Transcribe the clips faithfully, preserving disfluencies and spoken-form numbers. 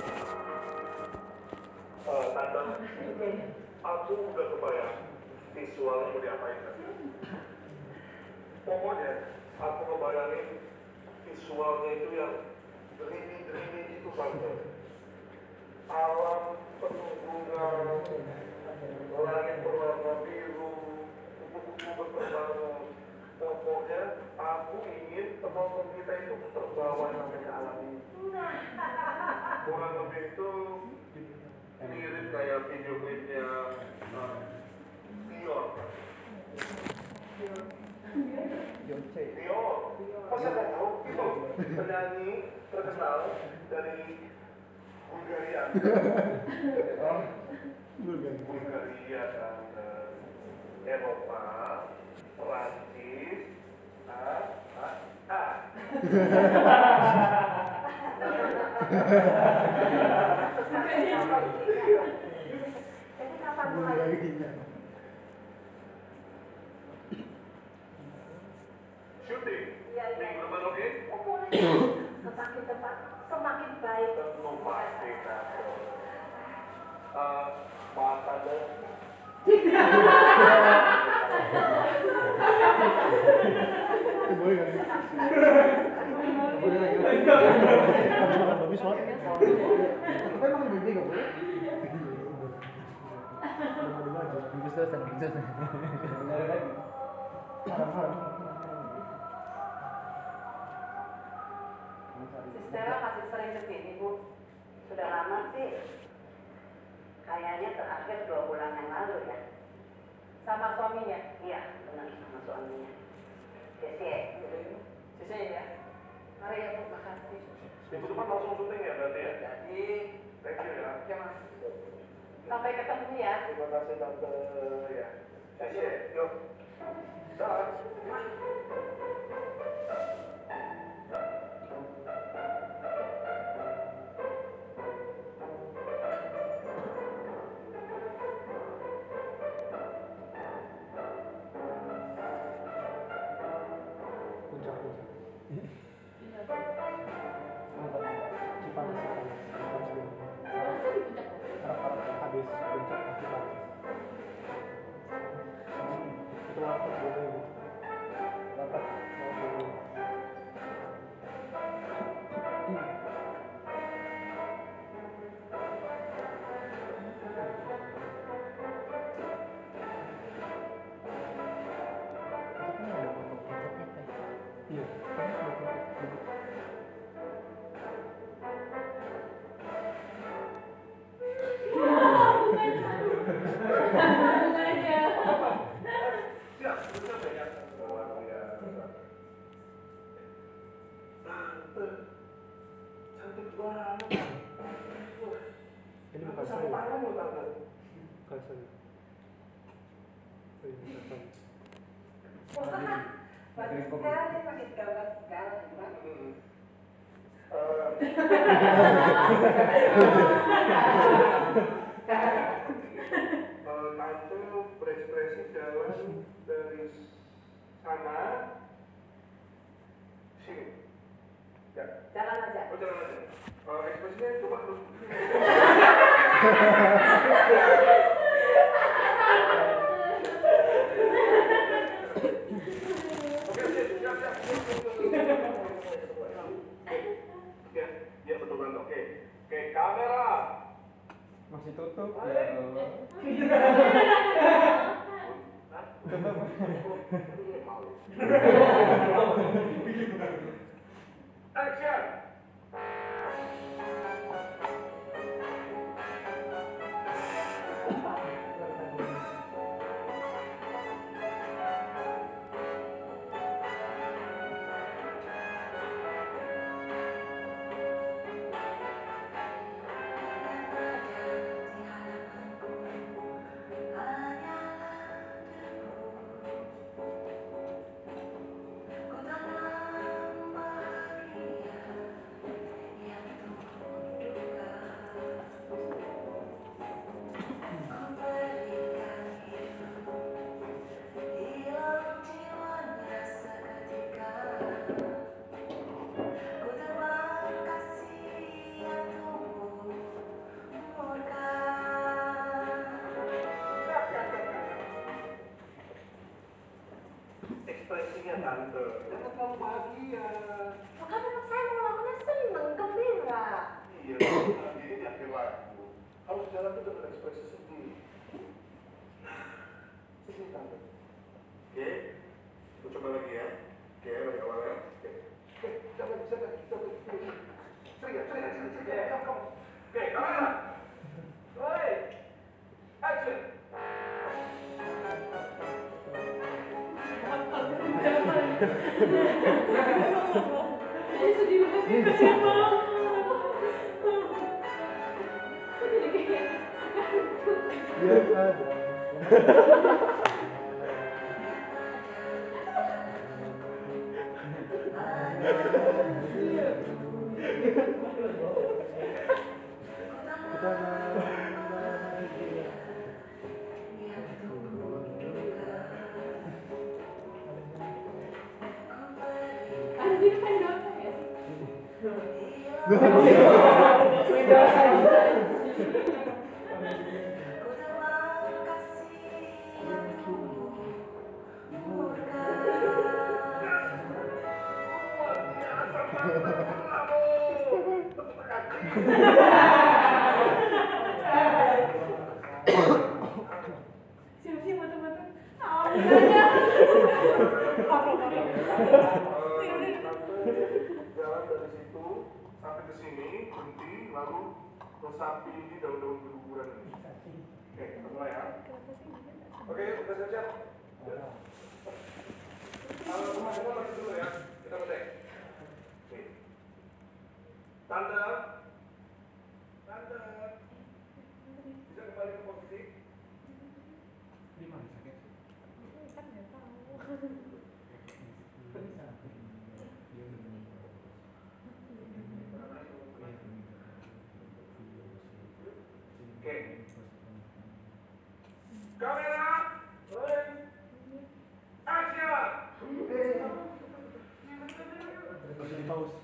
Uh, Tante, aku udah kebayang visualnya mau diapain tadi. Pokoknya aku ngebayangin visualnya itu yang dreamy-dreamy gitu Tante. Alam penuh bunga, langit berwarna biru, kupu-kupu berterbangan. Pokoknya aku ingin penonton kita itu terbawa sampai ke alam ini. Kurang lebih itu mirip kayak video klipnya uh, Dior. Dior. Masa nggak tahu itu penyanyi terkenal dari Bulgaria. Bulgaria kan Eropa, Perancis, ah, ah, ah. Jadi kapan mulai? Syuting? Iya, iya. Minggu depan oke? Oh, boleh. Semakin cepat, semakin baik. Tentu pasti kan. Uh, maaf Tante. Boleh kan? Boleh lagi. Bagus banget. Tapi emang gede gak boleh? Bagus terus, bagus terus. Nyari lagi. Sistera masih sering kesini, Bu. Sudah lama sih. Kayaknya terakhir dua bulan yang lalu ya. Sama suaminya? Iya, benar sama suaminya. Sisi, sisi ya. Mari ya Bu, makasih. Minggu depan langsung syuting ya berarti ya? Jadi, thank you ya. ya Mas. Sampai ketemu ya. Terima kasih Tante ya. Sisi, yuk. Dah. Habis puncak kaki panas. Itu dapat boleh. Dapat boleh. Iya, tapi sudah tutup. Ini bukan saya. Bukan saya. Ini bukan saya. Bagus sekali, pakai gambar segala. Tante berekspresi jalan dari sana sini. Ya. Jalan aja. Oh jalan aja. Uh, ekspresinya coba terus. Oke, siap, siap, siap. Ya, ya betul banget. Oke, oke kamera. Masih tutup ya Allah. Action. Ku tanam bahagia ya tante. Jangan terlalu bahagia. Oh, kan anak saya mau lakukan seneng, gembira. Iya, tapi ini di akhir lagu. Harus jalan tuh dengan ekspresi sedih. Sedih tante. Oke, kita coba lagi ya. Oke, lagi awal ya. Oke, oke, jangan, jangan, jangan. Sering ya, sering ya, sering, sering ya. Kamu, kamu. Oke, kamera. Oi, action. Ini sedih banget, kasihan banget. Kok jadi kayak Ya ada. anjir Mendoza ya? Siap-siap mata-mata. Oh, enggak. Jalan dari situ sampai ke sini, berhenti, lalu resapi ini daun-daun berguguran ini. Oke, kita mulai ya. Oke, udah siap-siap. Kalau teman-teman masih dulu ya, kita mulai. Oke. Tante, tante, bisa kembali ke posisi. Di mana sakit? Kan nggak tahu. Oke. Kamera, rolling, action. Masih di pause.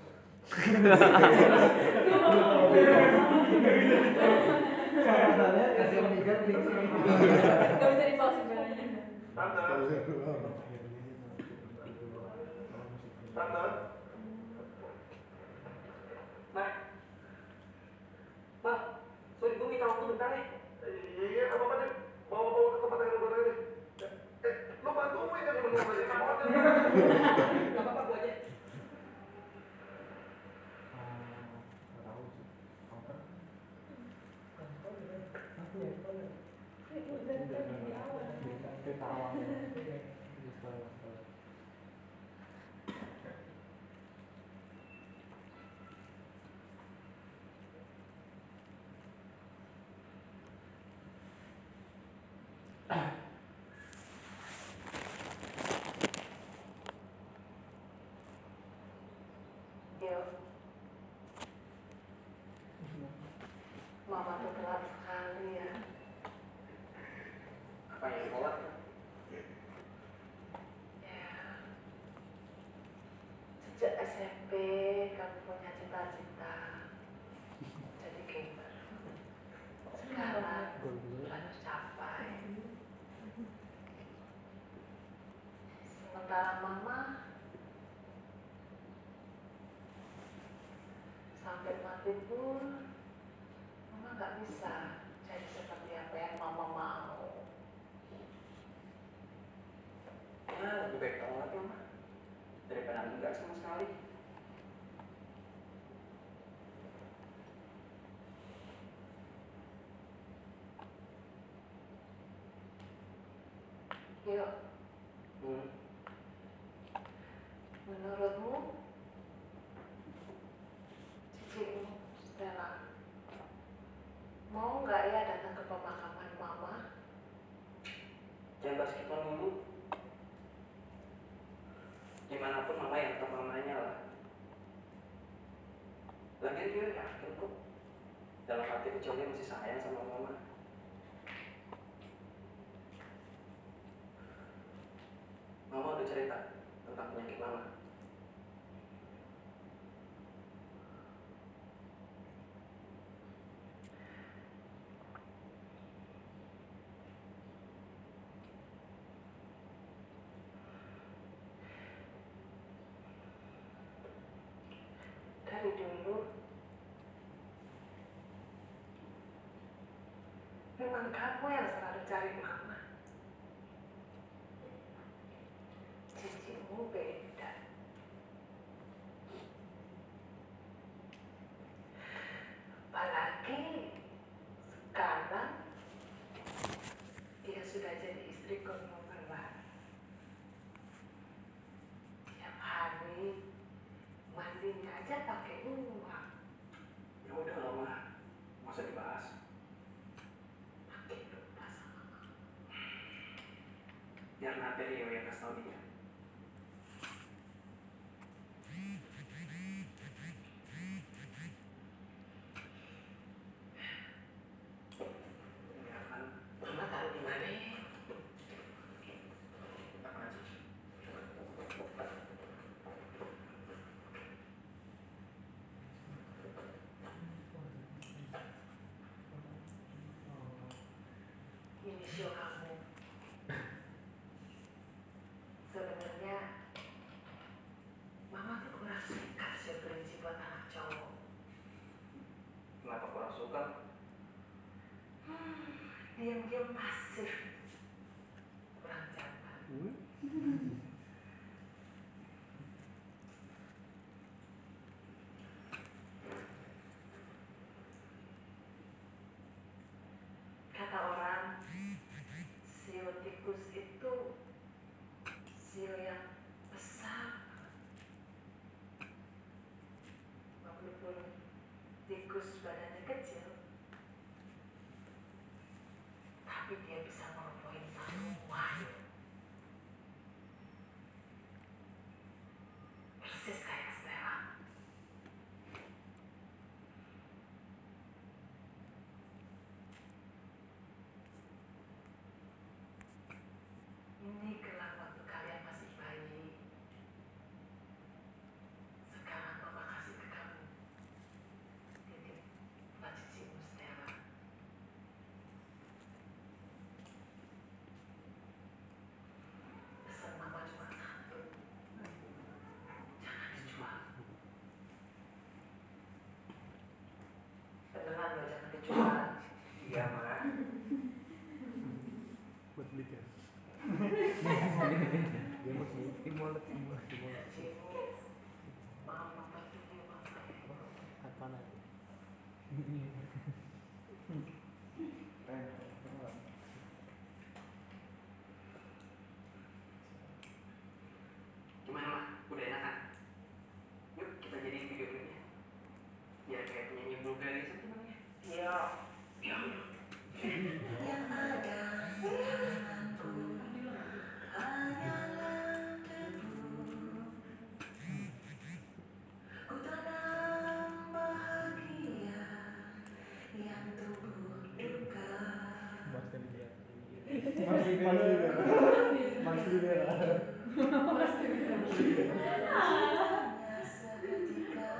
Sarannya kasih Mika klik sini. Nggak bisa di-pause sebenarnya. Tante, tante. Mah, Mah, sorry gue minta waktu bentar nih. Iya, apa apa deh. Bawa-bawa ke tempat yang lebih deh. Eh, lo bantuin kan menunggu aja di motor. Gak apa-apa gue aja. Nggak tahu sih. Counter. Ini udah tadi di awal. Kita awalnya. Setelah setelah. Yo. Mama tuh telat sekali ya. Apa yang telat? Ya. Sejak S M P kamu punya cita-cita jadi gamer. Sekarang harus capai. Sementara mama sampai mati pun mama nggak bisa jadi seperti apa yang mama mau. Ya, lebih baik telat ya, Mah. Daripada enggak sama sekali. Yuk, Hmm. menurutmu cicikmu Stella mau nggak ya datang ke pemakaman mama? Jangan bahas kita dulu. Dimanapun mama yang tetap mamanya lah. Lagian dia yakin kok. Dalam hati kecilnya masih sayang sama mama. Mama udah cerita tentang penyakit mama. bukan kamu yang selalu cari mama. Cincinmu beda. Apalagi sekarang dia sudah jadi istri konglomerat. Tiap hari mandinya aja pakai uang. Ya udah lah Ma, nggak usah dibahas. Makin lupa sama mama. Biar nanti Rio yang kasih tau dia. Ya kan, Mama taruh di mana ya? akan aja. Ini show kamu. Sebenarnya mama tuh kurang suka show kelinci buat anak cowok. Kenapa kurang suka? Hmm, diam-diam pasif. Kurang jantan. Kata orang, sio tikus itu sio yang besar. Walaupun tikus badannya kecil, tapi dia bisa merobohin semua. Persis kayak Stella. Ini kelak waktu kalian masih bayi. Sekarang mama kasih ke kamu. Titip buat cicimu Stella. Pesan mama cuma satu. Jangan dijual. Beneran loh, jangan dijual. Iya Ma. Buat beli kan? Dia mau stimulat stimulat stimulat. Cimu. Mau mama dulu mama. Apa nanti? Gimana Ma? Udah enak kan? Yuk kita jadiin video klipnya. Biar kayak penyanyi Bulgaria gimana ya? Iya. Ya. Yang ada di tanganku hanyalah debu. Ku tanam bahagia yang tumbuh duka. Makan dia. Masih masih masih Hanya seketika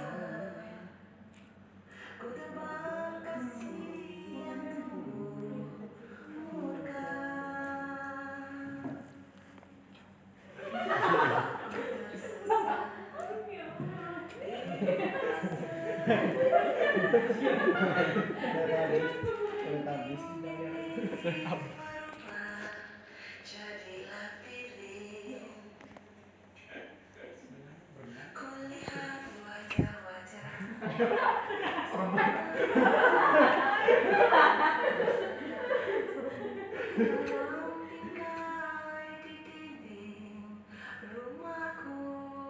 ku terbang kasih yang tumbuh murka. Tersesat jadilah piring. Kulihat wajah-wajah dalam bingkai di dinding rumahku.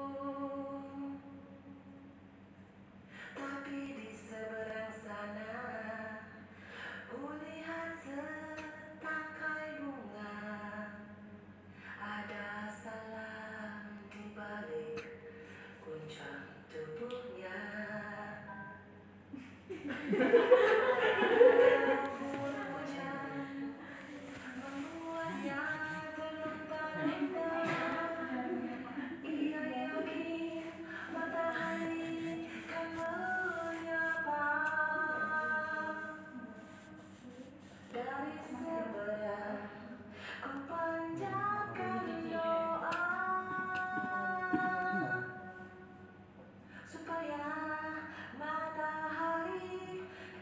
Tapi di seberang sana kulihat setangkai bunga. Ada salam di balik kuncang tubuhnya. Embun hujan membuatnya terlunta-lunta. Ia yakin matahari kan menyapa. Dari seberang ku panjatkan doa supaya matahari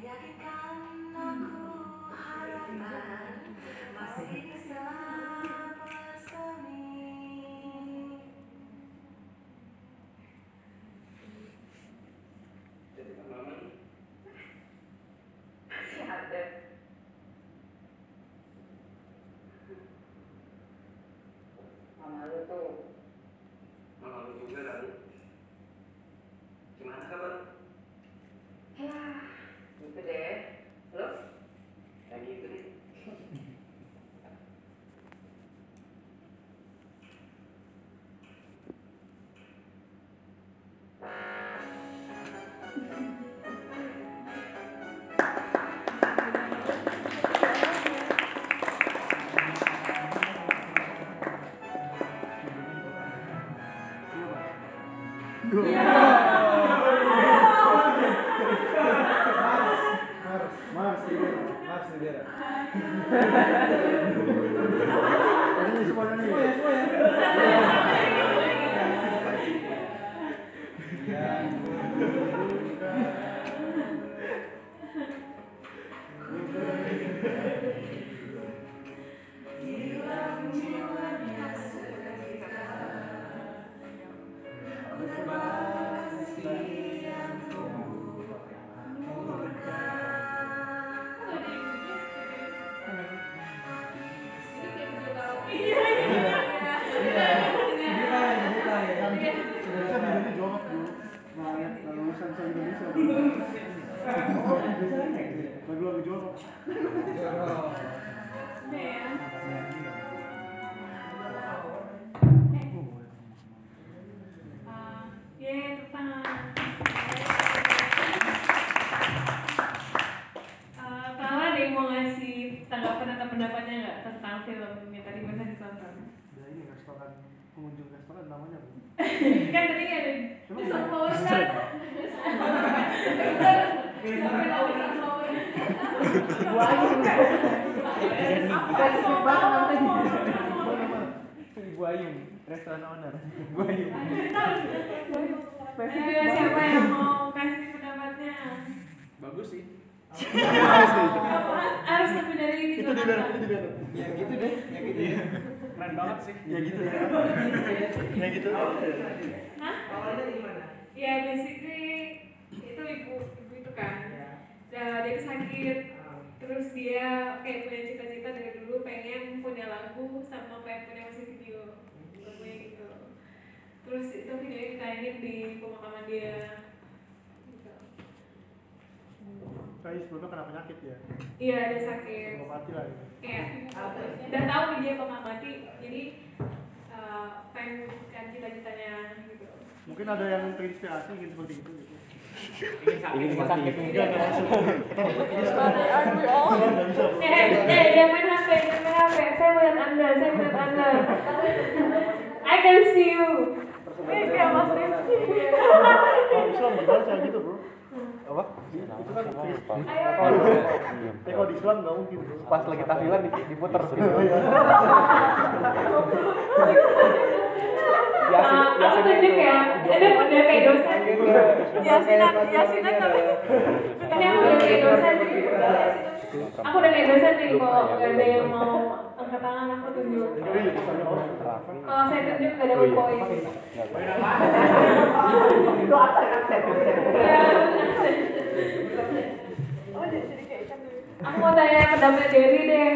meyakinkan aku harapan masih bisa bersemi. Jadi pengalaman Masih ada. Mama lu tuh mama lu juga kali. Gimana kabar? ya gitu deh. Lo Ya gitu nih. Mars, Rivera, Mars Rivera. Ini semuanya nih. Yang Hilang jiwanya seketika, betapa kasih yang tumbuh murka. Indonesia videonya jorok bro. Nah, lalu sensor Indonesia bro. Lagu-lagu jorok. Yeay, tepang. Eh, Kalau ada yang mau ngasih tanggapan atau pendapatnya nggak tentang film yang tadi barusan ditonton? Nah, ini restoran, pengunjung restoran namanya bro. Kan tadi ada Emang soft iya? power kan? Mana, mana? Ibu Ayung, restoran owner. Ibu Ayung. Ayo, siapa yang mau kasih pendapatnya? Bagus sih. Harus lebih dari ini. Itu di bawah, itu di bawah. Ya gitu deh, ya gitu ya. Keren banget sih. Ya gitu ya. Ya gitu. Hah? Ya basically itu ibu ibu itu kan. Nah, dia sakit. Terus dia kayak punya cita-cita dari dulu pengen punya lagu sama pengen punya musik video lagunya gitu. Terus itu videonya ditayangin di pemakaman dia. Gitu. Kayak sebelumnya kena penyakit ya. Iya dia sakit. Belum mati lah ya. Kayak udah tahu nih dia bakal mati, jadi uh, pengen wujudkan cita-citanya gitu. Mungkin ada yang terinspirasi ingin seperti itu gitu. Ingin sakit. Enggak, enggak masuk. Enggak bisa bro. Eh, eh, dia main H P, dia main H P. Saya melihat Anda, saya melihat Anda. I can see you. Eh, kayak Mas Rizky. Kalau Islam gimana cara gitu bro? Apa? Itu kan Ayo. Eh kalau di Islam nggak mungkin bro. Pas lagi tahlilan diputer. Oh, iya. Uh, aku tunjuk ya. Ini udah kayak dosen. Yasinan, Yasinan tapi. Ini aku udah kayak dosen. Aku udah kayak dosen nih kalau nggak ada yang mau angkat tangan aku tunjuk. Kalau saya tunjuk nggak ada poin. itu aksen aksen. Aku mau tanya pendapat Derry deh.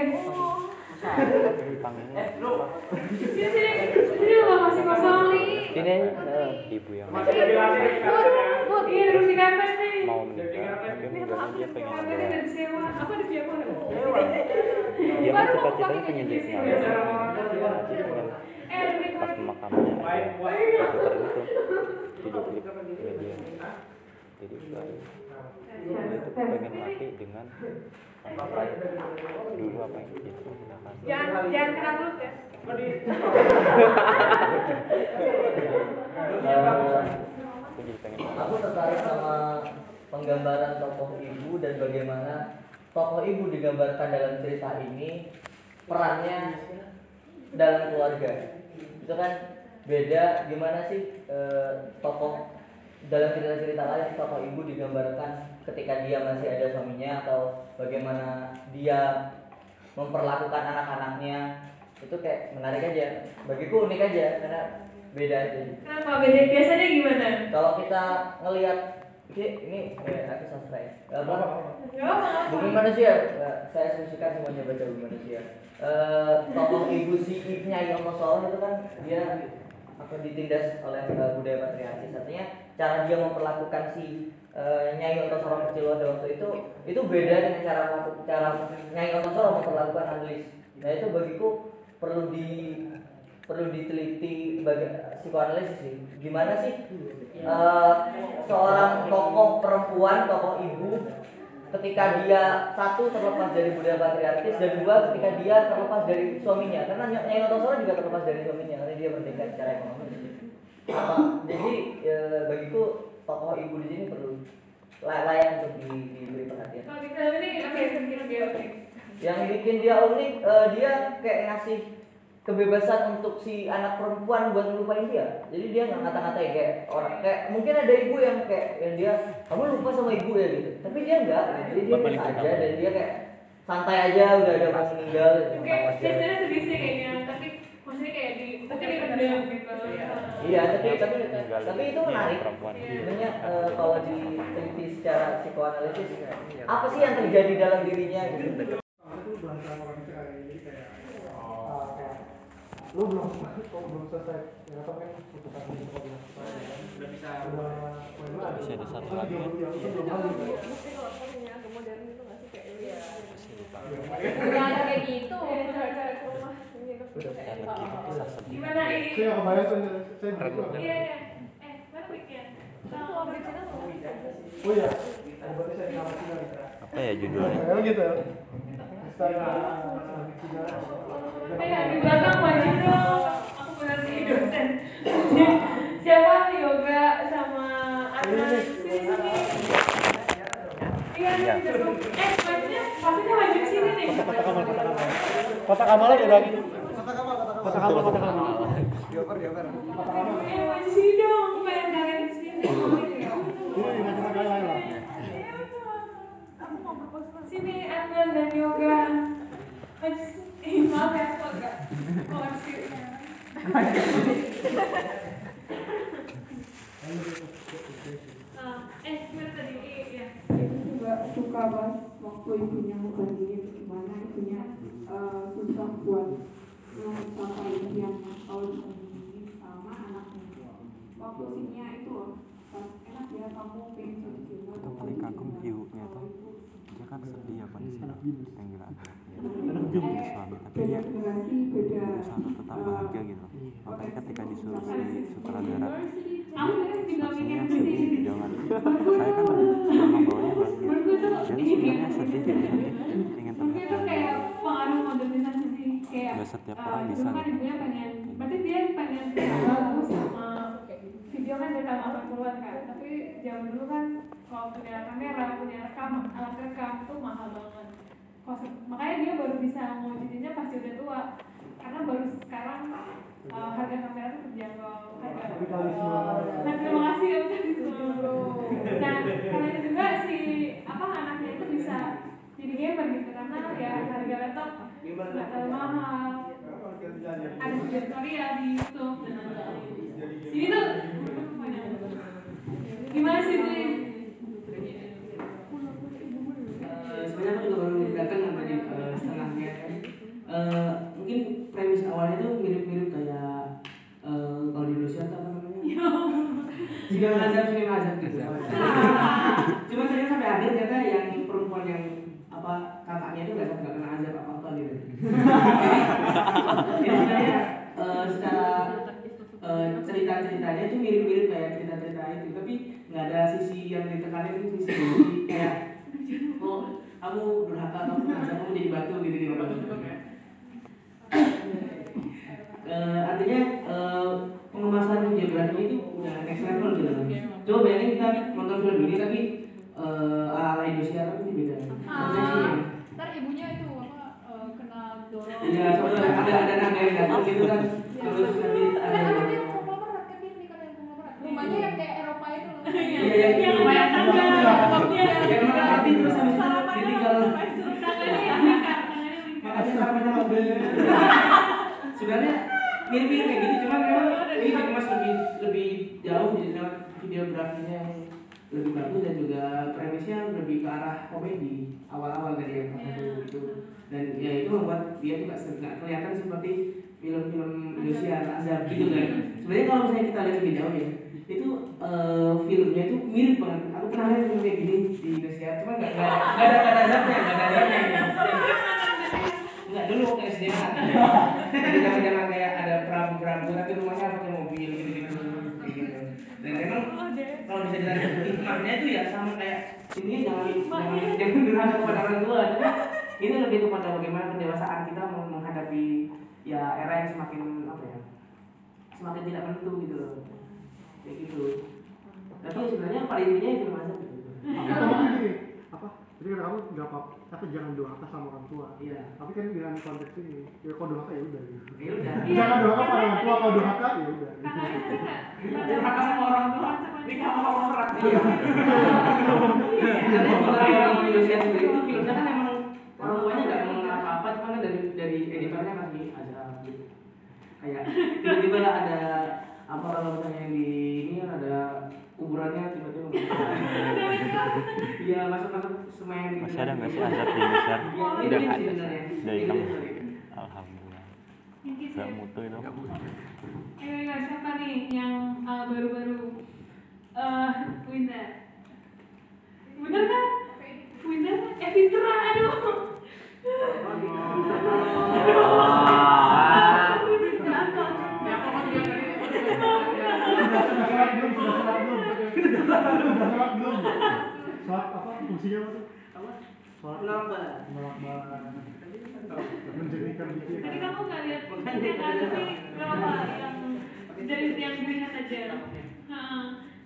Sini sini sini lo masih kosong nih. Ini eh, ibu yang Bud, bud, iya duduk di kanvas nih. mau menikah, tapi enggaknya dia pengen Kamarnya ada. udah disewa. Aku ada siapa? Dia kan cita-citanya pengen jadi singa. Jadi pengen Eh, lebih pas pemakamannya aja putar gitu video klip media. Jadi enggak, dia tuh pengen mati dengan sampai dulu apa yang dia lakukan. Jangan jangan kena mulut ya. Aku jadi pengen Aku tertarik sama penggambaran tokoh ibu dan bagaimana tokoh ibu digambarkan dalam cerita ini, perannya dalam keluarga. Itu kan beda gimana sih eh, tokoh dalam cerita-cerita lain tokoh ibu digambarkan ketika dia masih ada suaminya atau bagaimana dia memperlakukan anak-anaknya, itu kayak menarik aja. Bagiku unik aja karena beda aja. Kenapa beda? Biasanya gimana? Kalau kita ngelihat ini eh, aku sastra ya. Apa? Bumi Manusia. Saya asumsikan semuanya baca Bumi Manusia. Eh, tokoh ibu si Nyai Omosol itu kan dia akan ditindas oleh uh, budaya patriarkis. Artinya cara dia memperlakukan si uh, Nyai Ontosoro kecil pada waktu itu itu beda dengan cara cara Nyai Ontosoro memperlakukan Anlis. Nah itu bagiku perlu di perlu diteliti bagi psikoanalisis sih. Gimana sih uh, seorang tokoh perempuan, tokoh ibu ketika dia satu terlepas dari budaya patriarkis dan dua ketika dia terlepas dari suaminya, karena Nyai Ontosoro juga terlepas dari suaminya karena dia merdeka secara ekonomi. Apa? Jadi e, bagiku tokoh ibu di sini perlu layak untuk di, diberi perhatian. Kalau di film ini apa yang bikin dia unik? Yang bikin dia unik, e, dia kayak ngasih kebebasan untuk si anak perempuan buat ngelupain dia. Jadi dia nggak ngata-ngatain kayak orang kayak mungkin ada ibu yang kayak yang dia kamu lupa sama ibu ya gitu. Tapi dia enggak, jadi dia biasa aja dan dia kayak santai aja udah ada mau meninggal. Kayak biasanya sedih sih kayaknya, tapi maksudnya kayak di mungkin dipendam gitu. Iya, tapi tapi tapi itu menarik. Sebenarnya uh, kalau diteliti secara psikoanalisis apa sih yang terjadi dalam dirinya gitu. Itu bahasa orang sekali jadi kayak lu belum belum selesai ya kan kan putusan ini kok bilang Udah bisa udah Masih ada satu lagi kan kan? belum hamil kan? Mungkin kalau punya agak modern itu nggak sih kayak iya. Masih lupa. Nggak ada kayak gitu. Cara-cara ke rumah ini tuh Yang lagi itu kisah sedih. Gimana ini? Saya nggak kebayang saya saya gitu. Iya iya. Eh mana mic-nya? Itu objek Cina tuh. Oh iya, berarti saya nama Cina gitu. Apa ya judulnya? Oh gitu. Saya Cina. Eh di belakang wajib dong. Aku benar nih dosen. Siapa yoga sama anak sini sini. Iya nih. Eh wajibnya pastinya wajib sini nih. Kota Kamal, Kota Kamal. Kota Kamal aja lagi. Kota Kamal, Kota Kamal, Kota Kamal. Dioper, dioper. Eh wajib sini dong. Pengen kalian di sini. Ini macam kalian lah. Sini Angan dan yoga. Eh maaf ya aku agak koleksi. Eh gimana tadi? Iya. Ibu juga suka banget waktu ibunya ngebandingin gimana ibunya uh, susah buat mencapai impian kalau dibandingin sama anaknya. Waktu sinya itu pas enak ya kamu pengen jadi gimana? Itu paling kagum view-nya tuh. Dia kan sedih ya kondisinya yang gila. Jadi suami tapi dia berusaha untuk tetap bahagia gitu. Makanya ketika disuruh si sutradara sepertinya sedih jangan saya kan memang bawanya bahagia dan sebenarnya sedih gitu sedih ingin Mungkin itu terlihat kayak pengaruh modernisasi sih kayak nggak setiap uh, orang dulu bisa kan gitu. ibunya pengen berarti dia pengen bagus sama video kan dari tahun delapan puluhan kan tapi zaman dulu kan kalau punya kamera punya rekam alat rekam itu mahal banget. Makanya dia baru bisa mewujudinnya pasti udah tua karena baru sekarang uh, harga kamera tuh terjangkau harga. Nah terima kasih ya udah gitu. Nah karena itu juga si apa anaknya itu bisa jadi gamer gitu karena ya harga laptop nggak terlalu mahal. Ada tutorial di YouTube dan lain-lain. Jadi tuh gimana sih Bli? Sebenarnya aku juga baru datang tadi uh, setengahnya kan. Uh, mungkin premis awalnya tuh mirip-mirip kayak uh, kalau di Indonesia tuh apa namanya? Jika mengazab sini mengazab gitu. Cuma saya sampai akhir ternyata yang perempuan yang apa kakaknya itu nggak nggak kena azab apa apa gitu. Jadi sebenarnya uh, secara uh, cerita-ceritanya itu mirip-mirip kayak cerita-cerita itu, tapi nggak ada sisi yang ditekanin itu sisi kayak oh kamu durhaka kamu ngajak kamu jadi batu gitu gitu batu ya. Uh, artinya uh, pengemasan geografi itu udah next level gitu. Coba bayangin kita nonton film ini tapi uh, ala Indonesia tapi beda. Ah, ntar ibunya itu apa uh, kena dorong. Iya, soalnya ada ada naga yang datang gitu kan. Terus nanti ada Kan ada yang konglomerat kan dia nikah dengan konglomerat. Rumahnya yang kayak Eropa itu loh. Iya, yang yang ada tangga, yang mirip-mirip kayak gitu, cuman memang ini dikemas lebih lebih jauh di lewat videografinya yang lebih bagus dan juga premisnya lebih ke arah komedi awal-awal dari yang pertama itu, dan ya itu membuat dia tuh nggak kelihatan seperti film-film Indosiar azab gitu kan. Sebenarnya kalau misalnya kita lihat lebih jauh ya, itu uh, filmnya itu mirip banget. Aku pernah lihat film kayak gini di Indosiar, cuma nggak nggak ada nggak ada nggak ada azabnya, nggak ada azabnya ini. Nggak dulu waktu S D kan. Jadi jangan-jangan kayak ada perahu-perahu tapi rumahnya pakai mobil gitu-gitu. Gitu. Dan memang kalau bisa dilihat hikmahnya itu ya sama kayak ini jangan jangan jangan durhaka kepada orang tua. Cuma ini lebih kepada bagaimana pendewasaan kita menghadapi ya era yang semakin apa ya, semakin tidak menentu gitu loh, kayak gitu. Tapi sebenarnya pada intinya itu mas gitu. Atau mungkin gini, apa? Jadi kan kamu nggak apa, tapi jangan durhaka sama orang tua. Iya. Tapi kan dengan konteks ini, ya kalau durhaka ya udah. Gitu. Ya udah. Jangan durhaka pada orang tua, kalau durhaka ya udah. Durhaka sama orang tua, ini kamu orang orang. Iya. Karena kalau Indonesia sendiri itu filmnya kan emang orang tuanya nggak ngomong apa-apa, cuma kan dari dari editornya masih ada gitu. Kayak tiba-tiba ada apa kalau misalnya yang di ini ada kuburannya tiba-tiba iya masuk-masuk semen gitu. Masih ada nggak sih azab di Indonesia? Udah ada. Dari kamu. Alhamdulillah. Gak mutu itu. Ayo, ayo, siapa nih yang uh, baru-baru uh, Winda? Bener kan? Winda? Eh, Fitra, aduh. Sholat apa? Fungsinya apa tuh? Apa? Sholat menolak bala. Menolak bala. Menjernihkan pikiran. Jadi kamu nggak lihat yang ada sih berapa yang dari yang dilihat aja. Heeh.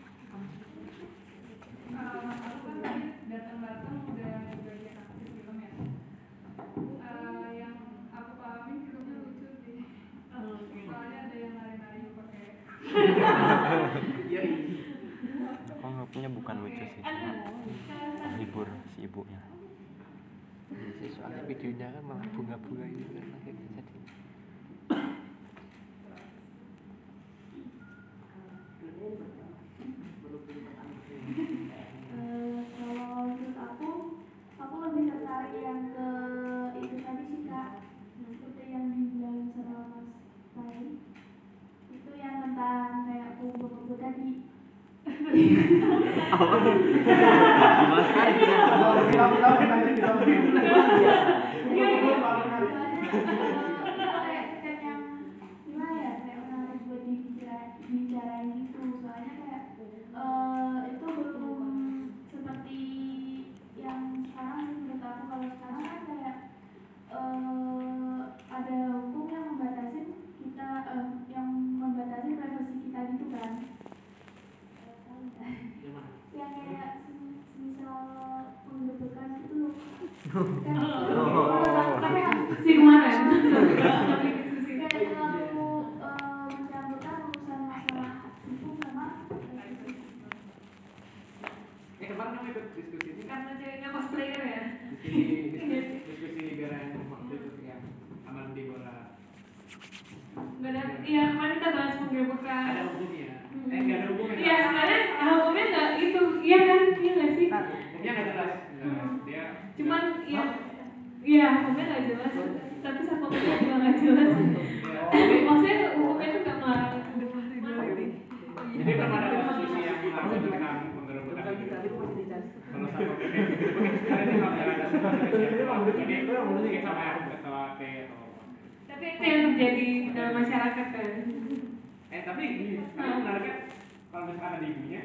Mas aku kan tadi datang-datang udah di bagian aktif film ya. Uh, yang aku pahamin filmnya lucu sih. Soalnya ada yang nari-nari pakai. Iya. Aku anggapnya bukan lucu sih, cuma menghibur si ibunya. Soalnya videonya kan malah bunga-bunga gitu kan akhirnya jadi. Kalau menurut aku, aku lebih tertarik yang ke itu tadi sih kak, seperti yang dibilang sama Mas Pai, itu yang tentang kayak kubu-kubu tadi. Kayak sekian yang gimana ya, kayak menarik buat dibicarain gitu. Soalnya kayak uh, itu belum seperti yang sekarang sih menurut aku. Kalau sekarang kan kayak uh, ada hukum yang membatasi kita, uh, yang membatasi privasi kita gitu kan. Yang kayak misal penggebekan gitu loh. Kan Si kemarin. kayak terlalu uh, mencampurkan urusan masalah hukum sama Eh kemarin kamu ikut diskusi ini kan? Karena ceweknya cosplayer ya. Diskusi diskusi negara yang waktu itu yang aman di bola. Nggak ada. Iya, kemarin kita bahas penggebekan. Ada hukumnya. Eh nggak ada hukumnya. Iya, sebenarnya hukumnya nggak itu, iya kan? Iya nggak sih? Hukumnya nggak jelas. Dia. Cuman iya, iya hukumnya nggak jelas. Tapi satpamnya juga nggak jelas. Tapi maksudnya hukumnya itu nggak melarang itu. Jadi belum ada konstitusi yang mengatur tentang penggerebekan itu. Kalau sama P P itu sebenarnya ini nggak ada konstitusi yang mengatur. Jadi itu yang menurut kita sama ketua T atau. Tapi itu yang terjadi dalam masyarakat kan. Eh tapi sekarang menariknya kalau misalkan ada ibunya.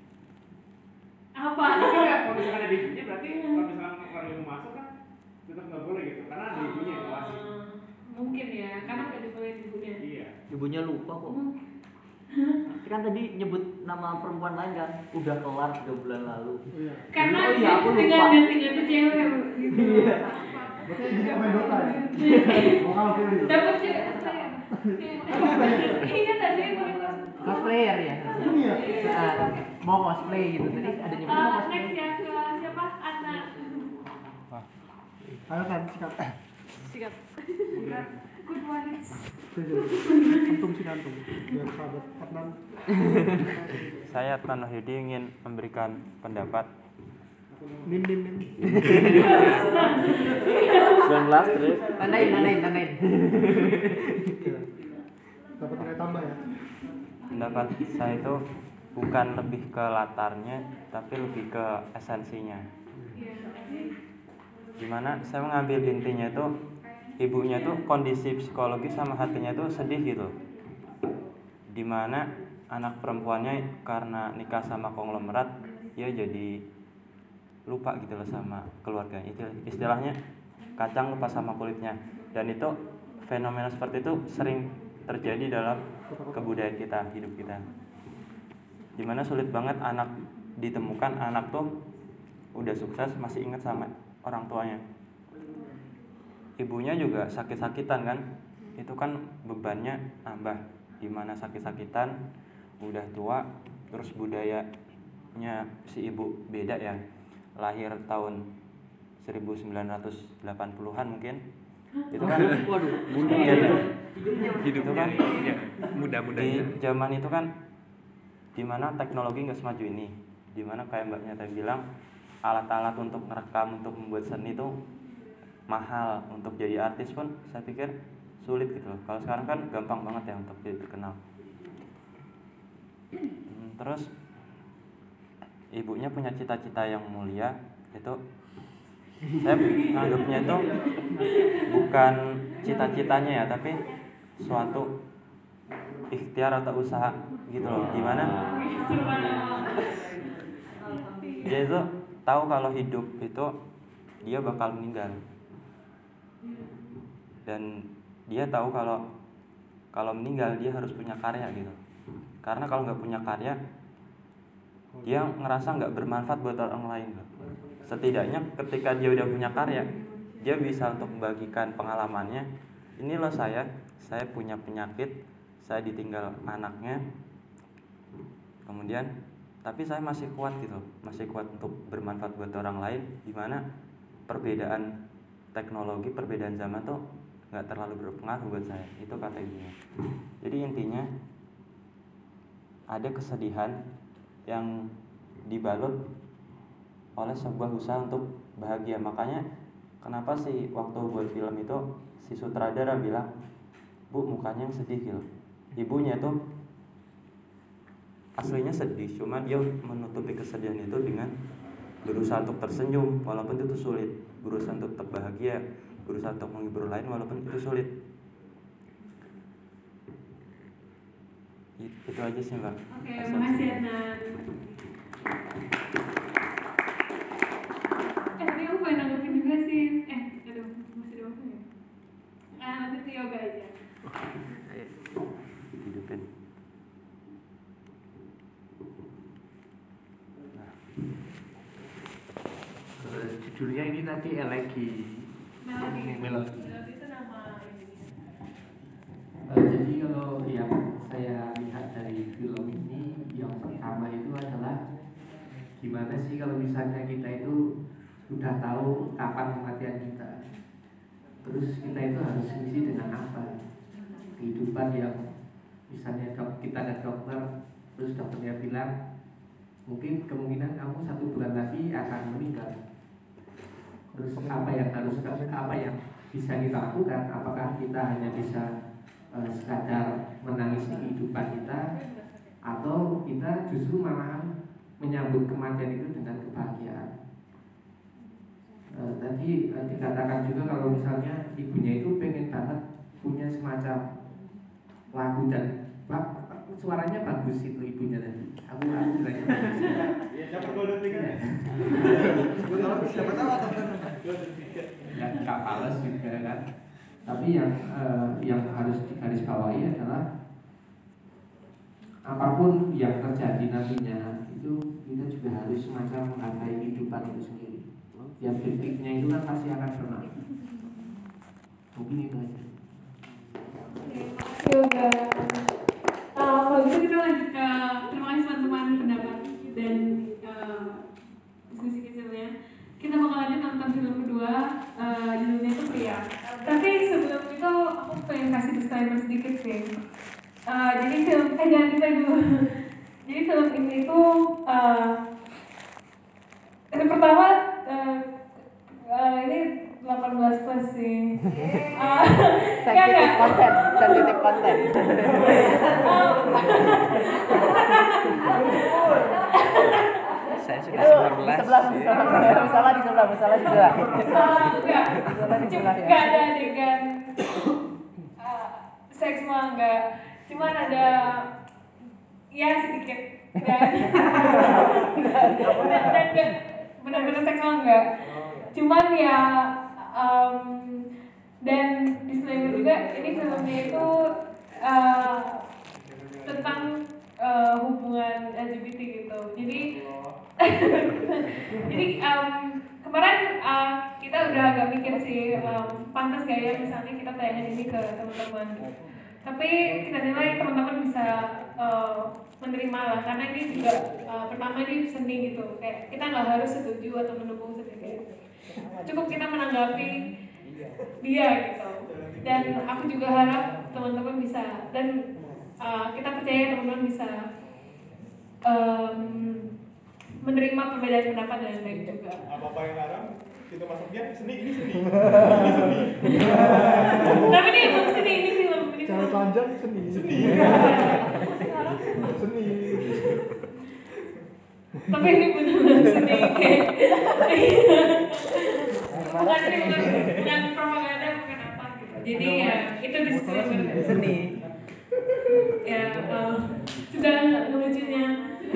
Apa? Kalau misalkan ada ibunya berarti kalau misalkan orang yang mau masuk kan tetap nggak boleh gitu karena ada ibunya yang masih. Mungkin ya, karena nggak dibolehin ibunya. Iya. Ibunya lupa kok. Kan tadi nyebut nama perempuan lain kan, udah kelar tiga bulan lalu. Iya. Karena oh, iya, aku dengan lupa. ganti-ganti cewek gitu. Iya. Berarti jadi pemain Dota ya? Mau kalah pilih. Dapat cewek cosplayer. Iya tadi itu. Cosplayer ya. Ini ya? Nah, mau cosplay gitu tadi ada nyebut mau Uh, cosplay. next ya ke siapa? Anna. Ayo kan sikap. Sikat. Sikat. Good one. Antum sih antum. Biar sahabat Adnan. Saya Adnan Wahyudi ingin memberikan pendapat. Nim nim nim. sembilan belas terus. Tandain, tandain, tandain. Dapat nilai tambah ya. Pendapat saya itu bukan lebih ke latarnya, tapi lebih ke esensinya. Dimana saya mengambil intinya itu ibunya tuh kondisi psikologis sama hatinya tuh sedih gitu. Dimana anak perempuannya karena nikah sama konglomerat, ya jadi lupa gitu loh sama keluarganya. Itu istilahnya kacang lupa sama kulitnya. Dan itu fenomena seperti itu sering terjadi dalam kebudayaan kita, hidup kita. Dimana sulit banget anak ditemukan, anak tuh udah sukses masih ingat sama orang tuanya. Ibunya juga sakit-sakitan kan, itu kan bebannya nambah. Dimana sakit-sakitan, udah tua, terus budayanya si ibu beda ya, lahir tahun seribu sembilan ratus delapan puluhan mungkin. Itu kan Waduh, muda itu. Hidupnya kan ya, muda-muda di zaman itu kan dimana teknologi nggak semaju ini, dimana kayak mbaknya tadi bilang alat-alat untuk merekam, untuk membuat seni itu mahal. Untuk jadi artis pun saya pikir sulit gitu loh. Kalau sekarang kan gampang banget ya untuk jadi terkenal. Hmm, terus ibunya punya cita-cita yang mulia, itu saya anggapnya itu bukan cita-citanya ya, tapi suatu ikhtiar atau usaha gitu loh. Dimana dia itu tahu kalau hidup itu dia bakal meninggal, dan dia tahu kalau kalau meninggal dia harus punya karya gitu. Karena kalau nggak punya karya, dia ngerasa nggak bermanfaat buat orang lain. Setidaknya ketika dia udah punya karya, dia bisa untuk membagikan pengalamannya. Ini loh saya, saya punya penyakit, saya ditinggal anaknya, kemudian tapi saya masih kuat gitu, masih kuat untuk bermanfaat buat orang lain. Dimana perbedaan teknologi, perbedaan zaman tuh nggak terlalu berpengaruh buat saya. Itu kata ibunya. Jadi intinya ada kesedihan yang dibalut oleh sebuah usaha untuk bahagia. Makanya kenapa sih waktu buat film itu si sutradara bilang, "Bu, mukanya yang sedih gitu." Ibunya itu aslinya sedih, cuma dia menutupi kesedihan itu dengan berusaha untuk tersenyum walaupun itu sulit, berusaha untuk tetap bahagia, berusaha untuk menghibur lain walaupun itu sulit. Itu aja sih mbak. Oke, makasih Adnan. Eh, tadi aku pengen nanggepin juga sih. Eh, aduh, masih ada waktu ya? Ah, nanti ke yoga aja. Hidupin. Uh, judulnya ini nanti elegi. Melodi. Melodi. Melodi itu nama ininya. Uh, jadi kalau yang saya lihat dari film ini, yang pertama itu adalah gimana sih kalau misalnya kita itu sudah tahu kapan kematian kita, terus kita itu harus ngisi dengan apa? Kehidupan yang misalnya kita ada dokter, terus dokternya bilang mungkin kemungkinan kamu satu bulan lagi akan meninggal. Terus apa yang harus apa yang bisa kita lakukan? Apakah kita hanya bisa uh, sekadar menangisi kehidupan kita, atau kita justru malahan menyambut kematian itu dengan kebahagiaan? Uh, tadi uh, dikatakan juga kalau misalnya ibunya itu pengen banget punya semacam lagu dan bak, suaranya bagus itu ibunya tadi. Aku aku bilangnya bagus. Iya, siapa golden tiga? Siapa tahu atau Ya nggak pales juga kan. Tapi yang uh, yang harus digarisbawahi adalah apapun yang terjadi nantinya itu kita juga harus semacam menghargai kehidupan itu sendiri. Tiap detiknya itu kan pasti akan bermakna. Mungkin itu aja. Yoga. Uh, kalau gitu kita lanjut ke terima kasih teman-teman pendapat dan uh, diskusi kecilnya. Kita bakal lanjut nonton film kedua, uh, judulnya itu Pria. Tapi spesifik sih. Uh, jadi film, eh jangan kita dulu. Jadi film ini tuh uh, yang pertama uh, uh, ini delapan belas plus sih. Uh, sensitif konten, sensitif konten. Saya sudah sembilan belas. Di sebelah, misalnya di sebelah, misalnya di sebelah. Enggak, enggak ada adegan uh, seks mah enggak. Cuman ada ya sedikit dan dan dan benar-benar seks mah enggak. Cuman ya um, dan disclaimer juga ini filmnya itu uh, tentang uh, hubungan L G B T gitu. Jadi jadi um, kemarin uh, kita udah agak mikir sih um, pantas gak ya misalnya kita tanya ini ke teman-teman. Tapi kita nilai teman-teman bisa uh, menerima lah karena ini juga uh, pertama ini seni gitu. Kayak kita nggak harus setuju atau mendukung sendiri. Cukup kita menanggapi dia gitu. Dan aku juga harap teman-teman bisa dan uh, kita percaya teman-teman bisa um, menerima perbedaan pendapat dengan baik juga. Apa-apa yang larang, kita masuknya seni, ini seni. Ini seni. Tapi ini emang seni, ini film. Ini Cara panjang seni. Seni. Seni. Tapi ini benar-benar seni kayak bukan sih, bukan, bukan propaganda, bukan apa gitu. Jadi ya itu disclaimer Seni. Ya, uh, sudah ngelucunya.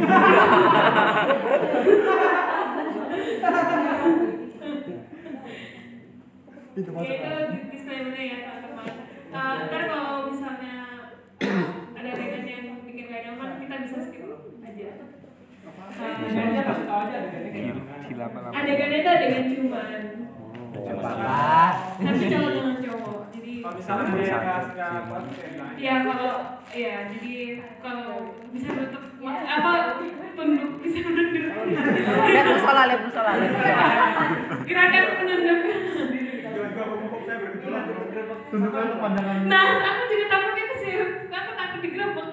Ya itu disclaimer-nya ya teman-teman. Uh, ntar kalau misalnya ada adegan yang bikin gak nyaman, kita bisa skip aja. Uh, adegannya itu adegan ciuman. Apa? Tapi cowok dengan cowok. Jadi ya kalau ya jadi kalau bisa nutup apa tunduk bisa menunduk. Lihat musola, lihat musola, lihat musola. Gerakan menunduk. Tundukkan pandangan. Nah, aku juga takutnya tuh sih, aku takut digerebek.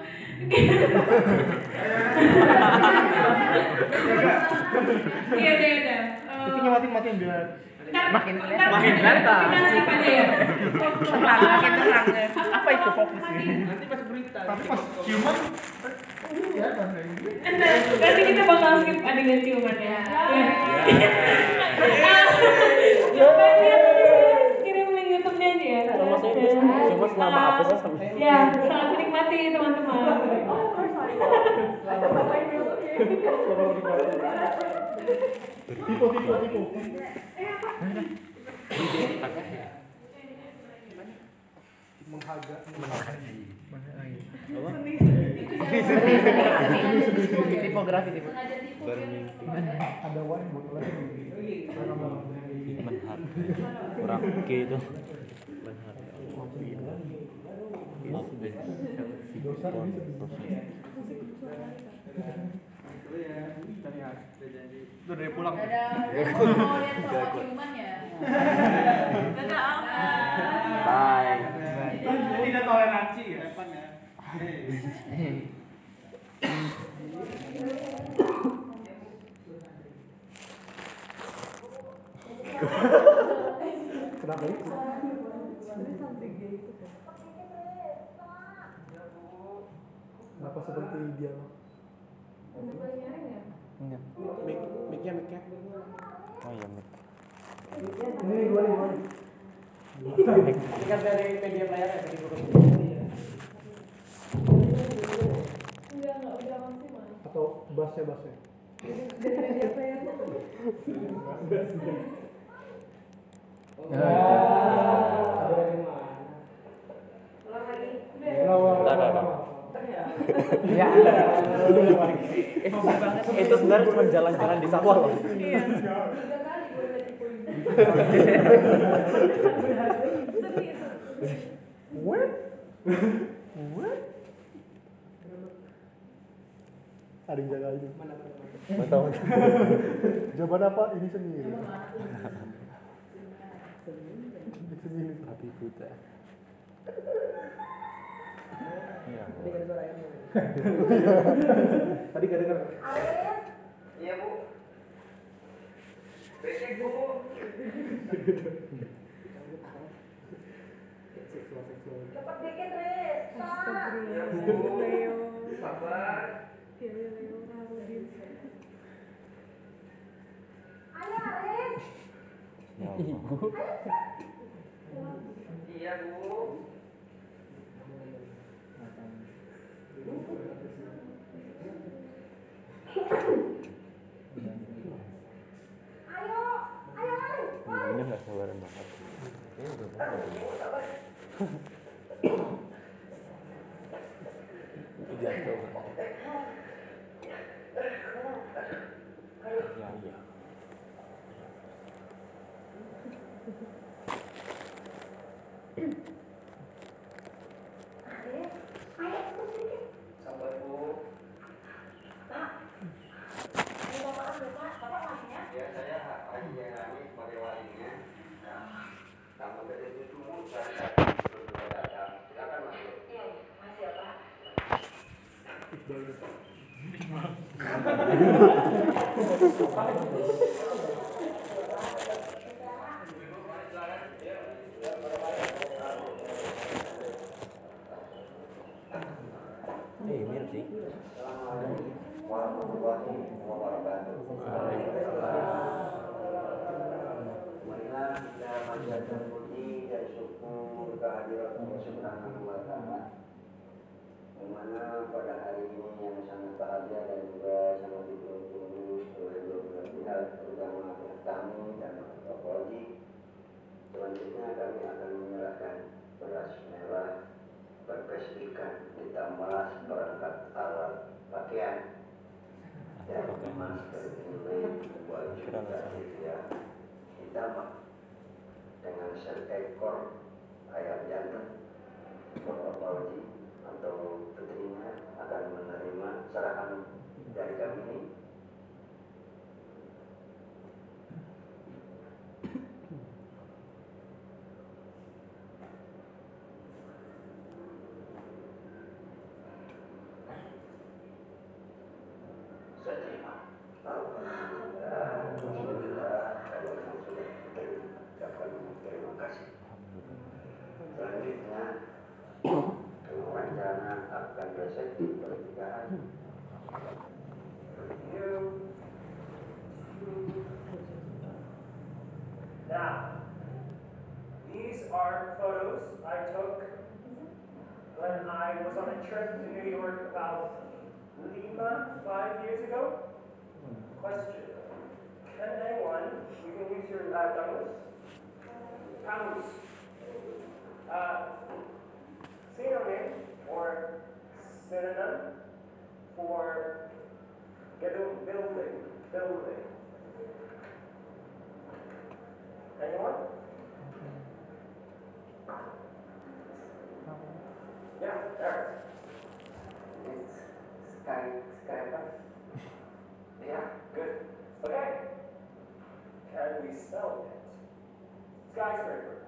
Iya deh, deh. Itu nyamatin matiin biar Makin kelihatan. Makin kelihatan. Kita skip aja ya. Tenang, makin tenang. Apa itu fokusnya? nanti pas berita. Tapi pas ciuman ya kan Nanti kita bakal skip adegan ciuman ya. Kirim link YouTube-nya aja ya. Cuma selama apa sih sampai? Ya, selamat menikmati teman-teman. Tipu, tipu, tipu. Mengharga, menghargai. Seni, seni, seni. Tipografi, tipu. Ada wine buat lagi. Menhar. Kurang oke itu. Dosa ini. Itu dari pulang. Ada mau lihat soal ciuman ya. Dadah Alfa. Bye. Tidak toleransi ya. Kenapa itu? Kenapa seperti dia? Enggak. Mic, mic-nya, mic-nya. Oh iya, mic. Ini dua nih, dua nih. Ini kan dari media player ya tadi gue Enggak, enggak udah maksimal. Atau bassnya, bassnya. Dari media player. Ya. Itu sebenarnya cuma jalan-jalan di sawah loh. Iya. What? What? Ada yang jaga itu. Nggak tahu. Jawaban apa? Ini seni. Seni. Tapi buta. Iya. Tadi gak ada suara ayamnya. Tadi gak denger. Iya bu. Berisik bu. Seksual seksual. Cepet dikit, Riz. Iya bu. Sabar. Ayo, Riz. Ya Allah. Ibu. Iya bu. Ayo, ayo, ayo. Ibunya nggak sabaran banget. Kayaknya udah banget. Itu jatuh. Ya iya. Sabar bu. Ya saya Haji Yerani sebagai walinya. Kamu dari cucumu saya berdua datang. Silakan masuk. Masih ya, Pak? Eh mirip sih. Assalamualaikum warahmatullahi wabarakatuh. Marilah kita panjatkan puji dan syukur kehadirat Allah Subhanahu wa Ta'ala, di mana pada hari ini yang sangat bahagia dan juga sangat ditunggu oleh dua belah pihak, terutama pihak kami dan Pak Polri. Selanjutnya kami akan menyerahkan beras merah berpes ikan ditambah seperangkat alat pakaian dan emas bernilai dua juta rupiah ditambah dengan seekor ayam jantan. Bapak Fauzi atau putrinya akan menerima serahan dari kami ini. Saya terima. Alhamdulillah, Alhamdulillah, kalau sudah diterima, dapat terima kasih. Selanjutnya, rencana akan resepsi pernikahan. Now, these are photos I took when I was on a trip to New York about Lima five years ago. Question: can anyone, you can use your uh, Douglas, Camus, uh, synonym or synonym for gedung, building, building. Anyone? Yeah, there. It's sky, skyscraper. Yeah, good. Okay. Can we spell it? Skyscraper.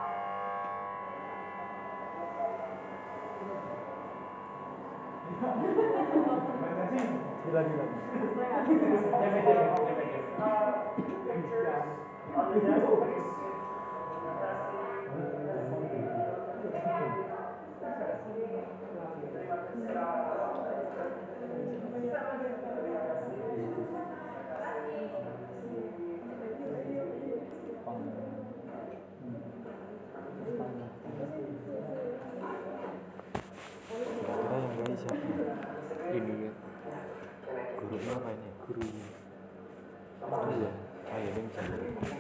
Gila gila. Uh, pictures on the desk, please. Kira yang gali siapa? Ini ya. Gurunya apa ini? Gurunya. Itu ya. Ah ya, ini bisa.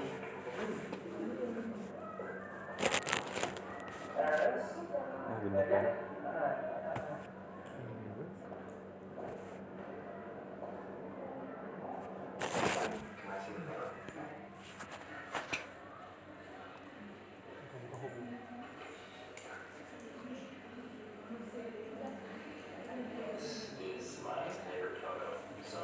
Ah bener kan? This is my favorite photo, so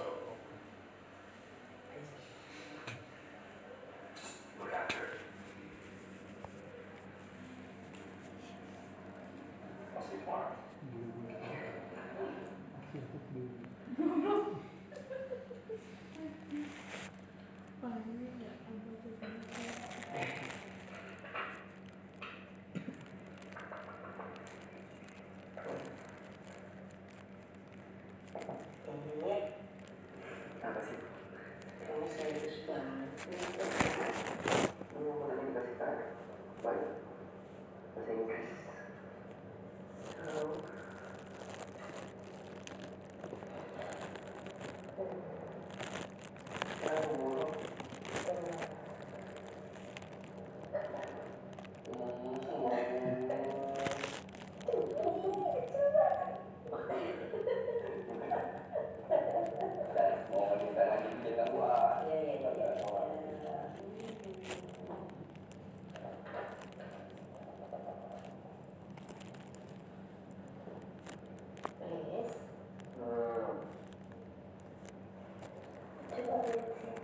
look after it. I'll see you tomorrow. Apa sih? Kamu serius banget sih. Kamu aku tadi dikasih tahu banyak bahasa Inggris. Tahu. Mau wanita lagi jangan gua. Iya iya iya. Please. Hmm. Coba lihat sini.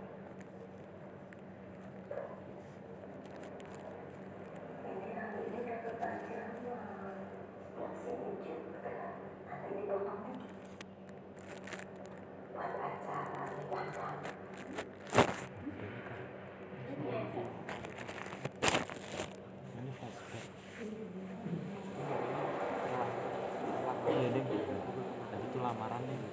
Ini rambutnya udah kepanjangan. Yang sini juga. Nanti dipotong dikit. Buat acara nikah kamu. Iya deh, tadi tuh lamaran nih.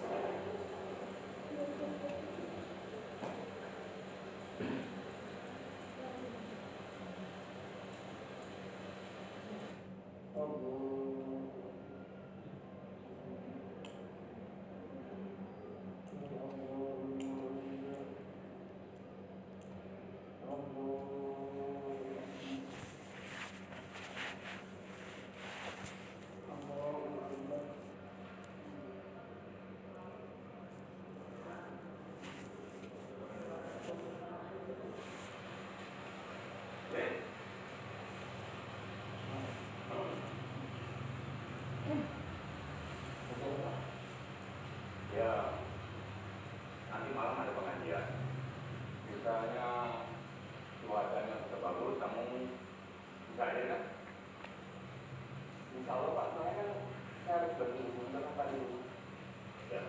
Ya, nanti malam ada pengajian. Misalnya cuacanya sudah bagus, kamu bisa hadir kan? Insya Allah Pak, soalnya kan saya harus bagi ibu untuk apa di rumah. Ya.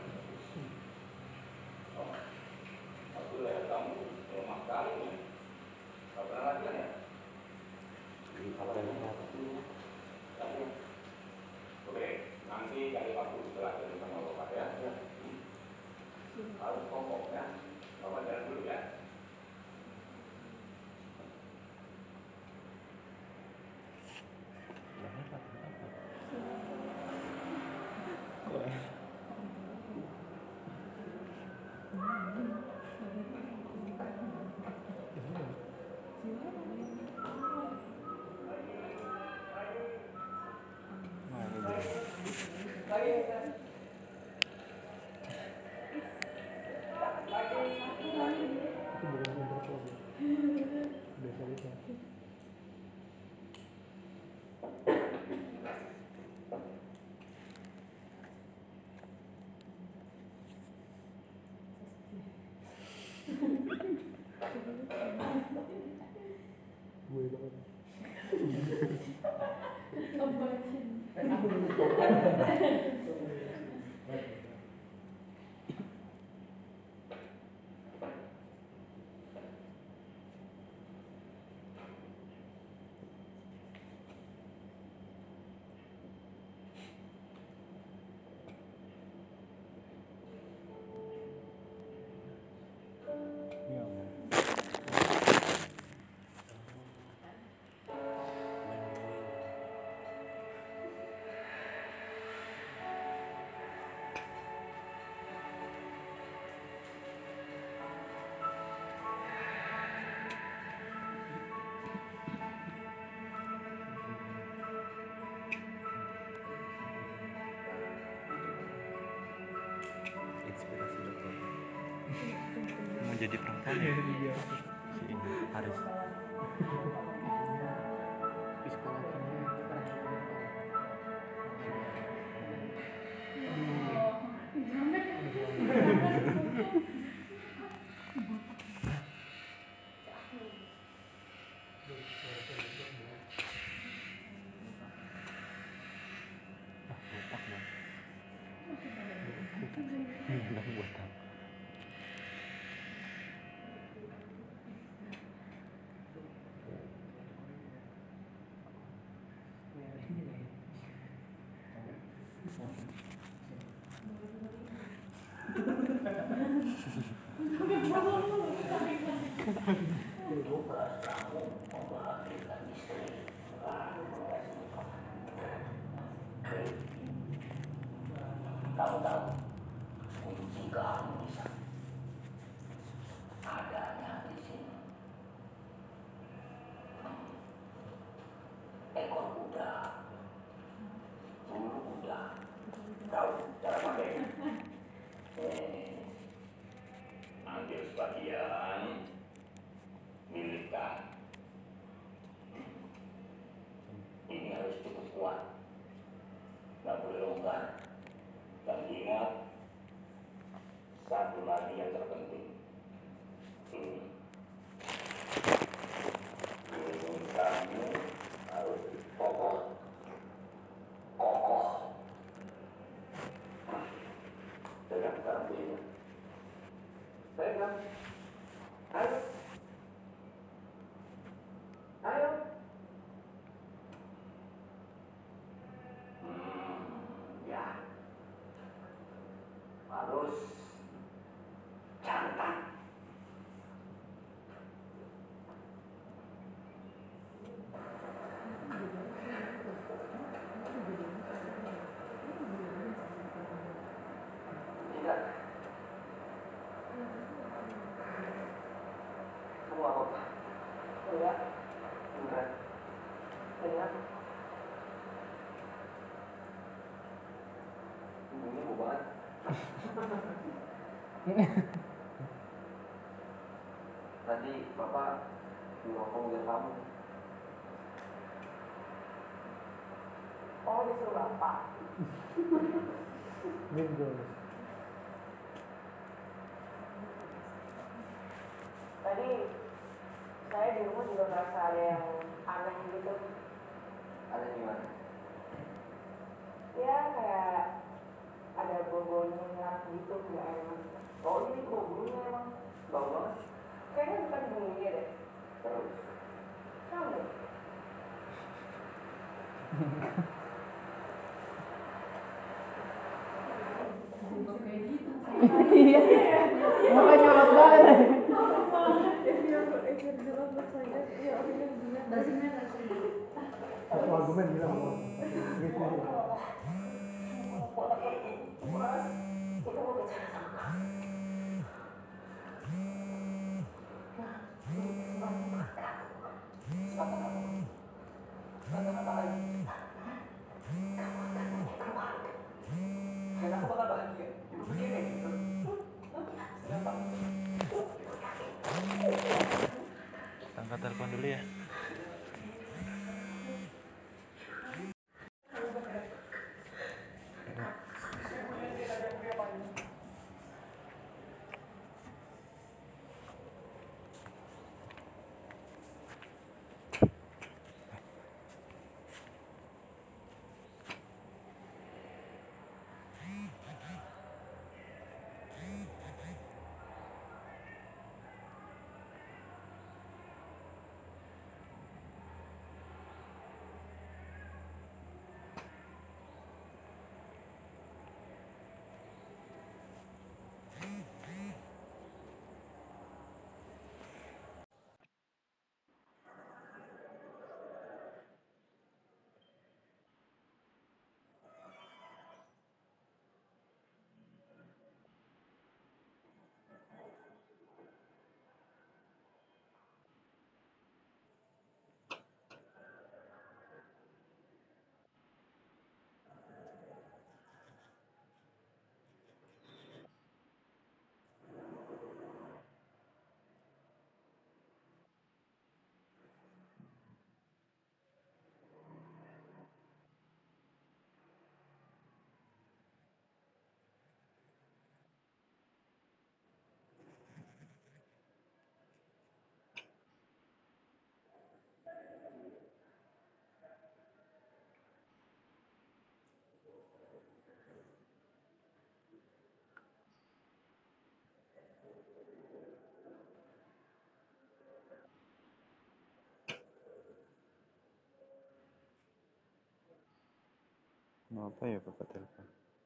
Oh, aku lihat kamu lemah sekali nih. Gak pernah latihan ya? Kalau tapi Oke, nanti cari waktu setelah kerja sama Bapak ya. Ya. Hmm. Harus kokoh ya. Bapak jalan dulu ya. Inspirasi dokter. Mau jadi perempuan ya? Si ini Haris. Bilang buat apa? Tugas kamu membahagiakan istri. Kamu tahu kunci keharmonisan adanya di sini. Ekor kuda, bulu kuda, tahu cara pakainya? Eh, ambil sebagian, milikkan. Ini harus cukup kuat, nggak boleh longgar. Dan ingat, satu lagi yang terpenting. Ini, ini kamu harus kokoh, kokoh. Pegang sekarang bunyinya. Pegang. Ayo. Ayo. Hmm, ya. Harus jantan. Tidak. Kamu apa? Enggak. Enggak. Enggak. Ibunya bau banget. Tadi Bapak nyuruh panggil kamu. Oh, disuruh Bapak. Minggu. Tadi saya di rumah juga merasa ada yang aneh gitu. Ada gimana? Ya kayak ada bau-bau nyengat gitu, nggak enak. Oh ini bau bulunya emang bau banget. Kayaknya bukan bulunya deh. Terus Kamu. Iya. Muka nyolot banget. Satu argumen bilang apa? Gitu. Mas, kita mau bicara sama kamu. Nah, ini kesempatan buat kamu. Kesempatan apa? Kesempatan apa lagi? Kamu akan punya keluarga. Dan aku bakal bahagia. Ibu pikir kayak gitu. Kenapa? Kita angkat telepon dulu ya. Mau apa ya Bapak telepon?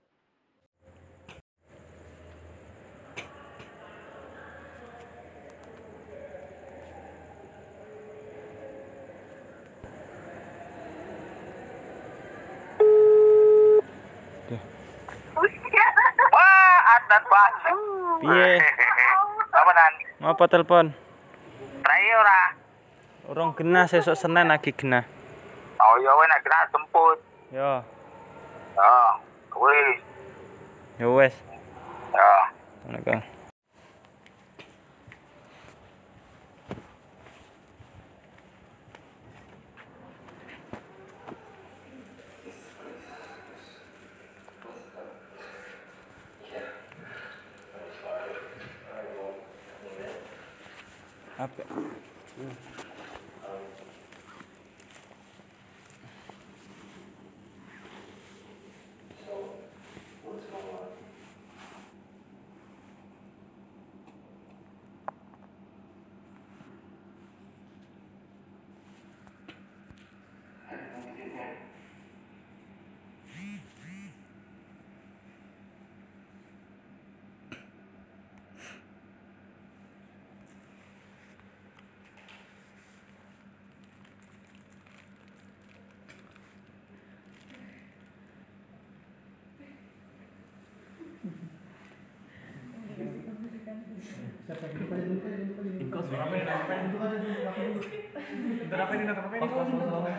Wah, adat baju. Piye? Apa nan? Ngapa telepon? Rai ora. Urung genah sesuk Senin lagi genah. Oh iya weh nek kena jemput. Yo, Oh, wis. ya wes. Ya. Assalamualaikum. Apa? Hmm. Ingkos berapa ini? Berapa ini? Berapa ini? Berapa ini?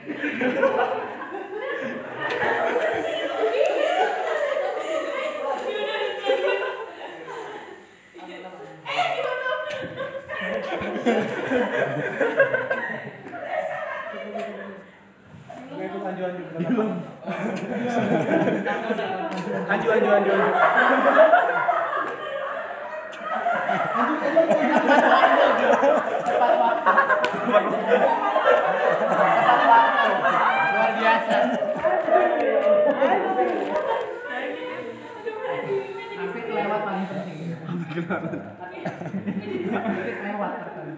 Anju, anju, anju, anju. Luar biasa. Sampai kelewat paling penting. Sampai kelewat.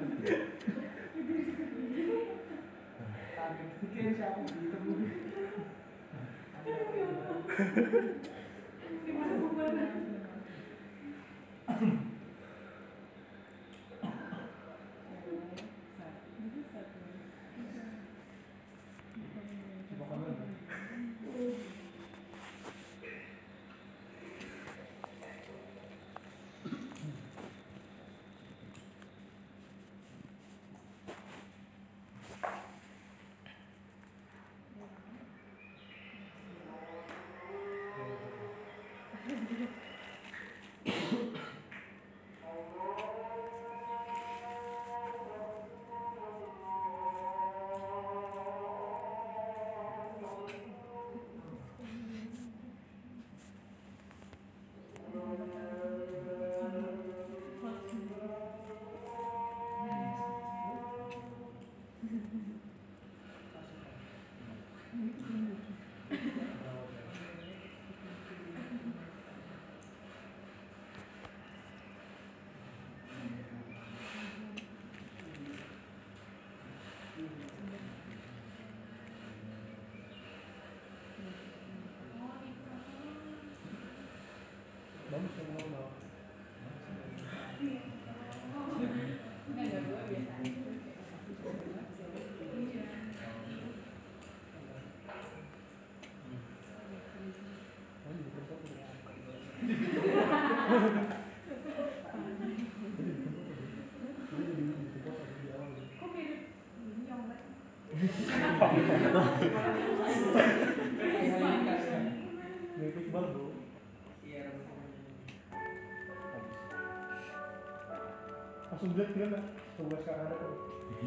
Langsung lihat film ya, coba sekarang ada tuh.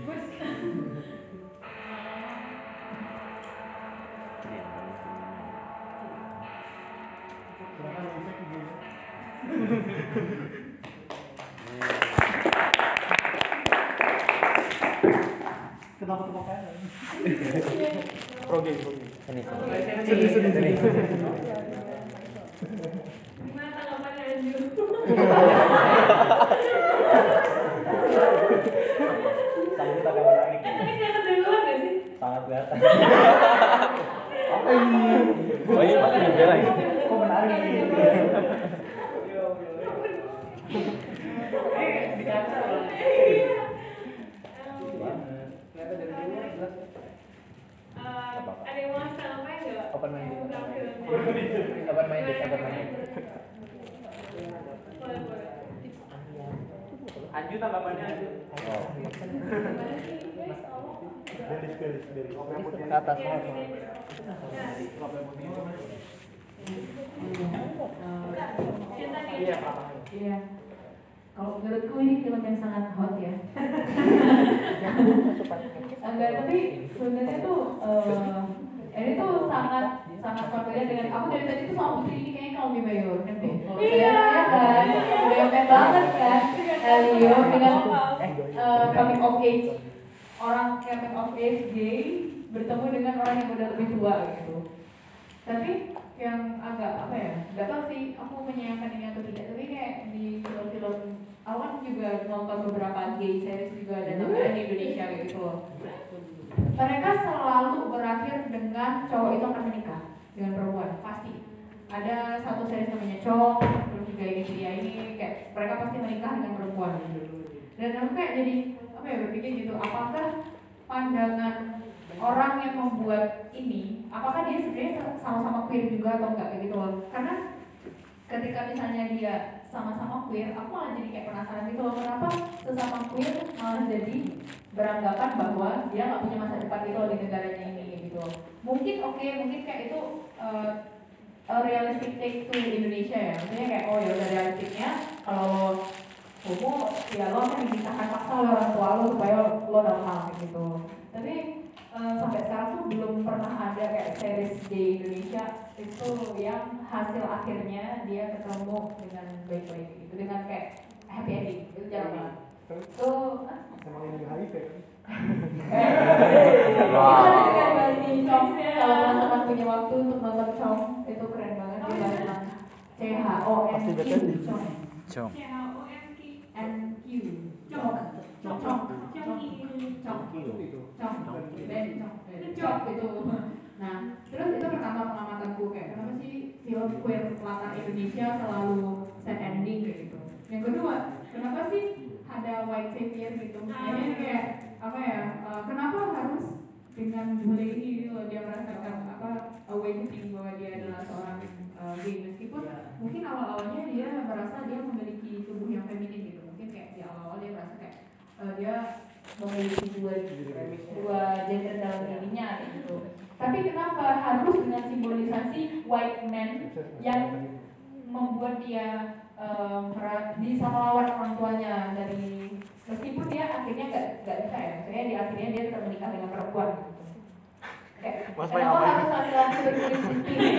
Silakan dicek di sini. Kenapa tepuk tangan? Progi, progi. Sini, sini, sini, sini. Gimana tanggapannya Anju? Sangat kita akan menarik. Tadi kelihatan dari luar nggak sih? Sangat kelihatan. Apa ini? open minded, open minded. Boleh, boleh. Anju tanggapannya Anju. Belis, belis, belis. Ke atas. Iya, Iya. Kalau menurutku ini film yang sangat hot ya. Enggak, tapi sebenarnya tuh uh, ini tuh sangat sangat familiar dengan aku dari tadi tuh sama Putri ini kayaknya kalau lebih mayor kan deh. Kalau saya ya kan, udah main banget kan. Elio dengan uh, coming of age, orang coming of age gay bertemu dengan orang yang udah lebih tua gitu. Tapi yang agak apa ya, nggak tahu sih aku menyayangkan ini atau tidak, tapi kayak di film-film awan juga nonton beberapa gay series juga dan namanya di Indonesia kayak gitu loh. Mereka selalu berakhir dengan cowok itu akan menikah dengan perempuan, pasti. Ada satu series namanya Chong, terus juga ini dia ini kayak mereka pasti menikah dengan perempuan. Dan aku kayak jadi apa ya berpikir gitu, apakah pandangan orang yang membuat ini, apakah dia sebenarnya sama-sama queer juga atau enggak gitu loh? Karena ketika misalnya dia sama-sama queer, aku malah jadi kayak penasaran gitu loh, kenapa sesama queer malah jadi beranggapan bahwa dia nggak punya masa depan gitu loh di negaranya ini gitu loh. Mungkin oke, okay, mungkin kayak itu uh, a realistic take to Indonesia ya, maksudnya kayak oh ya udah realistiknya kalau homo ya lo akan dipisahkan paksa oleh orang tua lo supaya lo normal gitu. Tapi Uh, sampai sekarang tuh belum pernah ada kayak series di Indonesia itu yang hasil akhirnya dia ketemu dengan baik-baik gitu, dengan kayak happy ending, itu jarang banget. Tuh emang ini H I V kan? Itu ada juga di Chong, kalau teman-teman punya waktu untuk nonton Chong, itu keren banget, dia bilang C H O N Q Chong Chong C H O N Q N Q Chong Chong Chong Chong Chong Ben Chong itu. Nah, terus itu pertama pengamatanku kayak kenapa sih film queer latar Indonesia selalu sad ending kayak gitu. Yang kedua, kenapa sih ada white savior gitu? Ini kayak apa ya? Uh, kenapa harus dengan bule ini gitu loh dia merasakan apa awakening bahwa dia adalah seorang uh, gay meskipun mungkin awal-awalnya dia merasa dia memiliki tubuh yang feminin gitu. Mungkin kayak di awal-awal dia merasa kayak uh, dia memiliki dua dua gender dalam dirinya gitu. Tapi kenapa harus dengan simbolisasi white man yang membuat dia um, bisa melawan orang tuanya dari meskipun dia akhirnya nggak nggak bisa ya, maksudnya di akhirnya dia tetap menikah dengan perempuan. Kayak kenapa harus laki-laki berkulit putih?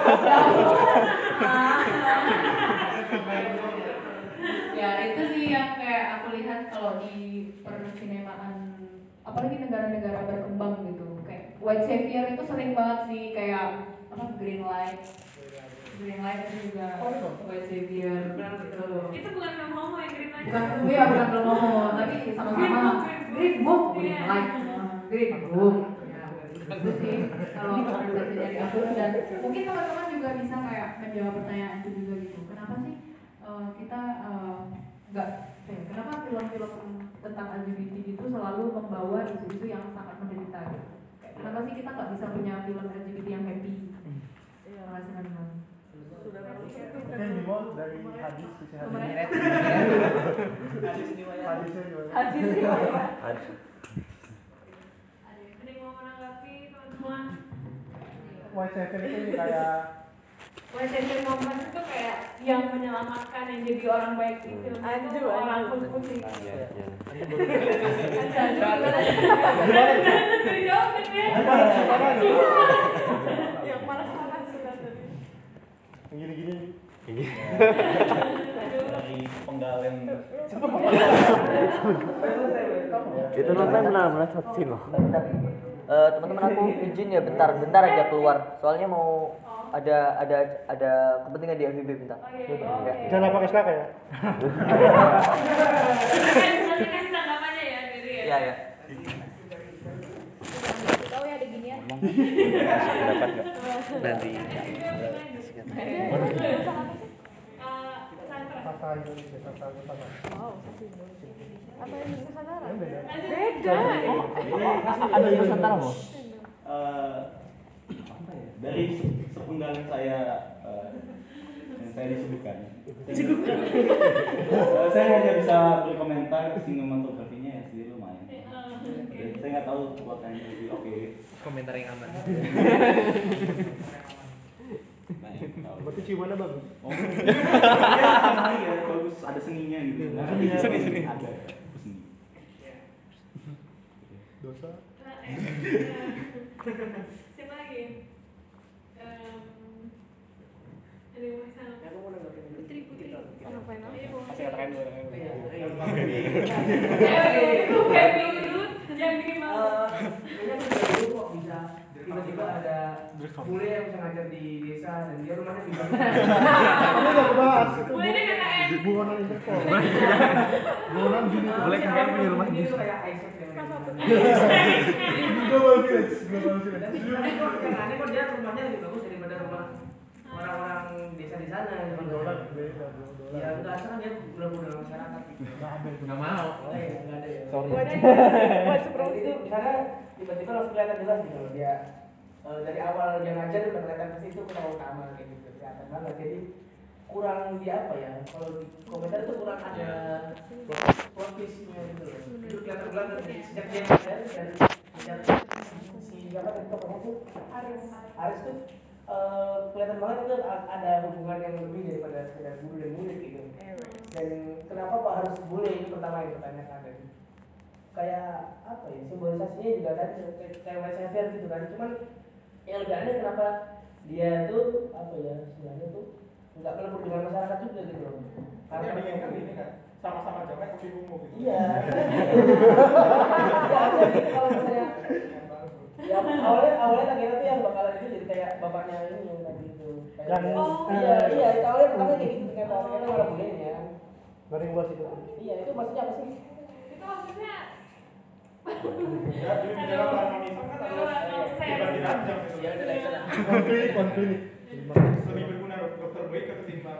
Ya itu sih yang kayak aku lihat kalau di persinemaan apalagi negara-negara berkembang gitu, kayak white savior itu sering banget sih kayak apa green light green light itu juga white savior gitu. Itu bukan film homo yang green light. Bukan, iya bukan film homo, tapi sama-sama green book, green light, green book. Itu sih kalau representasi dari aku, dan mungkin teman-teman juga bisa kayak menjawab pertanyaan itu juga gitu. Kenapa sih uh, kita nggak uh, eh, kenapa film-film tentang L G B T itu selalu membawa isu-isu yang sangat menderita gitu. Kayak, kenapa sih kita nggak bisa punya film L G B T yang happy? Terima kasih teman-teman. Mungkin dimulai dari hadis sisi hadis. Hadisnya gimana? Hadisnya gimana? Ada yang mau menanggapi teman-teman? White savior itu ini kayak White savior moment itu kayak yang menyelamatkan yang jadi orang baik di film itu orang kulit putih. Iya, iya. Yang malas-malas sudah tadi. Gini-gini. Dari penggalen. Itu nonton benar-benar shotsin loh. Uh, teman-teman aku izin ya bentar bentar aja keluar, soalnya mau ada ada ada kepentingan di F I B bentar. Ya. Jangan pakai skaka ya. Nanti kasih tanggapannya ya dari ya. Iya ya. Tahu ya ada ginian. Dapat nggak? Dari Sasa Indonesia, Sasa Nusantara. Wow, Sasa Indonesia. Apa yang Nusantara? Beda. Beda. Ada Nusantara, Bos. Uh, apa ya? Dari sepenggalan saya uh, yang saya disebutkan. uh, saya hanya bisa berkomentar sinematografinya ya sendiri lumayan. Dan saya nggak tahu kuatannya lebih oke. Komentar yang aman. Berarti ciumannya bagus. Oh. Ya, sama ya, bagus ada seninya gitu. Nah, seni seni seni ada seni. Dosa. Siapa lagi? Um, ada yang mau sana? Aku mau nanggapin Putri Putri. Ngapain aja? Kasih katakan dulu. Itu happy dulu, jangan bikin malu. Ini aku dari dulu kok bisa tiba-tiba ada bule yang bisa ngajar di desa dan dia rumahnya di Bandung. Kamu udah bahas itu. Boleh deh K K N. Buonan Interpol. Buonan Juni. Boleh K K N punya rumah di desa kayak Isaac dengan Global Village, Global Village. Tapi yang aneh kok dia rumahnya lebih bagus daripada rumah orang-orang desa di sana. Dolar beda, dolar. Ya enggak asal dia guna-guna masyarakat gitu. Enggak ada. Enggak mau. Oh iya, enggak ada ya. Sorry. Buat itu karena tiba-tiba langsung kelihatan jelas gitu loh dia uh, dari awal dia ngajar udah kelihatan pasti itu kurang utama kayak gitu kelihatan banget jadi kurang di apa ya kalau di komentar itu kurang ada plot twistnya gitu loh itu kelihatan banget sejak dia ngajar dan sejak si apa tadi tokohnya tuh Aris Aris tuh uh, kelihatan banget itu ada hubungan yang lebih daripada sekedar guru dan murid gitu dan kenapa kok harus bule itu pertama yang ditanyakan dan kayak apa ya simbolisasinya juga tadi kayak kayak Western gitu kan cuman yang lebih aneh kenapa dia tuh apa ya sebenarnya tuh nggak melebur dengan masyarakat juga gitu loh karena dia kan ini kan sama-sama jamet kopi bungu gitu iya kalau misalnya ya awalnya awalnya Nagita tuh yang bakalan itu jadi kayak bapaknya ini yang tadi itu yang oh iya iya itu awalnya pertama kayak gitu ternyata ternyata malah bulenya nggak ada yang buat itu iya itu maksudnya apa sih Itu maksudnya ya jadi bicara harmonisme kan harus dibagi ranjang gitu ya udah lah klinik on klinik lebih berguna dokter baik ketimbang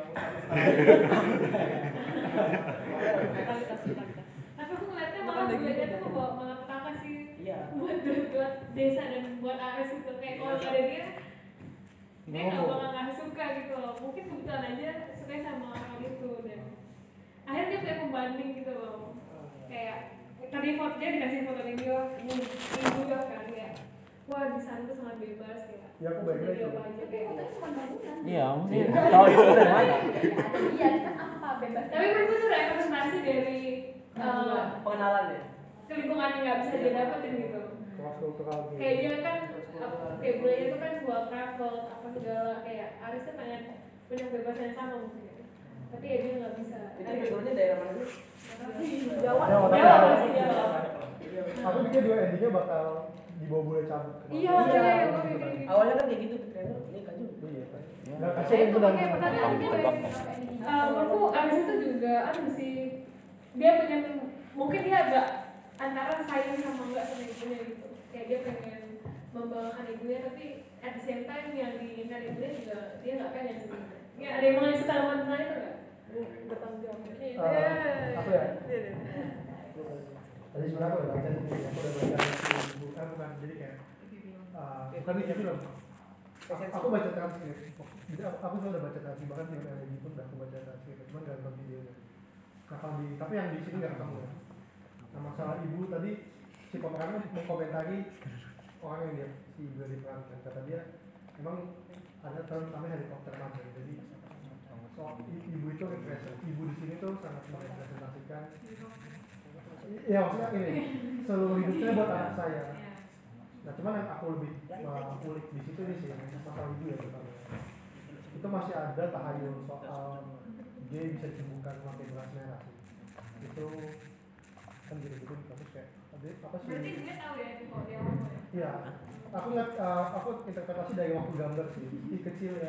tapi aku ngeliatnya malah bulenya tuh membawa malah petaka sih buat buat desa dan buat Ares itu kayak kalau ada dia dia nggak bakal nggak suka gitu loh mungkin kebetulan aja suka sama orang itu dan akhirnya dia punya pembanding gitu loh kayak tadi foto dia dikasih foto video ini ini juga kan ya wah di sana tuh sangat bebas kayak ya aku bayangin itu apa aja kayak Fotonya cuma bangunan. Iya, maksudnya tahu itu dari mana? Ada dia kan apa bebas. tapi menurut gue itu representasi dari uh, pengenalan ya lingkungan yang nggak bisa dia dapetin gitu kelas kultural gitu kayak dia kan uh, kayak budaya itu kan sebuah travel apa segala kayak Aris tuh pengen punya kebebasan yang sama mungkin tapi ya dia nggak bisa itu backgroundnya daerah mana sih? Jawa Jawa Jawa masih Jawa aku pikir juga endingnya bakal dibawa bule cabut iya iya gue mikir gitu awalnya kan kayak gitu ternyata ini kan juga iya nggak nah kasih itu makanya pertanyaannya menurutku Aris itu juga ada sih dia pengen mungkin dia agak antara sayang sama enggak sama ibunya gitu kayak dia pengen membawakan ibunya tapi at the same time yang diinginkan ibunya juga dia nggak pengen sebenarnya ya ada yang mau yang suka tentang itu nggak bertanggung jawab aku ya tadi sebenarnya aku udah baca nih aku udah baca bukan bukan jadi kayak bukan nih film aku baca transkrip jadi aku aku sudah baca transkrip bahkan film yang gitu udah aku baca transkrip cuman nggak nonton videonya nah kalau di tapi yang di sini nggak ketemu ya nah masalah ibu tadi si pemeran mengkomentari orang yang dia si ibu yang diperankan kata dia memang ada term namanya helikopter mother jadi soal ibu itu represent ibu di sini tuh sangat merepresentasikan ya maksudnya ini seluruh hidupnya buat anak saya nah cuman yang aku lebih uh, ulik di situ nih sih masalah ibu ya terutama itu masih ada tahayul soal dia bisa disembuhkan pakai beras merah sih itu kan gitu-gitu terus kayak apa sih berarti dia tahu ya kalau dia apa ya iya aku nggak uh, aku interpretasi dari waktu gambar sih i kecil ya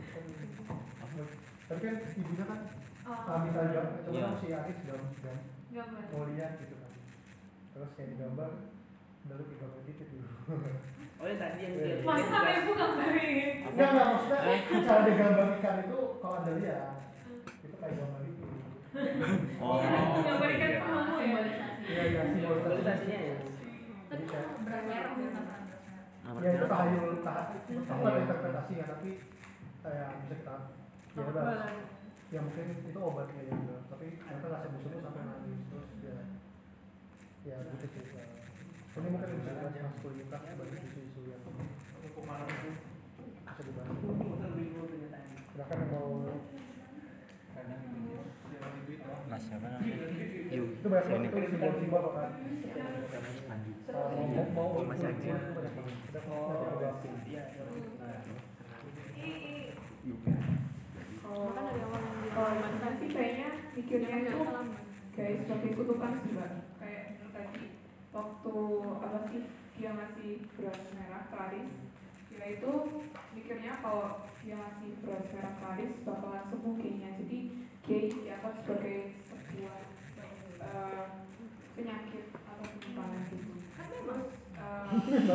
tapi kan ibunya kan oh. minta gambar coba yeah. Si Aris gambar gambar mau lihat gitu kan terus kayak digambar lalu kita gambar dikit dulu oh ya tadi yang dia masa sama ibu gambarin enggak enggak maksudnya cara digambar ikan itu kalau anda lihat itu kayak gambar itu oh gambar ikan itu kamu ya iya iya simbolisasinya ya tapi kan berat merah ya itu tahayul tahayul apa interpretasinya tapi kayak bisa kita ya udah ya mungkin itu obatnya ya udah, tapi mereka nggak sembuh-sembuh sampai nangis terus ya ya gitu sih. Ini mungkin bisa dibahas maskulinitas sebagai isu-isu yang bisa dibahas. Silahkan yang mau Mas siapa Yuk. Itu banyak banget itu simbol-simbol kan. Mau mau mau Mas Agi. Udah mau Iya. Kalau kalau mantan sih kayaknya mikirnya itu kayak sebagai kutukan sih mbak. Kayak tadi waktu apa sih dia ngasih beras merah ke Aris, dia itu mikirnya kalau dia ngasih beras merah ke Aris bakalan sembuh kayaknya. Jadi gay dianggap sebagai sebuah uh, penyakit atau penyimpangan gitu. Terus uh,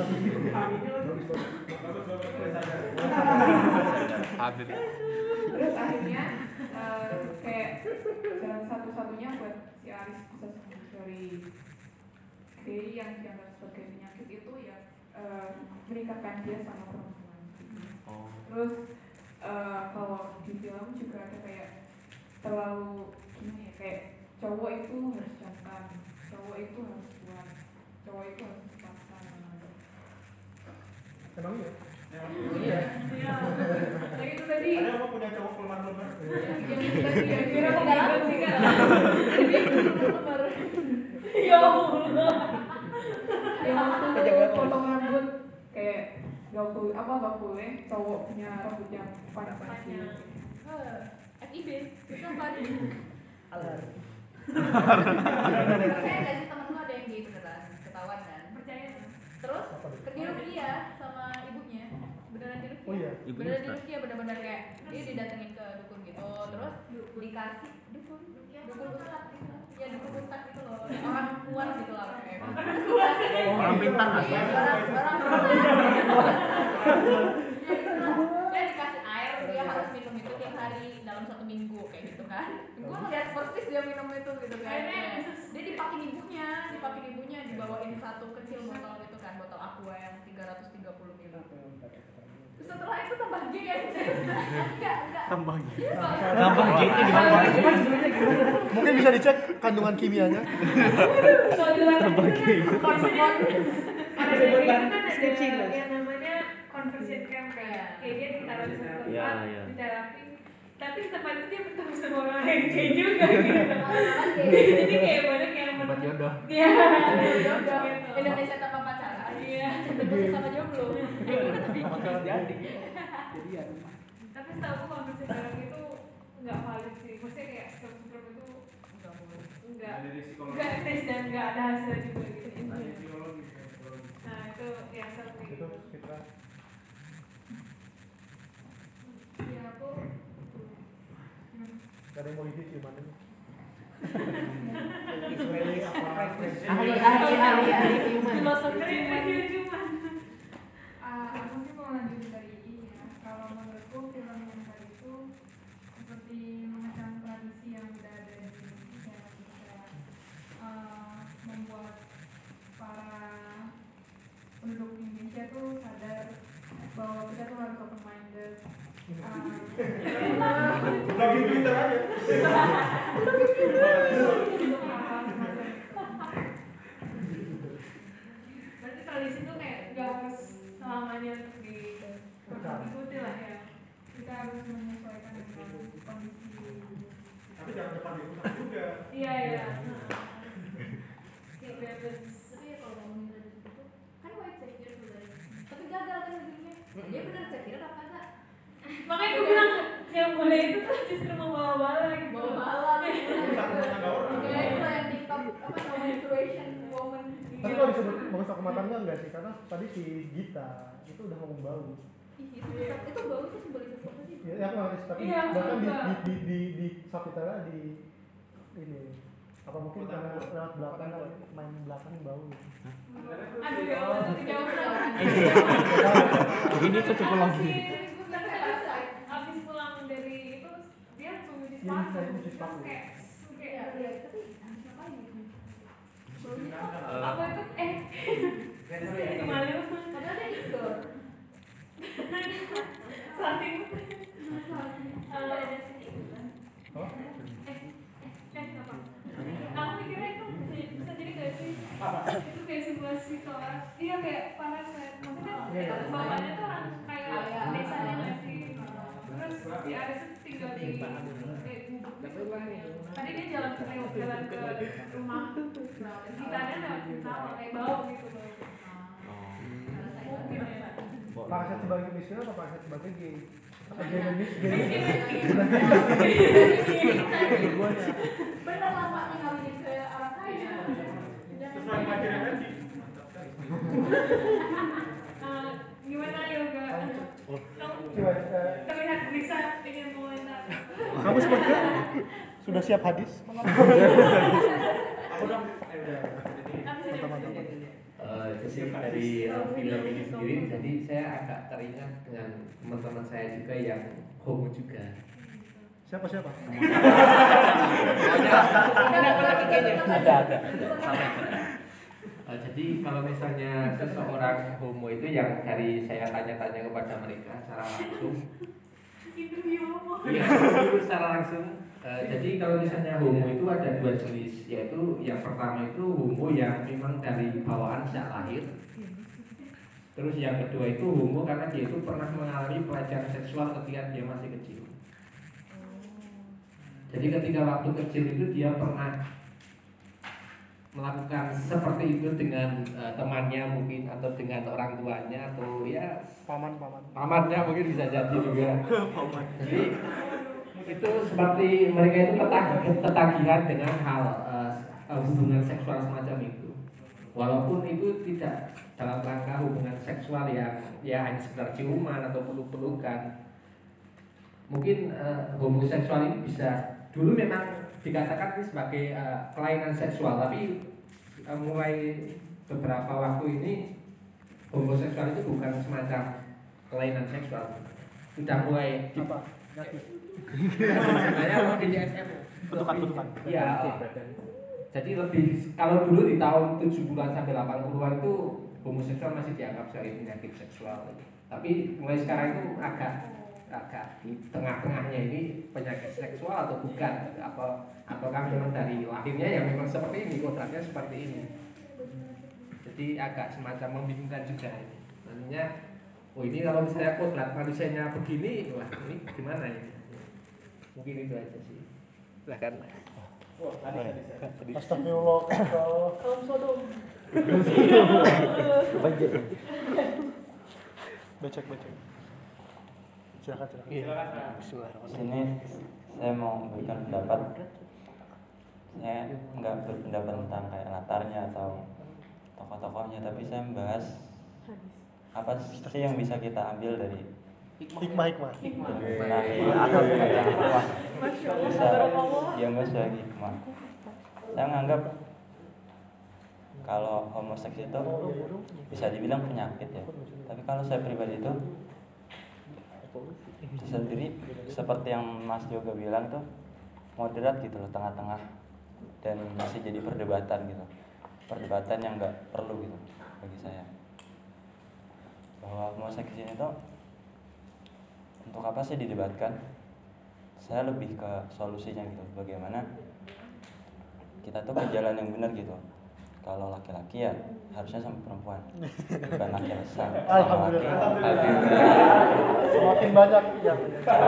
terus akhirnya uh, kayak jalan satu-satunya buat si Aris bisa sembuh dari gay yang dianggap sebagai penyakit itu ya uh, menikahkan dia sama perempuan. Oh. Terus uh, kalau di film juga ada kayak terlalu gimana ya, kayak cowok itu harus jantan, cowok itu harus kuat, cowok itu harus dipaksa. Emang iya? Iya. Iya. Nah itu tadi. Ada apa punya cowok lemah-lemah? Yang itu tadi ya kira nggak dapat sih kan? Jadi lemar. Ya Allah. Yang waktu itu potong rambut kayak gak boleh apa gak boleh cowok punya rambut yang panjang. F I B itu apa nih? Alar. Percaya nggak sih temen lu ada yang gay beneran ketahuan kan? Percaya. Terus kedirup dia sama ibunya beneran dirup Oh iya. beneran dirup dia bener-bener kayak dia didatengin ke dukun gitu terus dikasih dukun dukun ustad gitu ya dukun ustad gitu loh orang kuat gitu lah kayak Orang pintar nggak sih? orang orang dia dikasih air dia harus minum itu tiap hari dalam satu minggu kayak gitu kan gue ngeliat persis dia minum itu gitu kan dia dipakai ibunya dipakai ibunya dibawain satu kecil botol gitu kan botol aqua yang tiga ratus tiga puluh mililiter setelah itu tambah gay ya enggak enggak Tambah gay. Tambah gay itu gimana? Mungkin bisa dicek kandungan kimianya. Tambah gay. Konsumen. Ada itu kan ada yang namanya conversion camp kayak kayak dia ditaruh di satu Iya, tempat iya. di terapi. Tapi di tempat itu dia bertemu sama orang yang gay juga gitu. Jadi kayak banyak yang Tempat jodoh. Iya. jodoh Indonesia tanpa pacaran Iya. Indonesia sama jomblo Bakalan jadi. Jadian. Tapi setahu aku kalau bersih bareng itu nggak valid sih. Maksudnya kayak sebelum itu nggak boleh. Nggak. Nggak tes dan nggak ada hasil juga gitu. Nah itu yang satu Itu kita. Ya aku Gak ada yang mau ide sih mana nih? Ahli ahli ahli ahli ciuman. Filosofi ciuman. Uh, aku sih mau lanjut dari ini ya. Kalau menurutku film yang tadi itu seperti mengecam tradisi yang udah ada di Indonesia, bisa uh, membuat para penduduk Indonesia tuh sadar bahwa kita tuh harus open minded. Lagi Twitter aja. Berarti tradisi itu kayak nggak harus selamanya untuk diikuti lah ya. Kita harus menyesuaikan dengan kondisi. Tapi jangan depan ikutan juga. Iya iya. Kayak balance. tapi ya kalau ngomongin tradisi itu kan white savior tuh dari tapi gagal kan ujungnya dia bener savior apa enggak Makanya gue bilang yang boleh itu tuh justru membawa bala gitu. bawa bala gitu ya itu lah yang di top apa namanya situation woman Tapi kalau disebut mengesok matanya enggak sih? Karena tadi si Gita itu udah ngomong bau. Ih, itu itu bau itu simbolisasi apa sih Ya, ya aku ngerti, tapi Iya, bahkan di, enggak. di, di, di, di subtitlenya di ini apa mungkin karena lewat belakang main belakang bau gitu. Aduh ya Allah, itu jauh banget. Ini cocokologi. Tapi abis, abis pulang dari itu dia langsung nyuci Iya, sepatu. saya nyuci sepatu. Terus kayak kayak ya tapi ngapain gitu apa itu eh di Malu padahal dia indoor saking eh eh apa aku mikirnya itu bisa, bisa jadi gak sih itu kayak sebuah seseorang iya kayak parasit maksudnya bapaknya tuh orang kayak desanya gak sih terus si Ares tuh tinggal di kayak gubuk gitu kan tadi dia jalan ke jalan ke rumah gitarnya lewat sawah kayak bau gitu loh mungkin ya Parasit sebagai miskin atau parasit sebagai gay? Genemis, bener lah Pak ngawinin ke orang kaya sesuai materi tadi. Gimana yoga? Terlihat bisa ingin komentar. Kamu sepertinya sudah siap hadis? Uh, jadi dari uh, film ini sendiri, jadi saya agak teringat dengan teman-teman saya juga yang homo juga. Siapa siapa? Ada ada. Uh, jadi kalau misalnya seseorang homo itu yang dari saya tanya-tanya kepada mereka secara langsung, iya secara langsung. Uh, jadi kalau misalnya homo itu ada dua jenis, yaitu yang pertama itu homo yang memang dari bawaan sejak lahir. Terus yang kedua itu homo karena dia itu pernah mengalami pelecehan seksual ketika dia masih kecil. Jadi ketika waktu kecil itu dia pernah melakukan seperti itu dengan uh, temannya mungkin atau dengan orang tuanya atau ya paman-paman. Pamannya mungkin bisa jadi juga. Jadi itu seperti mereka itu ketagihan dengan hal uh, hubungan seksual semacam itu, walaupun itu tidak dalam rangka hubungan seksual yang ya hanya sekedar ciuman atau peluk-pelukan. Mungkin uh, homoseksual ini bisa dulu memang dikatakan ini sebagai uh, kelainan seksual, tapi uh, mulai beberapa waktu ini homoseksual itu bukan semacam kelainan seksual, sudah mulai di, apa? Sebenarnya kalau di D S M bentukan-bentukan. Iya. Jadi lebih kalau dulu di tahun tujuh puluhan sampai delapan puluhan itu homoseksual masih dianggap sebagai penyakit seksual. Tapi mulai sekarang itu agak agak di tengah-tengahnya ini penyakit seksual atau bukan, apa ataukah memang dari lahirnya yang memang seperti ini, kodratnya seperti ini. Jadi agak semacam membingungkan juga ini. Nantinya oh ini kalau misalnya kodrat manusianya begini, wah ini gimana ini? Mungkin itu aja sih. Silakan. Wah, astagfirullah. Kaum Sodom. Banjir. Becek becek. Silakan silakan. Sini saya mau memberikan pendapat. Saya nggak berpendapat tentang kayak latarnya atau tokoh-tokohnya, tapi saya membahas apa sih yang bisa kita ambil dari hikmah hikmah nah iya hikmah bisa diambil sebagai hikmah. Saya menganggap kalau homoseks itu bisa dibilang penyakit ya, tapi kalau saya pribadi itu sendiri seperti yang Mas Yoga bilang tuh moderat gitu loh, tengah-tengah, dan masih jadi perdebatan gitu, perdebatan yang nggak perlu gitu bagi saya. Bahwa homoseks ini tuh untuk apa sih didebatkan? Saya lebih ke solusinya gitu, bagaimana kita tuh ke jalan yang benar gitu. Kalau laki-laki ya harusnya sama perempuan, bukan laki-laki sama laki. Alhamdulillah. Semakin banyak yang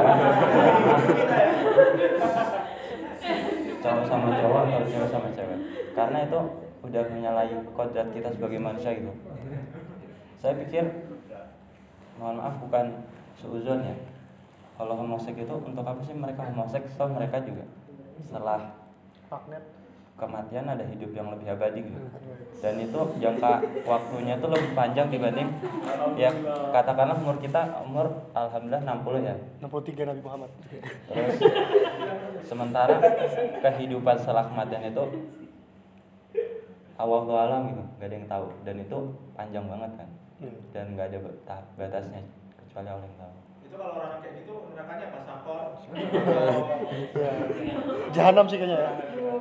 cowok sama cowok atau cewek sama cewek, karena itu udah menyalahi kodrat kita sebagai manusia gitu. Saya pikir, mohon maaf bukan seuzon ya, kalau homoseks itu untuk apa sih mereka homoseks? So mereka juga setelah kematian ada hidup yang lebih abadi gitu, dan itu jangka waktunya itu lebih panjang dibanding ya katakanlah umur kita umur alhamdulillah enam puluh ya, enam puluh tiga Nabi Muhammad. Terus sementara kehidupan setelah kematian itu Allah alam gitu, nggak ada yang tahu, dan itu panjang banget kan, dan nggak ada batasnya kecuali Allah yang tahu. Itu kalau orang kayak gitu nerakanya apa? Sakor? Jahanam sih kayaknya ya.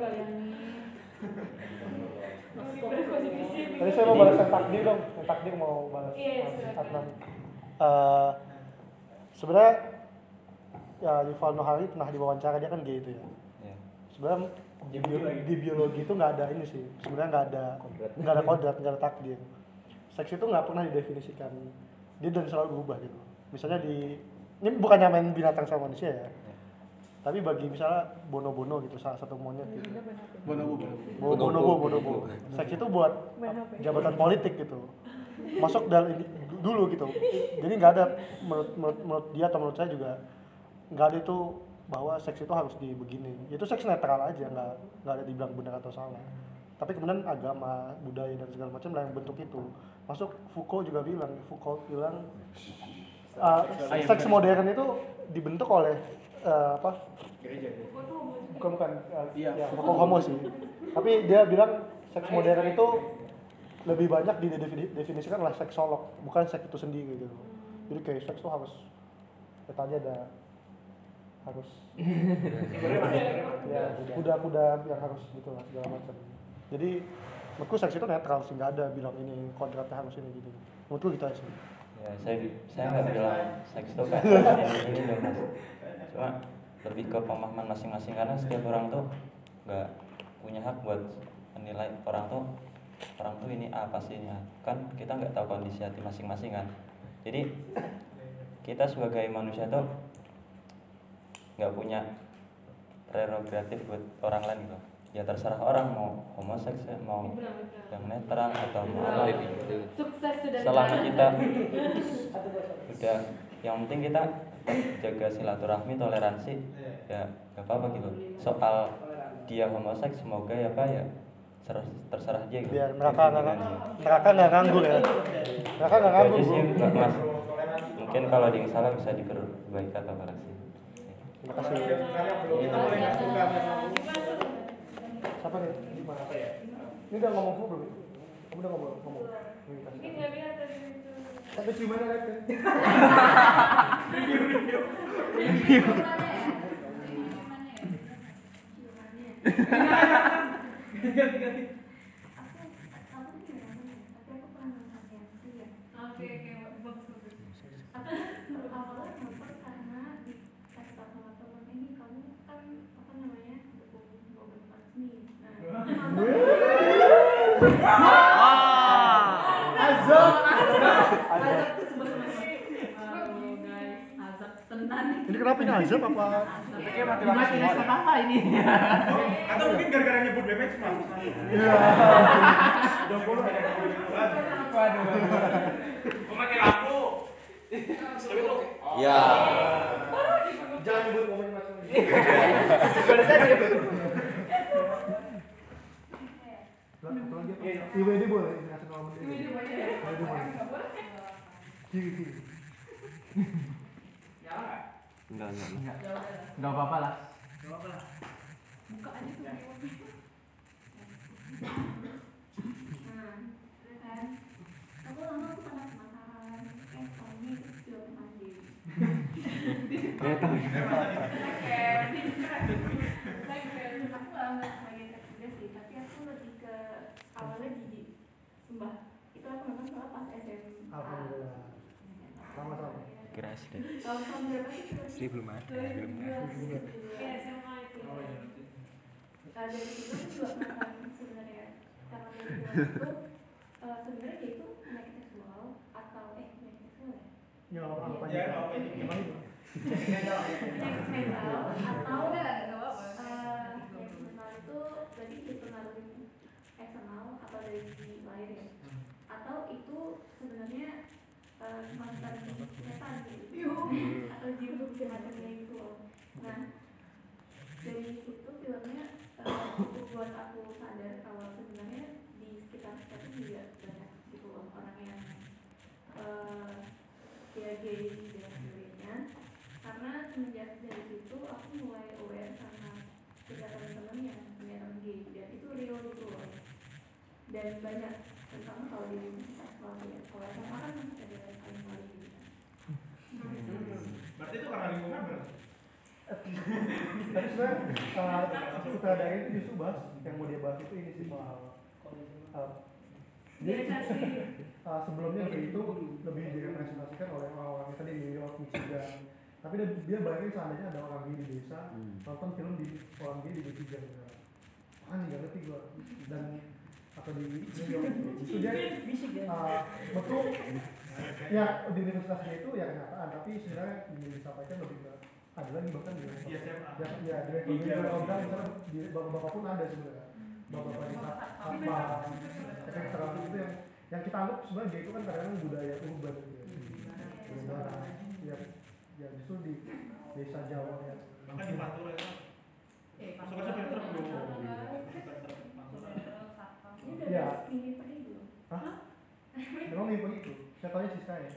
Tadi saya mau balas yang takdir dong, yang takdir mau balas Mas Adnan. Uh, sebenarnya ya Yuval Noah Harari pernah diwawancara dia kan gay itu ya. Iya. Sebenarnya di, bio- di biologi itu nggak ada ini sih. Sebenarnya nggak ada nggak ada kodrat, nggak ada takdir. Seks itu nggak pernah didefinisikan. Dia dan selalu berubah gitu. Misalnya di ini bukannya main binatang sama manusia ya. Tapi bagi misalnya bonobono gitu, salah satu monyet gitu. Bonobo. Bo- Bonobo, bonobo. Seks itu buat jabatan politik gitu. Masuk dalam ini dulu gitu. Jadi nggak ada menurut, menurut menurut dia atau menurut saya juga nggak ada itu bahwa seks itu harus dibegini. Itu seks netral aja, nggak nggak ada dibilang benar atau salah. Tapi kemudian agama, budaya dan segala macam lah yang bentuk itu. Masuk Foucault juga bilang, Foucault bilang uh, seks modern itu dibentuk oleh uh, apa? Gereja. Bukan bukan uh, ya, Foucault homo sih. Tapi dia bilang seks modern itu lebih banyak didefinisikan oleh seksolog, bukan seks itu sendiri gitu. Jadi kayak seks itu harus ya tadi ada harus ya kuda-kuda yang harus gitu lah segala macam. Jadi menurutku seks itu netral sih, nggak ada bilang ini kodratnya harus ini gitu. Menurutku gitu aja. Ya saya saya nggak bilang seks itu kan ini ini loh mas. Cuma lebih ke pemahaman masing-masing karena setiap orang tuh nggak punya hak buat menilai orang tuh orang tuh ini apa sih ya kan kita nggak tahu kondisi hati masing-masing kan. Jadi kita sebagai manusia tuh nggak punya prerogatif buat orang lain gitu. Ya terserah orang mau homoseks ya, mau yang netral atau mau apa gitu. Sukses sudah Selama kita udah yang penting kita jaga silaturahmi, toleransi ya gak apa-apa gitu. Soal dia homoseks semoga ya apa ya terserah dia gitu. Biar neraka nggak neraka nggak nganggur ya. Neraka nggak nganggur. Itu aja sih Mbak Mas. Mungkin kalau ada yang salah bisa diperbaiki atau koreksi. Terima kasih. Kita boleh buka siapa nih? Gimana ya? Ini udah ngomong semua belum? Kamu udah ngomong ngomong. Ini nggak lihat tadi itu. Tapi gimana lihat? Review review. Review. Ganti-ganti. Oke oke bagus bagus. Aku awalnya nonton karena dikasih tahu sama teman ini kamu kan apa namanya dukung Robert Pattinson. Azab. Azab Halo guys, azab tenan. Ini kenapa ini azab apa? Ini mati semua apa ini? Atau mungkin gara-gara nyebut B M X mas? Iya. dua puluh Waduh. Memakai lampu. Tapi itu. Ya. Jangan nyebut ngomongin mas. Gak saya nyebut. I W D boleh, internasional I W D boleh. Kiri kiri. Enggak enggak. Enggak. Enggak apa-apa lah. Enggak apa-apa lah. Buka aja tuh. Nah, terus kan aku lama aku sangat penasaran eh soalnya itu film mandi. Kayak tahu. Aku lama bagian seks juga sih, tapi aku lebih ke awalnya jijik. Sumpah, itu aku nonton soal pas S M A. Alhamdulillah. Sama-sama. Kira S D. Tahun tahun berapa sih? Sri belum ada, belum ada. Iya S M A itu. Nah, dari situ aku juga penasaran sebenarnya karena dari film itu eh, sebenarnya dia itu penyakit seksual atau eh penyakit seksual ya? Ya apa Ya apa ini? Gimana itu? Penyakit mental atau eh penyakit mental itu berarti dipengaruhi eksternal atau dari lahir ya? Atau itu sebenarnya eh, mantan setan gitu atau jiwa semacamnya itu loh. Nah dari situ filmnya uh, buat aku sadar kalau sebenarnya di sekitar kita tuh juga banyak gitu loh orang yang uh, ya gay dan sebagainya. Karena semenjak dari situ aku mulai aware sama juga teman-teman yang punya teman gay dan itu real gitu loh. Dan banyak terutama kalau di universitas kalau ya kalau S M A kan masih ada paling paling gitu kan. Berarti itu karena lingkungan berarti? Tapi sebenarnya uh, sutradara itu justru bahas yang mau dia bahas itu ini sih soal uh, dia uh, sebelumnya dia itu lebih direpresentasikan oleh orang-orang yang tadi di New York, Michigan. Tapi dia dia bayangin seandainya ada orang gay di desa nonton film di orang gay di D tiga negara. Ah nih gak ngerti gua dan atau di New York itu dia uh, betul ya di universitasnya itu ya kenyataan tapi sebenarnya yang disampaikan lebih ke ada lagi bahkan di ya ya di ekonomi program misalnya di bapak-bapak pun ada sebenarnya bapak-bapak di apa efek terapi itu yang yang kita anggap sebagai itu kan kadang-kadang budaya urban gitu ya ya ya justru di desa Jawa ya maka di Pantura itu masuk ke filter belum ya hah? Memang mirip begitu saya tanya Siska ya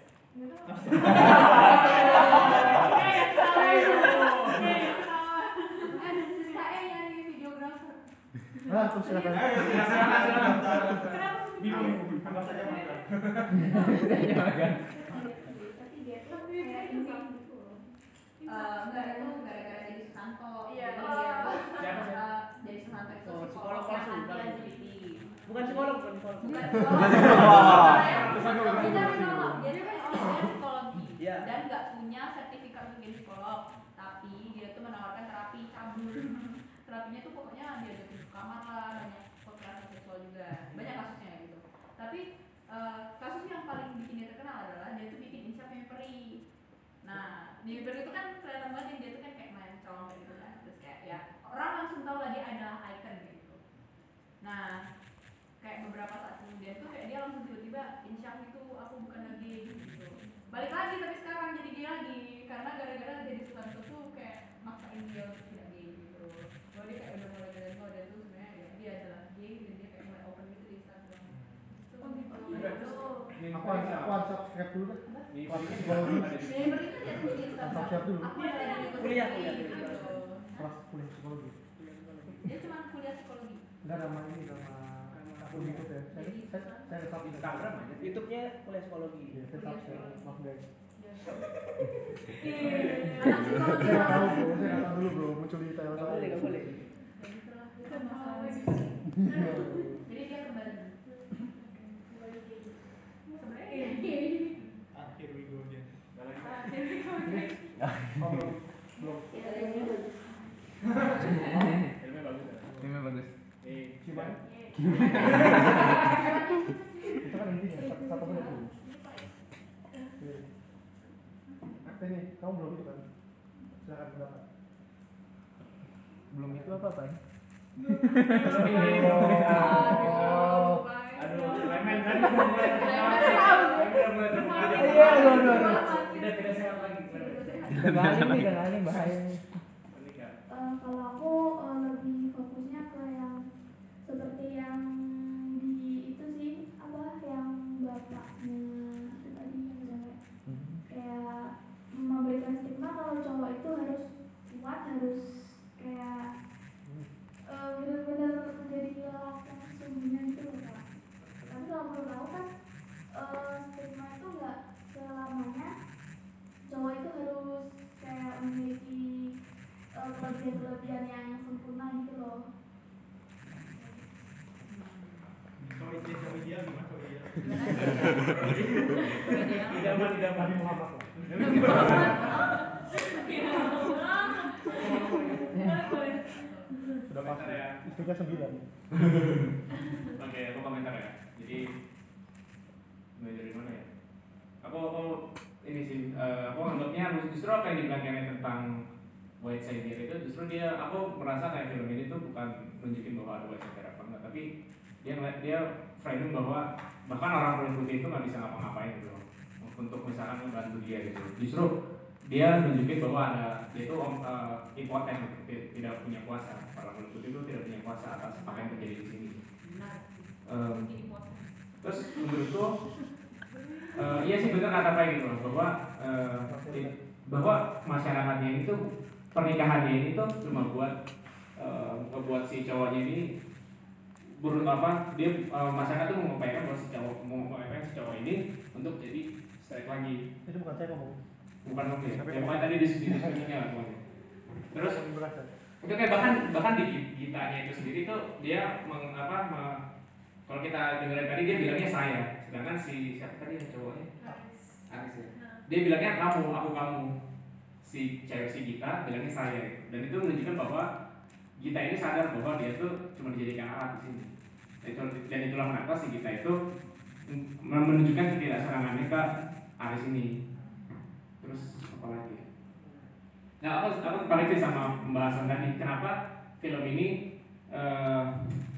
ada Siska E yang videografer. nah terus silakan bingung anggap saja makan Tapi dia tuh kayak ini gitu loh. Eh, enggak itu gara-gara jadi Susanto. Iya. Jadi dia jadi Susanto itu psikolog anti L G B T. Bukan psikolog, bukan psikolog. Bukan psikolog. Dia psikolog. Dia tuh orangnya psikologi dan nggak punya sertifikat untuk jadi psikolog. Tapi dia tuh menawarkan terapi cabul. Terapinya tuh pokoknya dia ada di kamar lah, banyak kekerasan seksual juga, banyak kasusnya gitu. Tapi uh, kasus yang paling bikin dia terkenal adalah dia tuh bikin insya Mimpery. Nah, di Mimpery itu kan kelihatan banget yang dia tuh kan kayak main colong kayak gitu kan, terus kayak ya orang langsung tahu lah dia adalah icon gitu. Nah, kayak beberapa saat kemudian tuh kayak dia langsung tiba-tiba insya itu aku bukan lagi gitu. Balik lagi tapi sekarang jadi dia lagi karena gara-gara jadi Susanto tuh kayak maksain dia untuk tidak gay gitu. Kalau dia kayak udah mulai dari kau dan tuh sebenarnya ya dia adalah gay dan dia kayak mulai open gitu di Instagram. Itu gitu. aku aku subscribe dulu kan kelas psikologi subscribe dulu Kuliah, kuliah. kelas kuliah psikologi Dia cuma kuliah psikologi. enggak nama ini nama akun YouTube ya saya saya saya subscribe Instagram aja. YouTube-nya kuliah psikologi. ya saya subscribe maaf guys Anak psikologi. saya nggak tahu bro saya nggak tahu dulu bro muncul di channel Nggak boleh, nggak boleh. Jadi dia kembali. akhir wigonya Akhir wigonya. oh belum belum filmnya bagus ya Filmnya bagus. eh gimana itu kan intinya satu satu menit dulu ini kamu belum itu kan silakan silakan Belum itu apa apa ya? aduh lemen kan Iya, aduh, aduh, aduh. tidak tidak sehat lagi Udah ngalim nih, udah ngalim bahaya nih. Uh, kalau aku uh, lebih fokusnya ke yang seperti yang di itu sih apa yang bapaknya itu tadi yang cewek kayak memberikan stigma kalau cowok itu harus kuat harus kayak uh, benar-benar menjadi lelaki yang sesungguhnya gitu loh Kak. Tapi kalau menurut aku kan uh, stigma itu nggak selamanya cowok itu harus kayak memiliki uh, kelebihan-kelebihan yang sempurna gitu loh. kalau ideal kalau ideal gimana kalau ideal tidak mau tidak mau Muhammad sudah pasti ya istrinya sembilan oke aku komentar ya jadi mulai dari mana ya aku aku ini sih uh, aku anggapnya justru apa yang dibilang Kenneth tentang white savior itu justru dia aku merasa kayak film ini tuh bukan nunjukin bahwa ada white savior apa enggak tapi dia ngeliat dia framing bahwa bahkan orang kulit putih itu nggak bisa ngapa-ngapain gitu untuk misalkan membantu dia gitu justru dia nunjukin bahwa ada dia itu uh, impoten tidak punya kuasa para kulit putih itu tidak punya kuasa atas apa yang terjadi di sini um, terus menurutku uh, iya sih benar kata Pak gitu bahwa uh, bahwa masyarakatnya ini tuh pernikahannya ini tuh cuma buat uh, buat si cowoknya ini berut apa dia uh, masyarakat tuh mau ngapain bahwa si cowok mau ngapain si cowok ini untuk jadi strike lagi itu bukan saya ngomong bukan oke ya bukan tadi di diskusinya lah pokoknya terus itu kayak bahkan bahkan di gitanya itu sendiri tuh dia meng, apa me, kalau kita dengerin tadi dia bilangnya saya sedangkan si siapa tadi yang cowoknya Aris ya dia bilangnya kamu aku kamu si cewek si Gita bilangnya saya gitu. Dan itu menunjukkan bahwa Gita ini sadar bahwa dia tuh cuma dijadikan alat di sini. Itu, dan itulah kenapa si Gita itu menunjukkan ketidaksenangannya ke Aris ini. Terus apa lagi? Nah, aku aku balik sih sama pembahasan tadi. Kenapa film ini uh,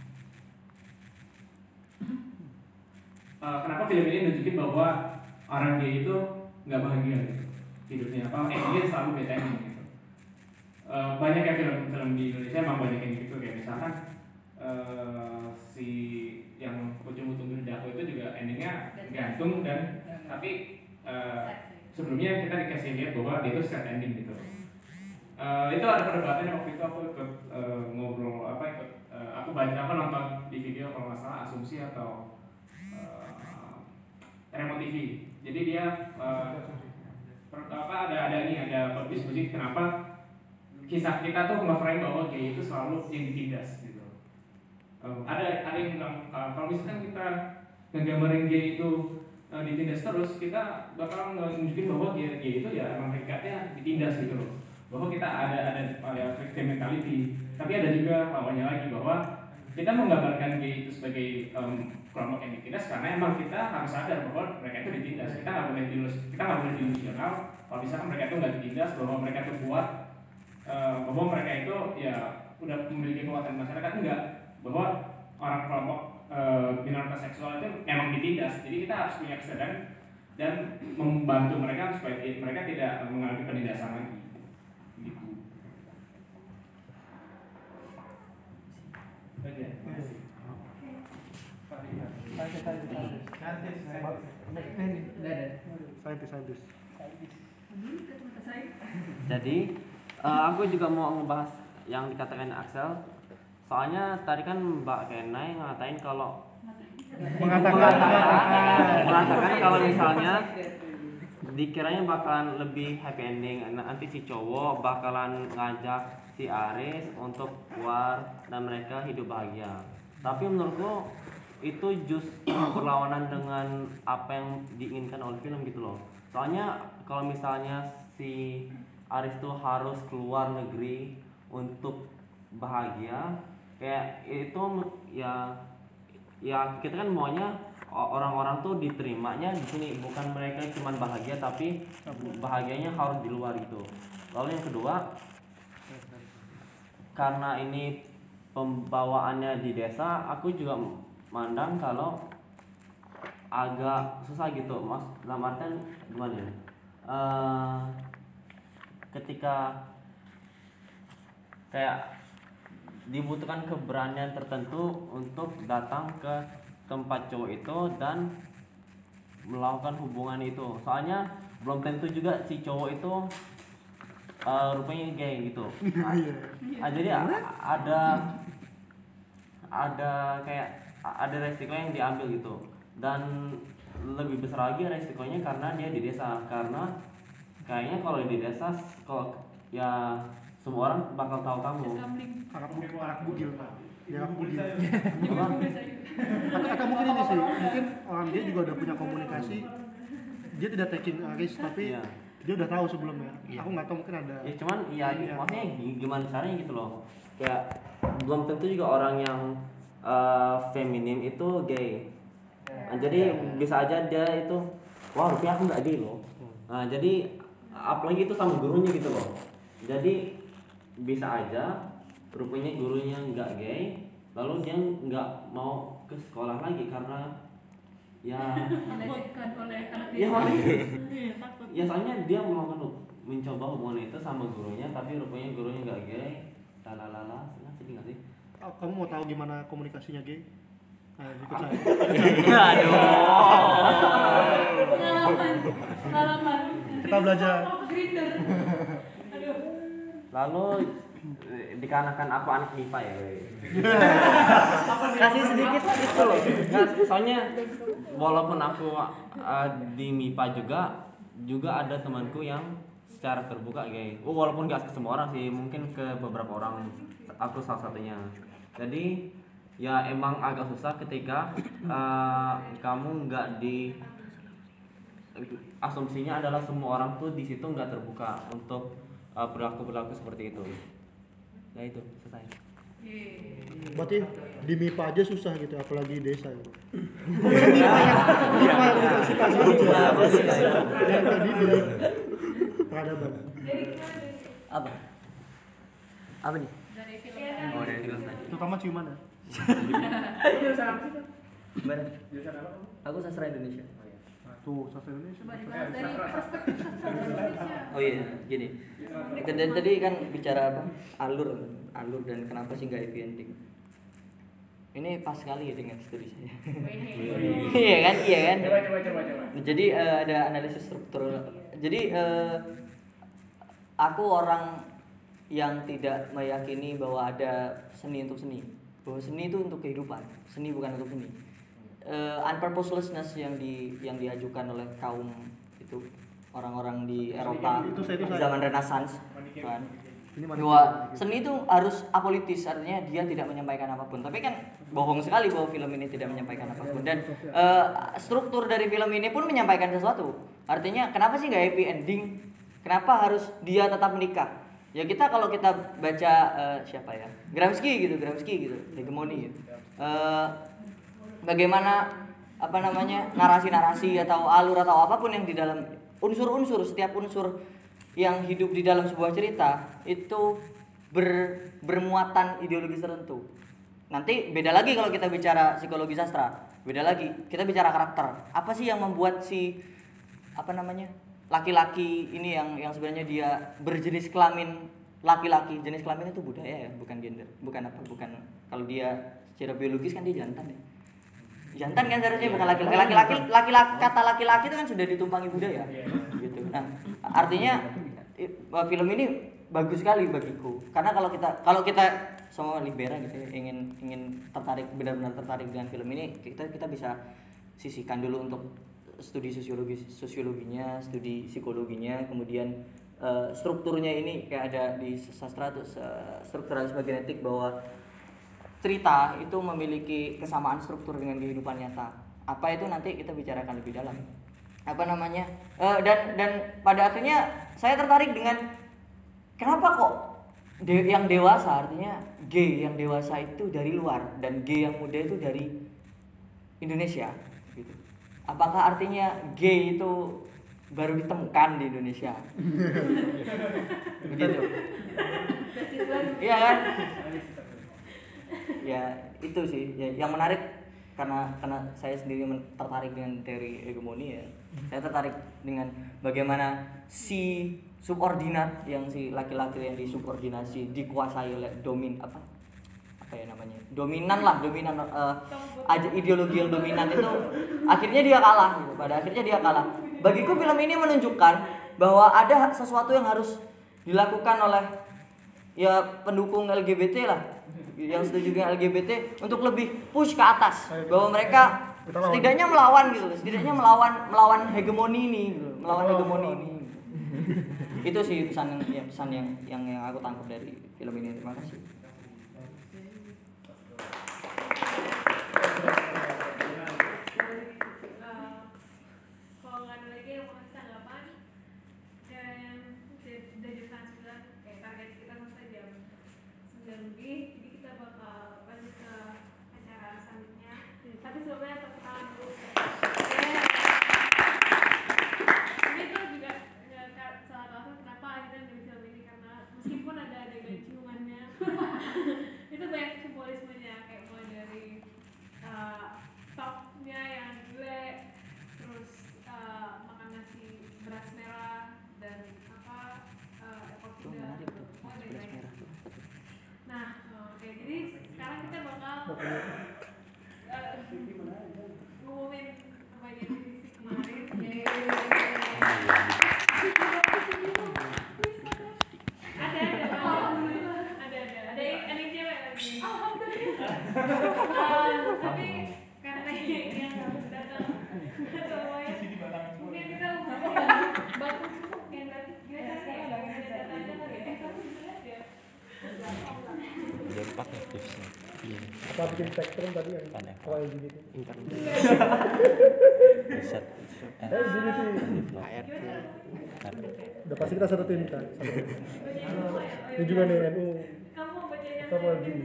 uh, kenapa film ini nunjukin bahwa orang gay itu nggak bahagia gitu hidupnya, apa eh dia selalu bete gitu. Uh, banyak ya film-film di Indonesia emang banyak yang gitu, kayak misalkan uh, si yang Ujung Tunggu Daku itu juga endingnya gantung dan tapi uh, sebelumnya kita dikasih lihat bahwa dia itu sad ending gitu. Uh, itu ada perdebatan waktu itu aku ikut uh, ngobrol apa ikut uh, aku baca apa nonton di video kalau nggak salah Asumsi atau uh, Remote T V. Jadi dia uh, per, apa ada ada ini ada diskusi kenapa kisah kita tuh nge-frame bahwa gay itu selalu yang ditindas gitu. Uh, ada ada yang bilang uh, kalau misalkan kita ngegambarin gay itu uh, ditindas terus, kita bakal nunjukin bahwa gay, gay itu ya emang hakikatnya ditindas gitu loh. Bahwa kita ada ada ada victim mentality, tapi ada juga lawannya lagi bahwa kita menggambarkan gay itu sebagai um, kelompok yang ditindas karena emang kita harus sadar bahwa mereka itu ditindas. Kita nggak boleh dilus, kita nggak boleh delusional kalau misalkan mereka itu nggak ditindas, bahwa mereka itu kuat, uh, bahwa mereka itu ya udah memiliki kekuatan masyarakat. Enggak, bahwa orang kelompok uh, minoritas seksual itu memang ditindas. Jadi kita harus punya kesadaran dan membantu mereka supaya mereka tidak mengalami penindasan lagi. Jadi uh, aku juga mau ngebahas yang dikatakan Axel. Soalnya tadi kan Mbak Kenai ngatain kalau Mengatakan mengatakan kalau misalnya dikiranya bakalan lebih happy ending, nanti si cowok bakalan ngajak si Aris untuk keluar dan mereka hidup bahagia. Tapi menurutku itu justru berlawanan dengan apa yang diinginkan oleh film gitu loh. Soalnya kalau misalnya si Aris tuh harus keluar negeri untuk bahagia, kayak itu ya ya kita kan maunya orang-orang tuh diterimanya di sini, bukan mereka cuma bahagia tapi bahagianya harus di luar gitu. Lalu yang kedua, karena ini pembawaannya di desa, aku juga mandang kalau agak susah gitu mas, dalam artian gimana ya, uh, ketika kayak dibutuhkan keberanian tertentu untuk datang ke tempat cowok itu dan melakukan hubungan itu. Soalnya belum tentu juga si cowok itu uh, rupanya gay gitu. Ah, jadi ada ada kayak ada resiko yang diambil gitu. Dan lebih besar lagi resikonya karena dia di desa, karena kayaknya kalau di desa kalau ya semua orang bakal tahu kamu. Anak bugil, anak bugil, dia anak bugil. Atau, atau mungkin ini sih, mungkin orang dia juga udah punya komunikasi. Dia tidak taking Aris, tapi iya, dia udah tahu sebelumnya. Iya. Aku nggak tahu mungkin ada. Ya cuman iya, ya. Maksudnya gimana caranya gitu loh. Kayak belum tentu juga orang yang uh, feminim itu gay. Nah, jadi bisa aja dia itu, wah rupanya aku nggak gay loh. Nah, jadi apalagi itu sama gurunya gitu loh. Jadi bisa aja rupanya gurunya nggak gay, lalu dia nggak mau ke sekolah lagi karena ya ya ya soalnya dia melakukan mencoba hubungan itu sama gurunya, tapi rupanya gurunya nggak gay, lalalala, sedih nggak sih? Oh, kamu mau tahu gimana komunikasinya gay? Nah, ikut saya. Aduh. Pengalaman, pengalaman. Kita belajar. Lalu dikarenakan aku anak M I P A ya, kasih sedikit itu loh. Soalnya walaupun aku uh, di M I P A juga juga ada temanku yang secara terbuka gay. Oh, walaupun gak ke semua orang sih, mungkin ke beberapa orang, aku salah satunya. Jadi ya emang agak susah ketika uh, kamu nggak di asumsinya adalah semua orang tuh di situ nggak terbuka untuk uh, perilaku-perilaku seperti itu. Nah itu selesai. Berarti di M I P A aja susah gitu, apalagi desa gitu. Yang tadi di peradaban. Apa? Apa nih? Oh dari film tadi. Terutama ciuman ya. Jurusan apa sih? Gimana? Jurusan apa kamu? Aku sastra Indonesia. Tuh, sastra Indonesia. Coba dibahas dari perspektif sastra Indonesia. Oh iya, gini. Dan tadi kan bicara apa? Alur, alur dan kenapa sih nggak happy ending? Ini pas sekali ya dengan studi saya. Iya kan, iya kan. Coba coba coba coba. Jadi uh, ada analisis struktural. Jadi uh, aku orang yang tidak meyakini bahwa ada seni untuk seni. Bahwa seni itu untuk kehidupan, seni bukan untuk seni. Uh, unpurposelessness yang di yang diajukan oleh kaum itu orang-orang di Eropa itu saya, itu di saya. zaman Renaissance kan, bahwa seni itu harus apolitis, artinya dia tidak menyampaikan apapun. Tapi kan bohong sekali bahwa film ini tidak menyampaikan apapun, dan uh, struktur dari film ini pun menyampaikan sesuatu. Artinya kenapa sih nggak happy ending, kenapa harus dia tetap menikah? Ya kita kalau kita baca uh, siapa ya, Gramsci gitu, Gramsci gitu, hegemoni gitu. Uh, bagaimana apa namanya narasi-narasi atau alur atau apapun yang di dalam unsur-unsur, setiap unsur yang hidup di dalam sebuah cerita itu ber, bermuatan ideologis tertentu. Nanti beda lagi kalau kita bicara psikologi sastra, beda lagi kita bicara karakter. Apa sih yang membuat si apa namanya laki-laki ini yang yang sebenarnya dia berjenis kelamin laki-laki, jenis kelamin itu budaya ya, bukan gender, bukan apa, bukan kalau dia secara biologis kan dia jantan ya. Jantan kan seharusnya bukan laki-laki. Laki-laki, laki-laki kata laki-laki itu kan sudah ditumpangi budaya, gitu. Nah, artinya film ini bagus sekali bagiku. Karena kalau kita kalau kita semua libera gitu ya, ingin ingin tertarik benar-benar tertarik dengan film ini, kita kita bisa sisihkan dulu untuk studi sosiologi sosiologinya, studi psikologinya, kemudian uh, strukturnya ini kayak ada di sastra tuh uh, strukturalisme genetik bahwa cerita itu memiliki kesamaan struktur dengan kehidupan nyata. Apa itu nanti kita bicarakan lebih dalam. Apa namanya? E, dan dan pada akhirnya saya tertarik dengan kenapa kok de, yang dewasa, artinya gay yang dewasa itu dari luar dan gay yang muda itu dari Indonesia gitu. Apakah artinya gay itu baru ditemukan di Indonesia? Begitu. Iya kan? Ya itu sih ya, yang menarik karena karena saya sendiri tertarik dengan teori hegemoni ya. Saya tertarik dengan bagaimana si subordinat yang si laki-laki yang disubordinasi dikuasai oleh domin apa apa ya namanya dominan lah dominan uh, ideologi yang dominan itu akhirnya dia kalah gitu. Pada akhirnya dia kalah. Bagiku film ini menunjukkan bahwa ada sesuatu yang harus dilakukan oleh ya pendukung L G B T lah, yang setuju dengan L G B T untuk lebih push ke atas, bahwa mereka setidaknya melawan gitu, setidaknya melawan melawan hegemoni ini, gitu. melawan hegemoni ini. Itu sih pesan yang pesan yang yang yang aku tangkap dari film ini. Terima kasih. Kalau nggak ada lagi yang mau kasih tanggapan, dan udah jam sembilan, kayak target kita masa jam sembilan lebih, jadi kita bakal lanjut ke acara selanjutnya. Tapi sebelumnya perkenalan dulu. Ini tuh juga salah satu kenapa akhirnya dari film ini, karena meskipun ada adegan ciumannya, itu banyak simbolismenya, kayak mulai dari uh, topnya yang gile, terus uh, makan nasi beras merah dan apa uh, ekor kuda, oh ada yang lain. Nah, oke, jadi sekarang kita bakal uh, ngumumin bagian divisi kemarin. Ada ada ada ada ada ada yang cewek lagi. Uh, tapi karena yang datang semuanya, mungkin kita bagus yang datang biasa ya, yang datang aja kali ya. Jadi pakai tipsnya. Apa bikin spektrum tadi yang awal gitu? Riset. Eh, gini sih. H R D. Udah pasti kita satu tim kan. Ini juga nih N U. Sama lagi.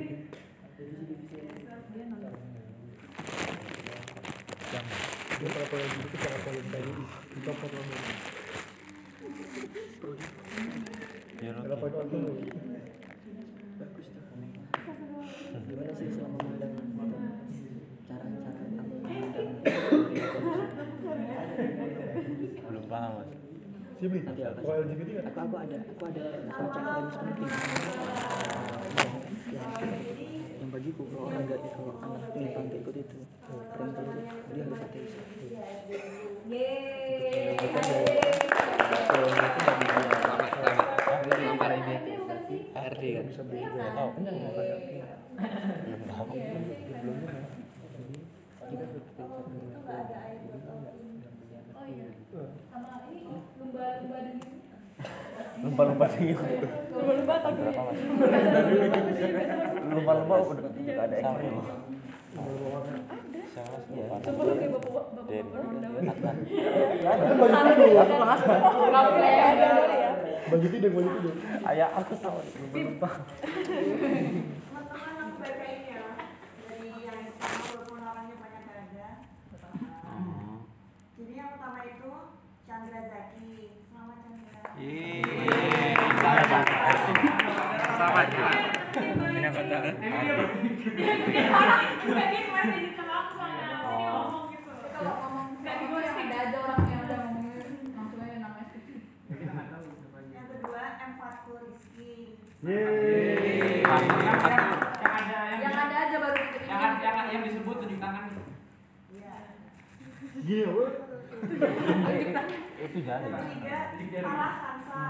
Dia kalau kalau gitu cara poin tadi kita foto dulu. Kalau poin waktu bagus tuh. Gimana sih selama mengundang cara-cara belum paham mas. Sibli, kalau L G B T kan? Aku aku ada, aku ada semacam mekanisme penting. Yang, yang bagiku kalau orang nggak kalau anak penyimpan ikut itu, rental itu dia harus ateis. Selamat ini R D kan? Nggak tahu. Belum tahu. Oh iya. Sama ini lumba-lumba dan Lumba-lumba sih. lumba-lumba atau berapa mas? Lumba-lumba udah udah ada ekor. Coba lu kayak bapak-bapak Begitu deh, begitu deh. Ayah aku tahu lumba-lumba. Teman-teman aku bacain ya dari yang pertama walaupun orangnya banyak gak ada. Jadi yang pertama itu Chandra Zaki. Selamat Chandra. Selamat. Ini apa tahu? kalau ngomong sama aku yang ada aja orangnya udah ngomongin langsung aja namanya sedikit. Yang kedua M Fatku Rizky. Yang ada aja baru kita Yang yang yang disebut tunjuk tangan. Gini apa? Itu jadi. Tiga Farah Sansa.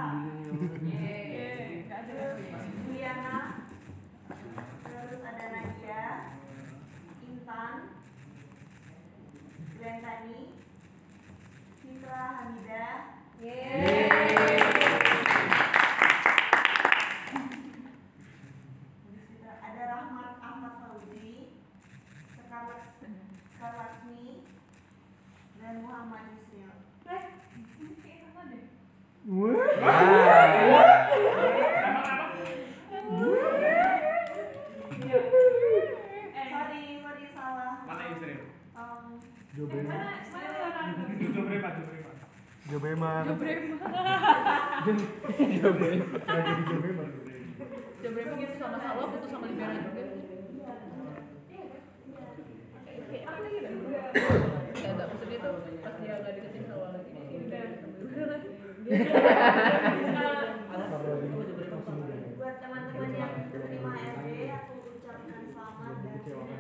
Juliana. Terus ada Nadia, Intan, Glentani, Fitra Hamidah. Ada Rahmat Ahmad Fauzi, Sekar Sekar Laksmi, dan Muhammad Yusril. Sorry, sorry salah. Mana Yusril? Um, Jobema. Jobema, Jobema. Jobema. Jobema. Jobema. Lagi di Jobema. Jobema gitu sama Salwa putus sama Libera juga. Kayak apa lagi kan? Kayak enggak maksudnya tuh pas dia enggak deketin Salwa lagi. buat teman-teman yang terima R D, aku ucapkan selamat dan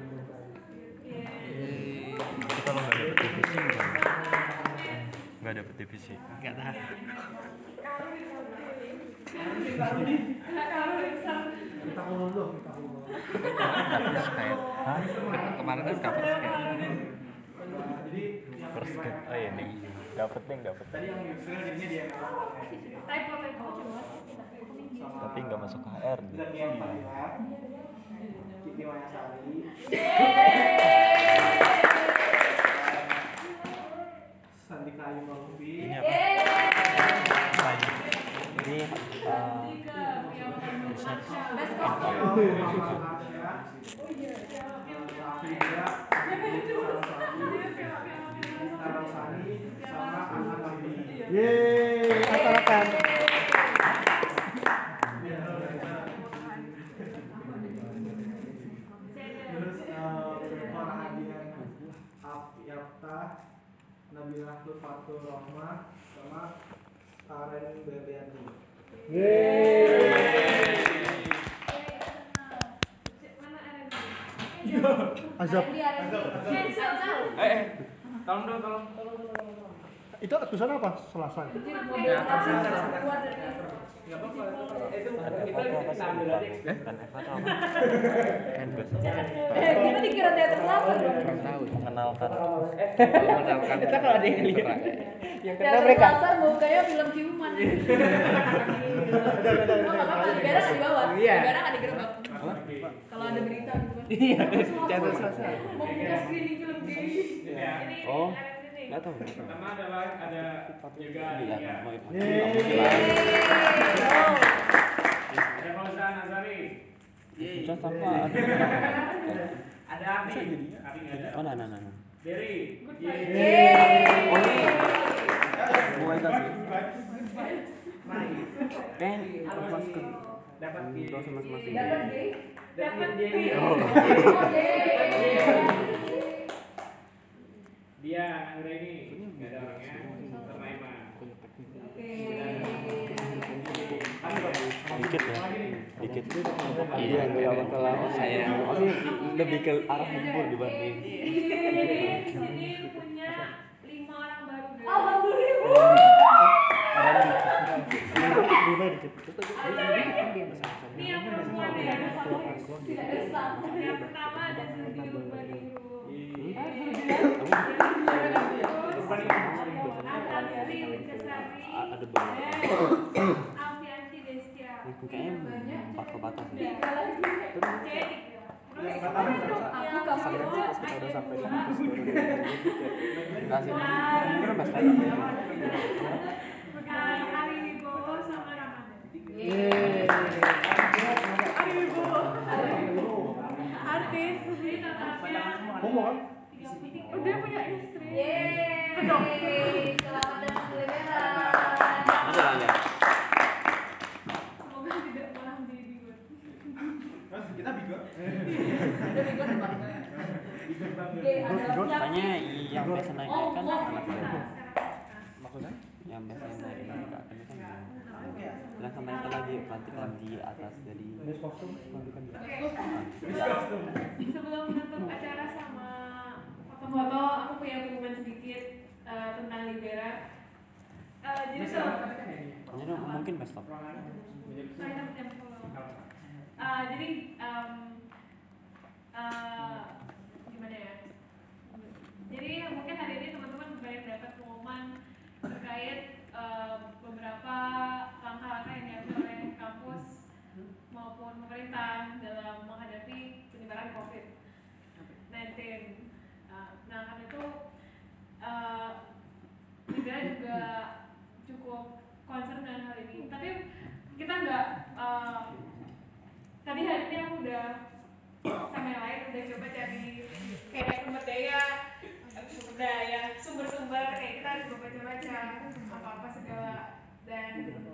Tapi kalau nggak dapet divisi gimana? Nggak dapet divisi. Nggak tahu. Kita ngomong dong, kita ngomong. Dapet kayak, hah? Kemarin kan dapet kayak. Jadi First get, oh iya nih, dapet nih dapet. tadi yang Yusril jadinya dia yang Typo typo coba. Tapi nggak masuk H R D. Zakia Fadila, Kiki Mayasari, Sandika Ayu Malumbi. Ini apa? Apa ini? Ini uh, research Yeay, rata-rata. Terus para hadiah Afiafta, Nabila Fatul Rahmah, sama Karen Berlianti. Yeay. Azab. Eh, eh, tolong dong, tolong, tolong, tolong. Itu tulisan apa? Selasa. Ya, Nggak apa-apa. Itu kita kita ambil aja. kan Eva tuh apa? Kan gue Eh, kita dikira teater selatan dong. kurang tahu mengenalkan. Mengenalkan. Kita kalau ada yang lihat. Yang kena Teater mereka. selatan mukanya film ciuman. Oh, nggak apa-apa, Libera nggak di bawah. Iya. Libera nggak digerebek. Kalau ada berita gitu kan. Iya, teater selatan. Mau buka screening film gay. Iya. Oh, Nggak tahu. nggak tahu. Pertama adalah ada Yoga Iya, Aditya. mau ikut. Yeay. Nggak mungkin lah. Ada Fauzan Azari. Terus apa? Ada Ada Api. Api nggak ada. Oh, nah, nah, nah. nah. Derry. Yeay. Oh, ini. Mau ikut sih. Kan kelas ke dapat dosen masing-masing. Dapat D. Dapat D. Oh. Dia Anggra ini nggak ada orangnya. Sama Emma. Dikit ya, dikit. Iya, nggak bakal lama saya. Masih lebih ke arah libur dibanding. Di sini punya lima orang baru. Alhamdulillah. Ini yang perempuan ya, yang pertama ada Sintiung Badiru. Antri Kesari. Ada beberapa. Alfianti Destia. Kayaknya empat ke batas sih. Aku kamu Kita udah sampai di kampus baru Kasih. Mungkin pas tadi. Ari Wibowo sama Ramadan. Ari Wibowo. Artis. Jadi totalnya Homo kan? udah punya istri. Yeay. Selamat datang ke Liberan. Ada lah ya. Semoga tidak malah menjadi bigot. Mas, kita bigot. Ada bigot apa? Makanya yang biasa naik kan anak saya. Maksudnya? Yang biasa naik ini kak kan kan bilang sama yang lagi nanti kan di atas dari kostum Oke. Sebelum menutup acara sama foto-foto, aku punya pengumuman sedikit uh, tentang Libera. Uh, jadi so, jadi mungkin best of. Uh, jadi um, uh, gimana ya? Jadi mungkin hari ini teman-teman banyak dapat pengumuman terkait uh, beberapa langkah-langkah yang diambil oleh kampus maupun pemerintah dalam menghadapi penyebaran covid sembilan belas. Uh, nah, karena itu uh, negara juga cukup concern dengan hal ini. Tapi kita nggak uh, tadi hari ini aku udah sama yang lain udah coba cari kayak sumber daya sumber daya sumber-sumber kayak kita coba baca-baca apa-apa segala, dan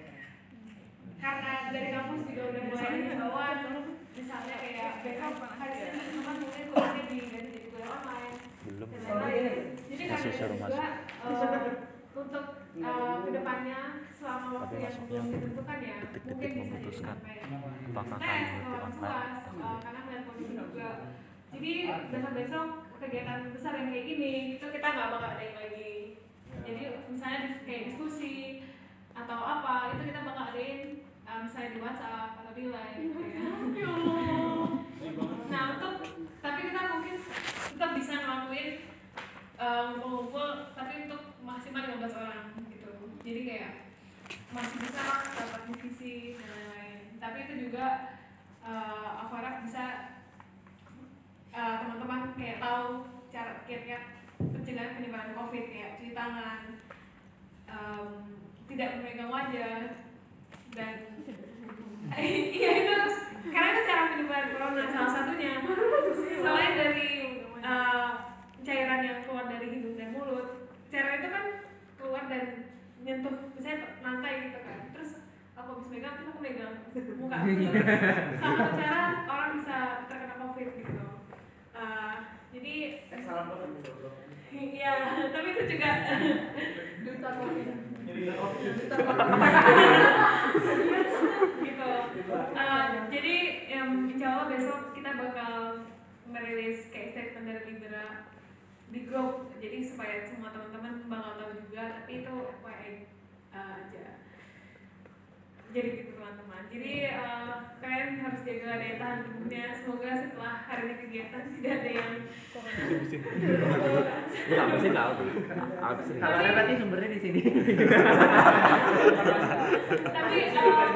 karena dari kampus juga udah mulai himbauan misalnya kayak backup hari ini teman-teman mungkin kuliahnya diganti jadi kuliah online belum dan lain-lain. Jadi karena itu masih juga uh, untuk uh, kedepannya selama waktu yang belum ditentukan ya mungkin bisa jadi sampai apakah tes kami atau online puas uh, karena melihat kondisi juga. Jadi besok-besok kegiatan besar yang kayak gini itu kita nggak bakal adain lagi. Jadi misalnya kayak diskusi atau apa itu kita bakal adain uh, misalnya di WhatsApp atau di Line gitu ya. Nah untuk tapi kita mungkin tetap bisa ngelakuin ngumpul-ngumpul uh, tapi untuk maksimal lima belas orang gitu. Jadi kayak masih bisa dapat divisi dan lain-lain. Tapi itu juga uh, aparat bisa uh, teman-teman kayak tahu cara kiat-kiat pencegahan penyebaran COVID ya, cuci tangan, um, tidak memegang wajah dan iya itu karena itu cara penyebaran corona salah satunya. Selain dari uh, cairan yang keluar dari hidung dan mulut, cairan itu kan keluar dan nyentuh misalnya lantai gitu kan, terus aku habis megang terus aku megang muka salah satu cara orang bisa terkena covid gitu. Uh, jadi salam covid iya tapi itu juga duta covid duta gitu. Uh, jadi um, insya Allah besok kita bakal merilis kayak statement dari Libera di grup, jadi supaya semua teman-teman bakal tahu juga, tapi itu F Y I uh, aja. Jadi gitu teman-teman. Jadi uh, kalian harus jaga daya tahan tubuhnya. Semoga setelah hari ini kegiatan tidak ada yang nggak mesti nggak aku aku sih Kalau ada berarti sumbernya di sini. tapi uh,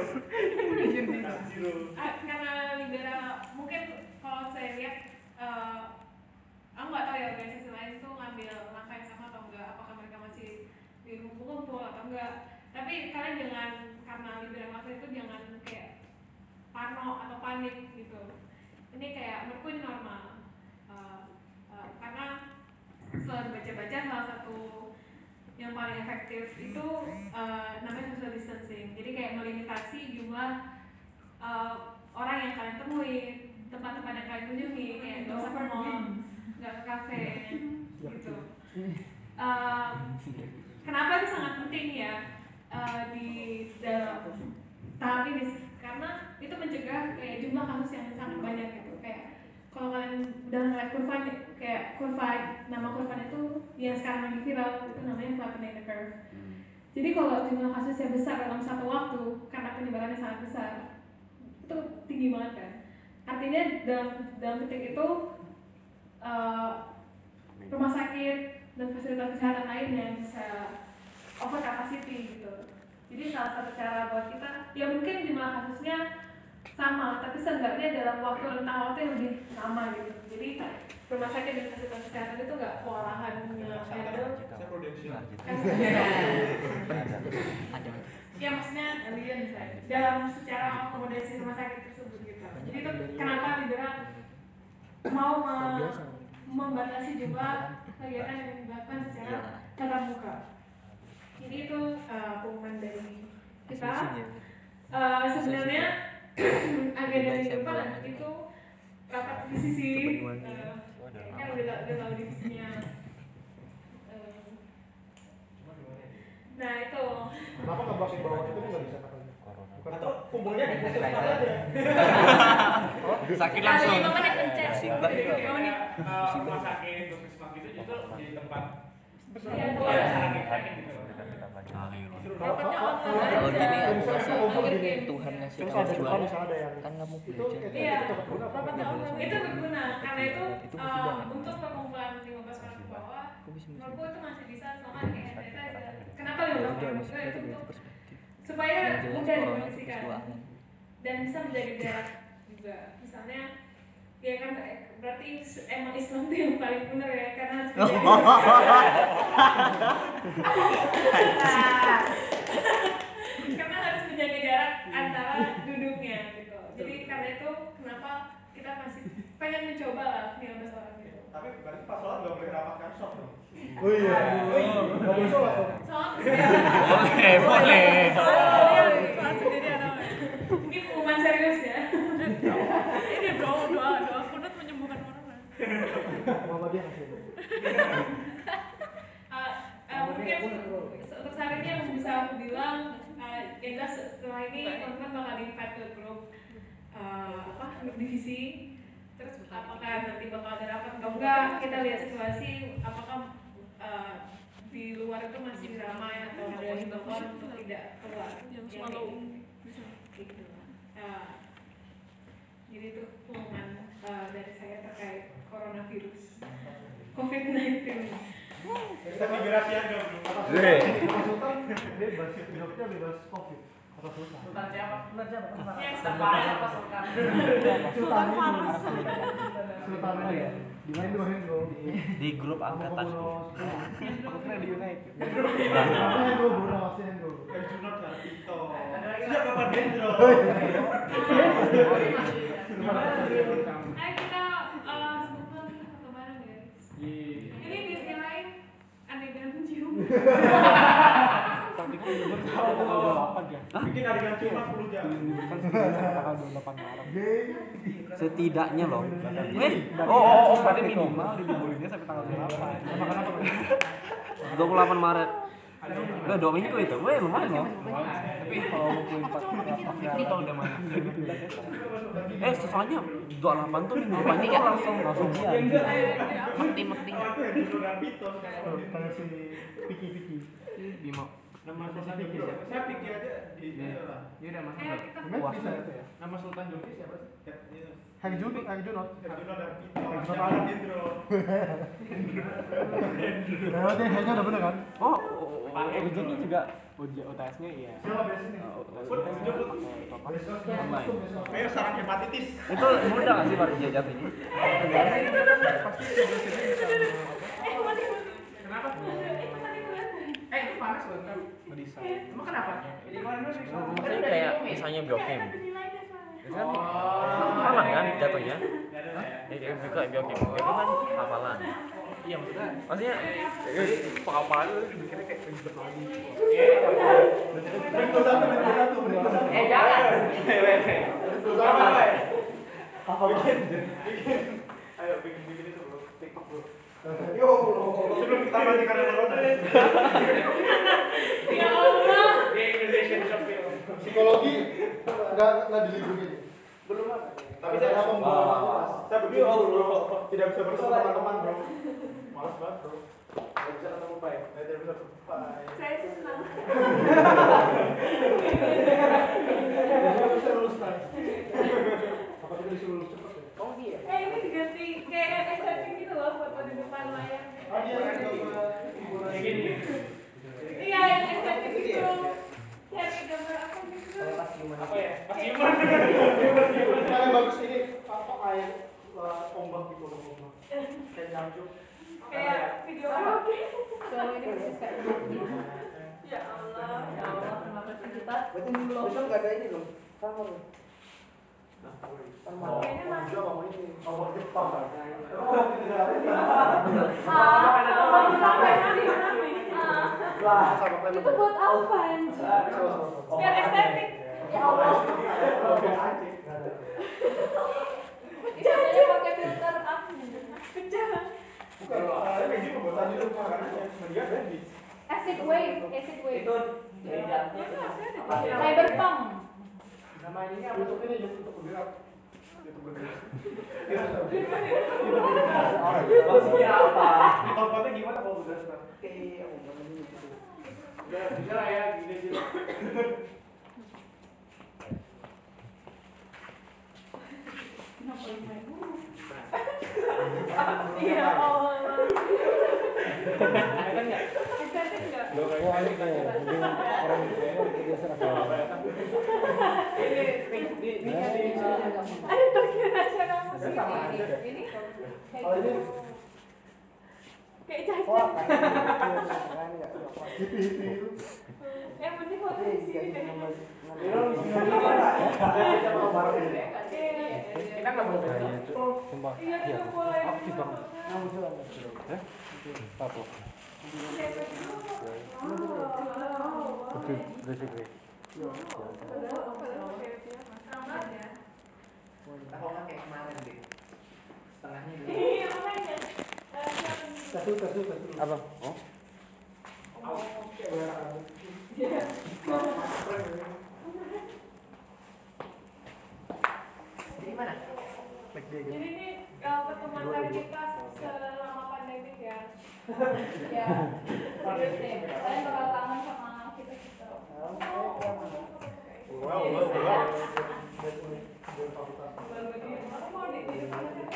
karena Libera mungkin kalau saya lihat uh, aku nggak tahu ya organisasi lain tuh ngambil langkah yang sama atau enggak. enggak, apakah mereka masih di kumpul-kumpul atau enggak. Tapi kalian jangan karena liburan waktu itu jangan kayak parno atau panik gitu. Ini kayak menurutku ini normal. Uh, uh, karena setelah baca-baca salah satu yang paling efektif itu uh, namanya social distancing. Jadi kayak melimitasi jumlah uh, orang yang kalian temui, tempat-tempat yang kalian kunjungi, kayak nggak usah ke mall, nggak ke kafe, gitu. Uh, kenapa itu sangat penting ya uh, di dalam tahap ini? Karena itu mencegah kayak jumlah kasus yang sangat banyak gitu. Kayak kalau kalian udah ngeliat kurva kayak kurva, nama kurva itu yang sekarang lagi viral itu namanya flattening the curve. Jadi kalau jumlah kasusnya besar dalam satu waktu karena penyebarannya sangat besar, itu tinggi banget kan. Artinya dalam dalam titik itu uh, rumah sakit dan fasilitas kesehatan lain yang bisa over capacity gitu. Jadi salah satu cara buat kita, ya mungkin jumlah kasusnya sama, tapi seenggaknya dalam waktu rentang waktu yang lebih lama gitu. Jadi rumah sakit dan fasilitas kesehatan itu nggak kewalahan handle. Ya maksudnya alien saya dalam secara akomodasi rumah sakit tersebut gitu. Jadi itu kenapa Libera mau me- membatasi jumlah kegiatan yang dilakukan secara tatap muka. Jadi itu uh, pengumuman dari kita. Uh, sebenarnya agenda di depan itu rapat divisi. Uh, kan udah udah tahu divisinya. Uh, nah itu. Kenapa nggak bahas bawah itu nggak bisa katanya? Atau kumpulnya di khusus aja. Sakit langsung. Lima menit pencet. Musibah itu. Lima menit. Rumah sakit, puskesmas gitu justru di tempat. Iya, ya sakit-sakit gitu. Kalau gini aku kasih Tuhan ngasih kamu juara kan kamu belajar. Iya, itu berguna karena itu uh, untuk perkumpulan lima belas orang ke bawah. Menurutku itu masih bisa selama kayak sanitizer. Kenapa lima belas orang juga itu untuk supaya mudah dikondisikan dan bisa menjaga jarak juga. Misalnya ya kan berarti emang Islam itu yang paling benar ya karena harus karena harus menjaga jarak antara duduknya gitu. Jadi karena itu kenapa kita masih pengen mencoba lah lima belas orang gitu. Tapi berarti pas sholat nggak boleh rapatkan shop dong? Oh iya, nggak boleh sholat dong? Sholat boleh, boleh. Sholat sendiri ada. Mungkin pengumuman serius ya. Ini doa doa doa kunut menyembuhkan corona. Mama dia kasih. Mungkin untuk saat ini yang bisa aku bilang ya jelas setelah ini teman-teman bakal di-invite ke grup apa grup divisi. Terus apakah nanti bakal ada rapat atau enggak, kita lihat situasi apakah uh, di luar itu masih ramai atau ada himbauan untuk tidak keluar yang selalu bisa gitu. Uh, jadi itu pengumuman uh, dari saya terkait coronavirus covid sembilan belas. Kita migrasi aja belum. Sultan bebas, hidupnya bebas covid. Sultan siapa? Sultan siapa? Yang Sultan apa Sultan? Sultan Farus. Sultan ya. Di mana dua Hendro? Di grup angkatan tuh. Pokoknya di United. Hendro Bro, masih Hendro. Junot Garpito. Siapa Bapak Hendro? Ayo kita sebutkan foto bareng guys. Ini disirain adegan mencium. Tapi kan bener tanggal dua puluh delapan ya. Bikin adegan cium empat puluh jam. Kan tanggal dua puluh delapan Maret. Setidaknya loh. Eh, oh, oh, oh, berarti minimal diliburinnya sampai tanggal dua puluh delapan. Kenapa kenapa? dua puluh delapan Maret. Udah dua minggu itu, weh lumayan loh. Tapi kalau mau ke empat kita udah mana? Eh, soalnya dua puluh delapan tuh minggu depannya kan langsung langsung ujian. Mekti-mekti. Oh, itu Hendro Garpito sekarang. Tanya si Piki Piki. Bimo. Nama Sultan Piki siapa? Saya Piki aja di lah. Ya udah Mas. Memang bisa itu ya. Nama Sultan Jogja siapa sih? Hang Junot, Hang Junot. Junot dan Pito. Hang Junot Siapa ada. Hendro? Berarti hanya udah bener kan? Oh, Pak Ujungnya juga uji U T S-nya iya. Siapa biasanya? Ayo sarang hepatitis. itu mudah nggak sih Pak jajak ini? Pasti Kenapa? panas loh kan. Ngedesain. Emang kenapa? Jadi kemarin dulu sih. Maksudnya kayak misalnya biokim. Itu kan hafalan kan jatuhnya. Ya kayak buka biokim. Itu kan hafalan. Iya maksudnya. Maksudnya apa-apaan lu mikirnya kayak ribet lagi. Bentuk satu, bentuk satu, bentuk satu. Eh jangan. Bentuk satu. Apa bikin? Bikin. Ayo bikin bikin itu bro. TikTok bro. Yo, sebelum kita mati karena corona. Ya Allah. Di Indonesian Shopee. Psikologi enggak enggak diliburin. Belum apa. Tapi saya apa mau saya begini bro, tidak bisa bersama teman-teman bro. Malas banget bro. Tidak bisa ketemu Pak. Saya tidak bisa ketemu Pak. Saya sih senang. Saya bisa lulus Pak. Apa kita disuruh lulus cepat ya? Oh iya. Eh ini diganti kayak estetik gitu loh foto di depan layar. Oh iya, kayak gini. Iya yang estetik gitu. Kayak gambar apa gitu. Apa ya? Pas Iman. Yang bagus ini apa air ombak gitu ombak. Kayak nyamjuk. Kayak video apa? So ini persis kayak Ya Allah. ya Allah terima kasih kita Berarti besok nggak ada ini dong, kamar. Oh, Kayaknya masih. mau ini, ombak Jepang. Itu buat apa anjir? Biar estetik. Ya Allah. itu aja pakai filter apa Pecah. Bukan, saya kayak gitu buat tadi tuh makanannya dia baby. acid wave acid wave Itu cyberpunk Nama ininya apa? YouTube ini YouTube bergerak. YouTube bergerak. maksudnya apa? Tempatnya gimana kalau bergerak? Kayak apa namanya gitu. Udah bisa lah ya, gini aja. Kenapa yang main Iya Allah. Kan enggak? Estetik enggak? Lo kayak ini kayak mungkin orang biasa apa? Ini di di di Ada bagian aja kamu. sama aja deh. Ini Kalau ini kayak cacat. wah kan ya. Hippie-hippie itu. Yang penting foto di sini deh. Kita nggak boleh. Sumpah. Iya, kita boleh. Aktif banget. Eh? Apa? Oke, basic rate. Aku kan kayak kemarin deh. Setengahnya dulu. Iya, makanya. Kasih, kasih, kasih. Apa? Oh? Jadi mana? Jadi ini uh, pertemuan tadi kita selama pandemi ya. ya serius deh kalian bakal kangen sama kita kita Wow, wow, wow. Aku mau di di depan aja.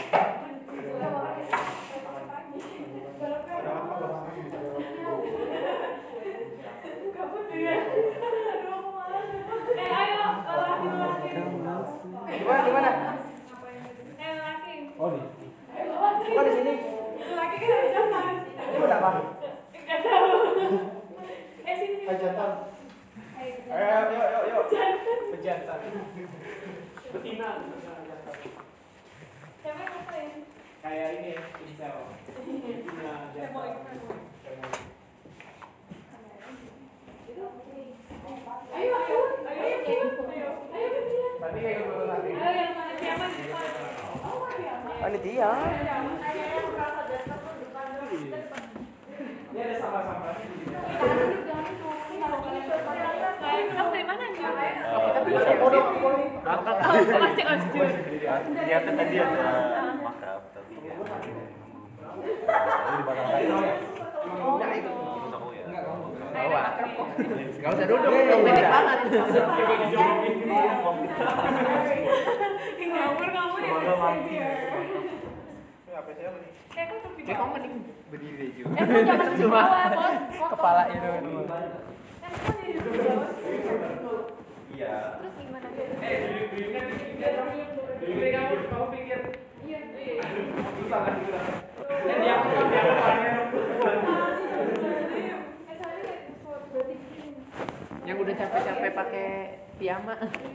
Kabut ya. Aduh, aku malas. Eh, ayo, laki-laki. Gimana gimana? Eh, laki. Oh, di. Bukan di sini. Laki kan ada jantan. Itu udah apa? Enggak tahu. Eh, sini. sini. Hajatan. Ayo, Ayo, yuk, yuk, yuk. jantan. Pejantan. Betina. Siapa yang ngapain? Kayak ini, incel. Betina, jantan. Ayo, ayo, ayo, ayo, ayo, ayo, Berarti kayak gitu nanti. ayo, yang mana siapa di depan? Oh, siapa? Panitia. Ini ada sampah-sampahnya di sini. Jangan duduk, jangan duduk. Kalau kalian Kalian pulang dari mana aja? Kita beli kodok, kodok. Masih osjur. Niatnya tadi ada makrab tapi ya. Di belakang saya. Enggak ikut. Ikut aku ya. Bawa. Enggak usah duduk, duduk banget banget. Ngawur kamu di messenger. Ini apa sih apa nih? Eh, kok tuh Kayak kamu mending Berdiri aja. Eh, kok jangan di bawah, Bos. kepala itu. Eh, kok di bawah? Iya. Terus gimana? Eh, duduk-duduknya di sini aja. Duduk kamu, kamu pikir. Iya. Susah kan gitu. Dan dia dia kepalanya. Eh, sorry, foto udah capek-capek pakai piyama.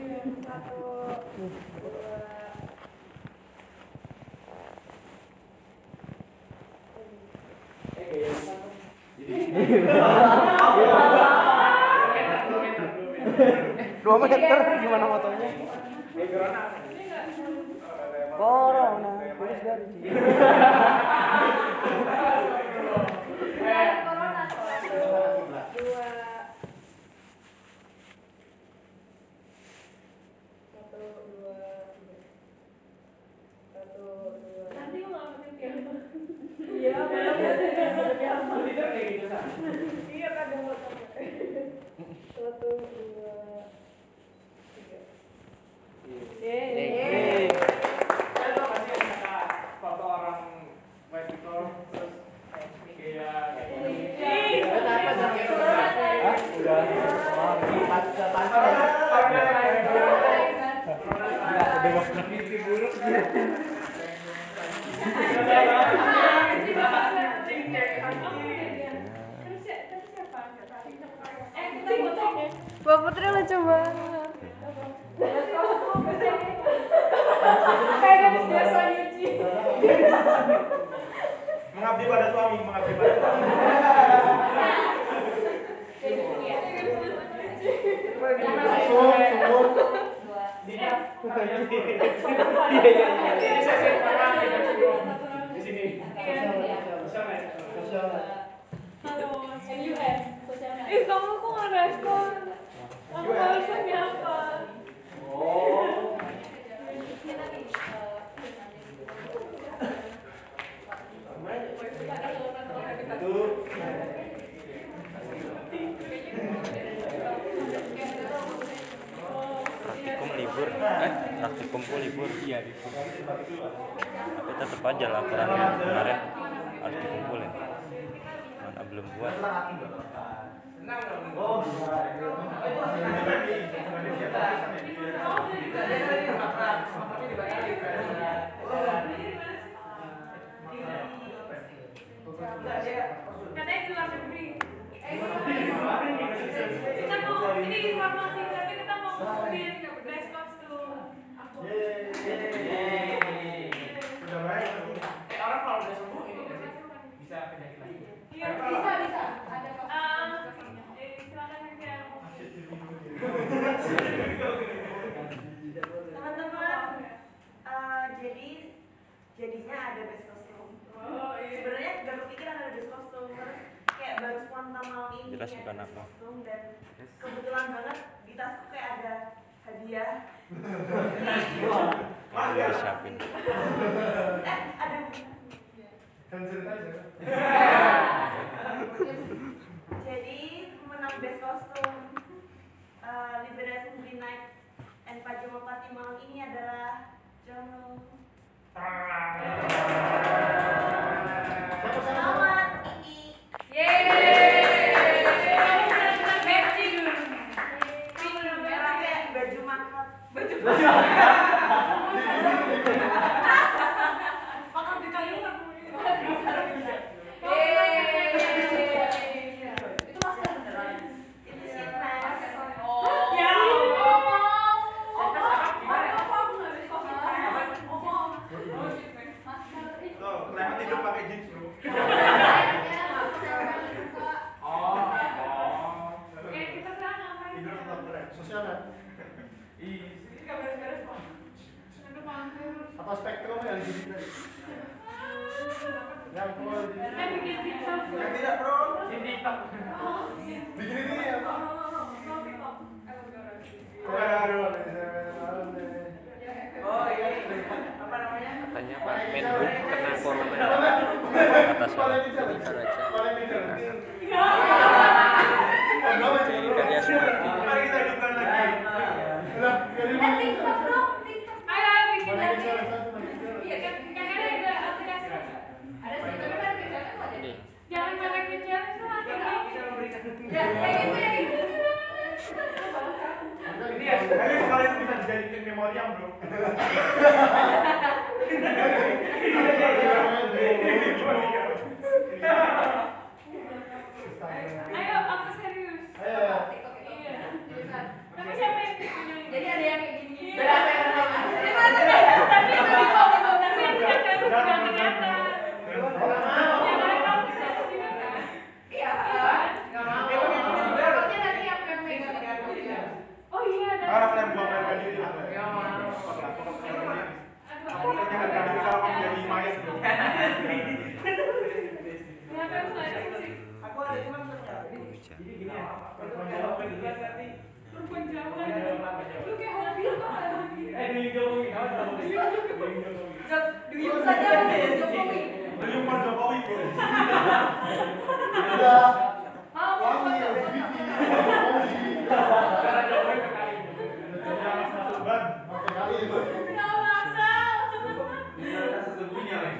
Dua meter gimana motonya? Corona, virus dari Cina. Nanti lo nggak pakai piyama. Iya, pakai piyama. Iya kan ada motor. Satu, dua, tiga. Yeay. Saya tau gak sih misalkan foto orang white people terus kayak mimpi buruk. Mbak Putri lucu banget. Kayak gadis biasa nyuci. Mengabdi pada suami, mengabdi pada suami. Sumur, sumur. Iya iya iya. Saya parah di sini. Sosial. Halo, M U S. Ih, kamu kok nggak respon? Aku barusannya apa? Oh. Praktikum libur, eh praktikum kok libur. Iya libur. Tapi tetap aja laporannya kemarin harus dikumpulin. Mana belum buat. Katanya di luar negeri. Kita mau ini informasi tapi kita mau ngomongin dress kostum. Sudah baik. Eh orang kalau udah sembuh ini nggak sih bisa penyakit lagi? Iya bisa bisa. Ada kok. Eh silakan aja. Teman-teman, uh, jadi jadinya ada best kostum. Oh, iya. Sebenarnya gak kepikiran ada best kostum, terus kayak baru spontan malam ini Jelas kayak bukan best apa. kostum dan kebetulan banget di tasku kayak ada hadiah. Yang udah disiapin. Eh ada. Jadi pemenang best kostum uh, Liberation Movie Night and Pajama Party malam ini adalah Jono. Selamat Iki. Yeay. Matching. Pakai baju makrab. Baju makrab. Makrab di kayu. Itu masker beneran. Itu sheet mask. Oh. Ya. Tuh, kelihatan tidur pakai jeans, bro. Oh. Eh kita sekarang ngapain? Tidur tetap keren. Sosial kan? Ih. Nggak beres-beres kok. Ada pampir. Apa spektrum yang di sini tadi? Yang keluar di sini. Yang bikin TikTok. Yang tidak, bro. Di TikTok. Bikin ini ya, Pak. Aduh. Oh iya. Apa namanya? Katanya Pak Menhub kena corona. Kata siapa? Jadi Karaja. Jadi kerja seperti Mari kita hidupkan lagi. Eh TikTok dong, TikTok. Ayo ayo bikin lagi. Iya kan, kan ada ada aplikasi. Ada sih, tapi kan kerjanya kok jadi. Jangan banyak kerjaan itu lagi. Ya kayak gitu ya gitu. Ini ya, tapi sekali itu bisa dijadikan memoriam, bro. Ayo, aku serius. Ayo. Iya. perempuan Jawa lu kayak hobi apa lagi Eh, Dwi Jokowi, kawan Jokowi. Duyung saja Duyung Jokowi. Duyung Pak Jokowi. Udah. Mau Wangi, foto, L G B T. Karena Jokowi P K I. Jangan masuk ban, P K I. nggak maksa Kita sesungguhnya, Leng.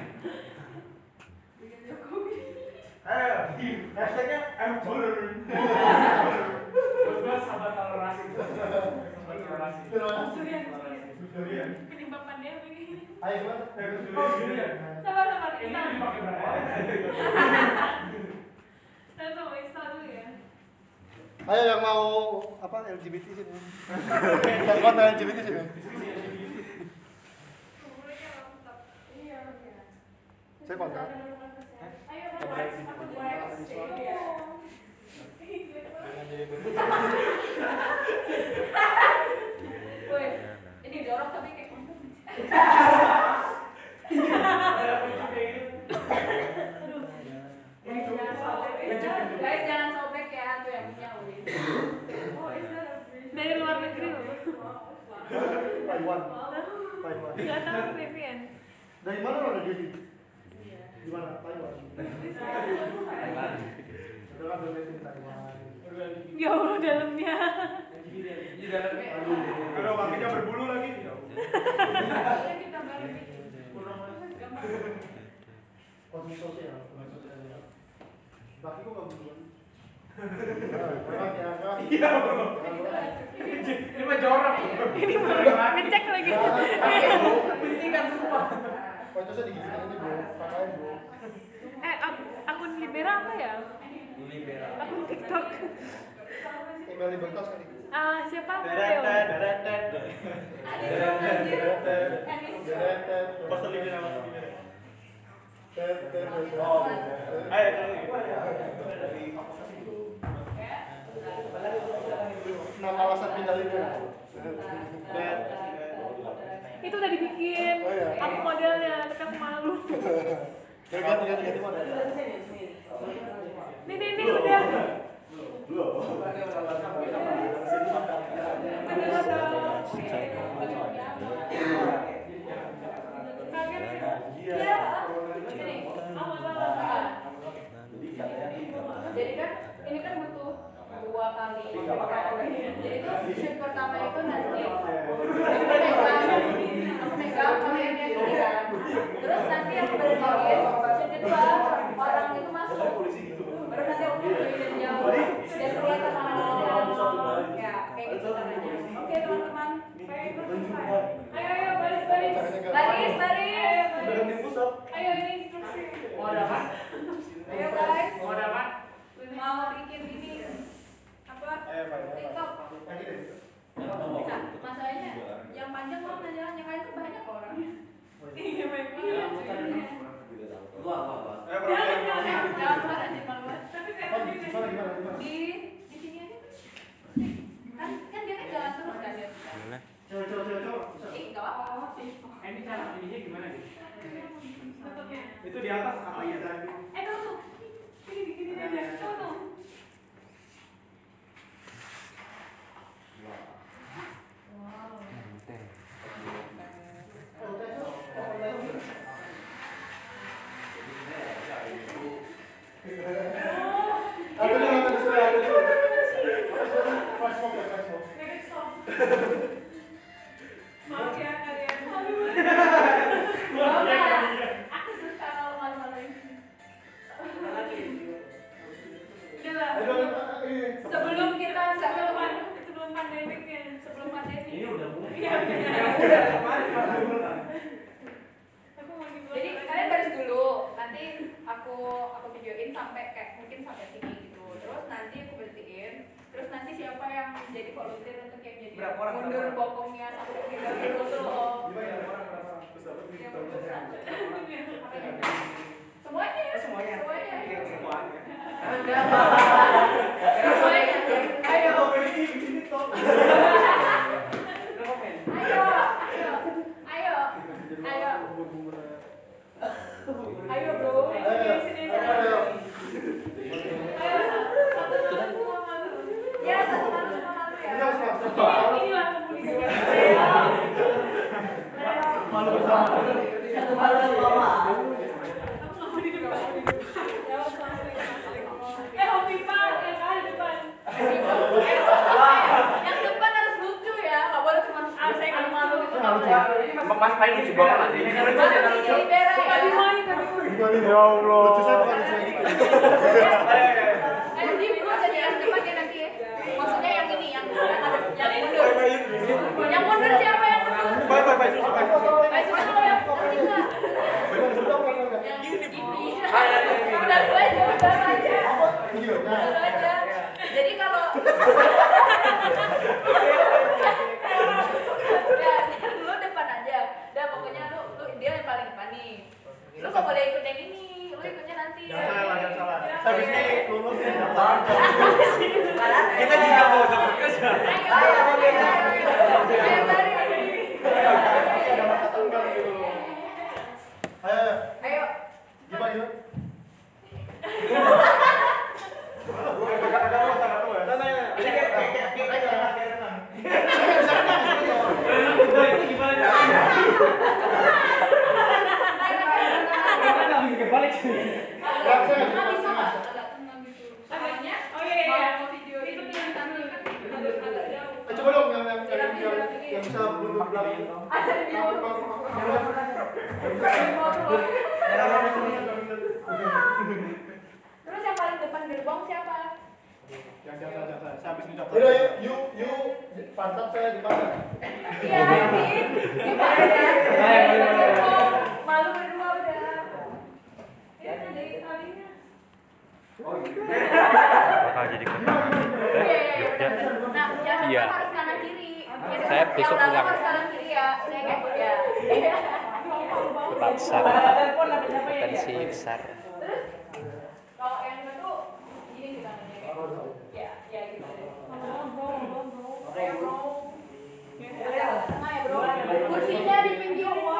Jokowi Eh, hashtagnya I'm burn. Bos-bos sahabat toleransi. Sahabat toleransi. Surian Durian. penyebab pandemi ini Ayo gimana? Oh, durian. sabar sabar Ini install dipakai berapa? satu install dulu ya Ayo yang mau apa L G B T sini. Yang konten L G B T sini. iya iya Saya konten. ayo wax aku wax iya Woi, ini jorok tapi kayak guys jangan sobek ya tuh yang punya Uli. Dari luar negeri loh. Taiwan. Taiwan. Gak tahu Vivian. Dari mana lo ada di Di mana? Taiwan. Taiwan. Udah kan bermain Taiwan. Ya Allah dalamnya. Di dalamnya. Kalau kakinya berbulu lagi. Kita balik. Konsumsi sosial. Bagi kok nggak berbulu. Memang ya kan? Iya, bro. Ini mah jorok. Ini baru ngecek lagi. Pentingan semua. Konsumsi digigit aja bro. Pakaian bro. Eh, ak- akun Libera apa ya? Libera. Akun TikTok. Email libertas kan itu. Ah, siapa? Deret, Matteo. deret, deret. Deret. Pasal Libera, pasal Libera. Tet, tet, tet. Oh, ayo, Nama alasan pindah Libera. Itu udah dibikin. Oh, iya. Aku modelnya, tapi aku malu. Ganti, ganti, ganti model. Nih, nih, nih udah. Iya. Ini, apa apa Jadi kan ini kan butuh dua kali shoot kan. Jadi tuh shoot pertama itu nanti aku pegang, aku pegang kalian yang ini kan. Terus nanti aku bersihin, shoot kedua orang itu masuk. Baru nanti aku bersihin jauh. Dan kelihatan mana-mana. Ya, kayak gitu caranya. Oke teman-teman. Ayo, ayo, baris, baris. Baris, baris. Ayo, ini instruksi. Mau ada apa? Ayo guys. Mau ada apa? Mau bikin ini apa? TikTok. Nah, masalahnya yang panjang mau nanya yang lain tuh banyak orang. Iya, banyak. Lu apa apa? Jangan, jangan, jangan keluar aja malu. Tapi saya mau di Gimana, gimana, gimana? di di sini aja. Kan kan dia kan jalan terus kan dia. Coba, coba, coba, coba. Ih, enggak apa-apa. Eh, ini cara ininya gimana nih? Tutupnya. Itu di atas apa ya tadi? Eh, tuh tuh. Ini di sini aja. Tuh tuh. Aku juga nonton di sebelah, aku juga. Flash mob ya, flash mob. Maaf ya kalian. Aku suka kalau malu-maluin. Udah lah. Sebelum kita sebelum sebelum pandemiknya, sebelum pandemi. Ini udah mulai. Iya. Aku mau dibuat. Jadi kalian baris dulu. Nanti aku aku videoin sampai kayak mungkin sampai sini gitu. Terus nanti aku berhentiin. Terus nanti siapa yang jadi volunteer untuk yang jadi Berapa orang, mundur berapa orang? bokongnya sampai tiga kilo tuh loh. Gimana orang berapa? Terus dapat Yang gitu. mundur. Semuanya. Semuanya. Semuanya. Iya, semuanya. Enggak. Semuanya. Ayo. Ayo. Ayo. Ayo. Ayo. Ayo bro. Sini sini sana. Ayo. Satu satu. Ya satu satu. Emang Mas Pai lucu banget lah. Ini lucu sih, lucu. Tadi main tadi. Ya Allah. Lucu saya bukan lucu gitu. Eh, di gua jadi yang depannya nanti ya. Maksudnya yang ini, yang yang mundur. Yang mundur siapa yang mundur? Bye bye bye Susu bye. Eh, Susu lo yang nanti enggak? Yang gini. Udah lu aja, udah lu aja. Udah lu aja. Jadi kalau ya, lu depan aja. Udah pokoknya lu, lu dia yang paling depan nih. Lu gak boleh ikut yang ini, lu ikutnya nanti. Jangan salah, jangan salah. Habis ini lulus ya, daftar. Kita juga mau daftar. Ayo, ayo. Ayo. Gimana gimana? Coba dong yang yang yang yang bisa mundur belakang. Terus yang paling depan gerbong siapa? Yang jangan jangan jangan. Saya habis ucap. Udah yuk yuk yuk pantat saya di mana? Iya, Arvin. Gimana ya? Malu berdua udah. Ya, dari talinya. Bakal jadi kota. Eh, Jogja. Nah, yang Iya. depan harus kanan kiri. Saya besok yang pulang. harus kanan kiri ya. Saya kayak ya. Kota besar. Potensi besar. Terus kalau yang kedua tuh gini sih tangannya kayak. Ya, ya gitu deh. Ayo, bro. Ya, tengah ya, bro. Kursinya di pinggir. Bro.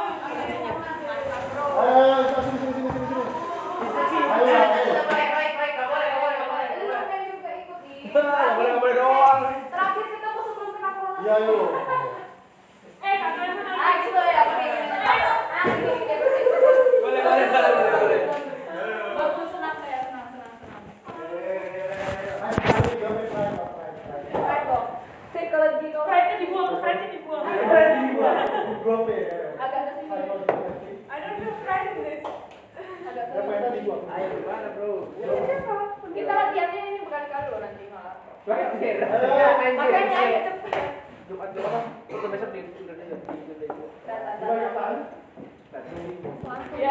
Ayo, sini sini sini sini sini. Ayo, ayo. Baik, baik, baik. Gak boleh, gak boleh, gak boleh. Lu kan juga ikut nih. Gak boleh, gak boleh doang. Terakhir ketemu sebelum kena corona. Iya, yuk. Eh, kakak mana? Ah, gitu ya, pakai ini. Ah, gitu, gitu, gitu. Boleh, boleh, boleh, boleh. Bagus, senang saya, senang, senang, senang. Baik dong. Psikologi kau. Pride-nya dibuang, pride-nya dibuang. Agak ke sini. I don't feel pride in this. Agak ke sini. Ayo, gimana, bro? Kita latihannya ini bukan kalau nanti malah. Anjir. Makanya ayo cepet. Jumat Jumat. Untuk besok di Indonesia. Gimana, Pak? Ya.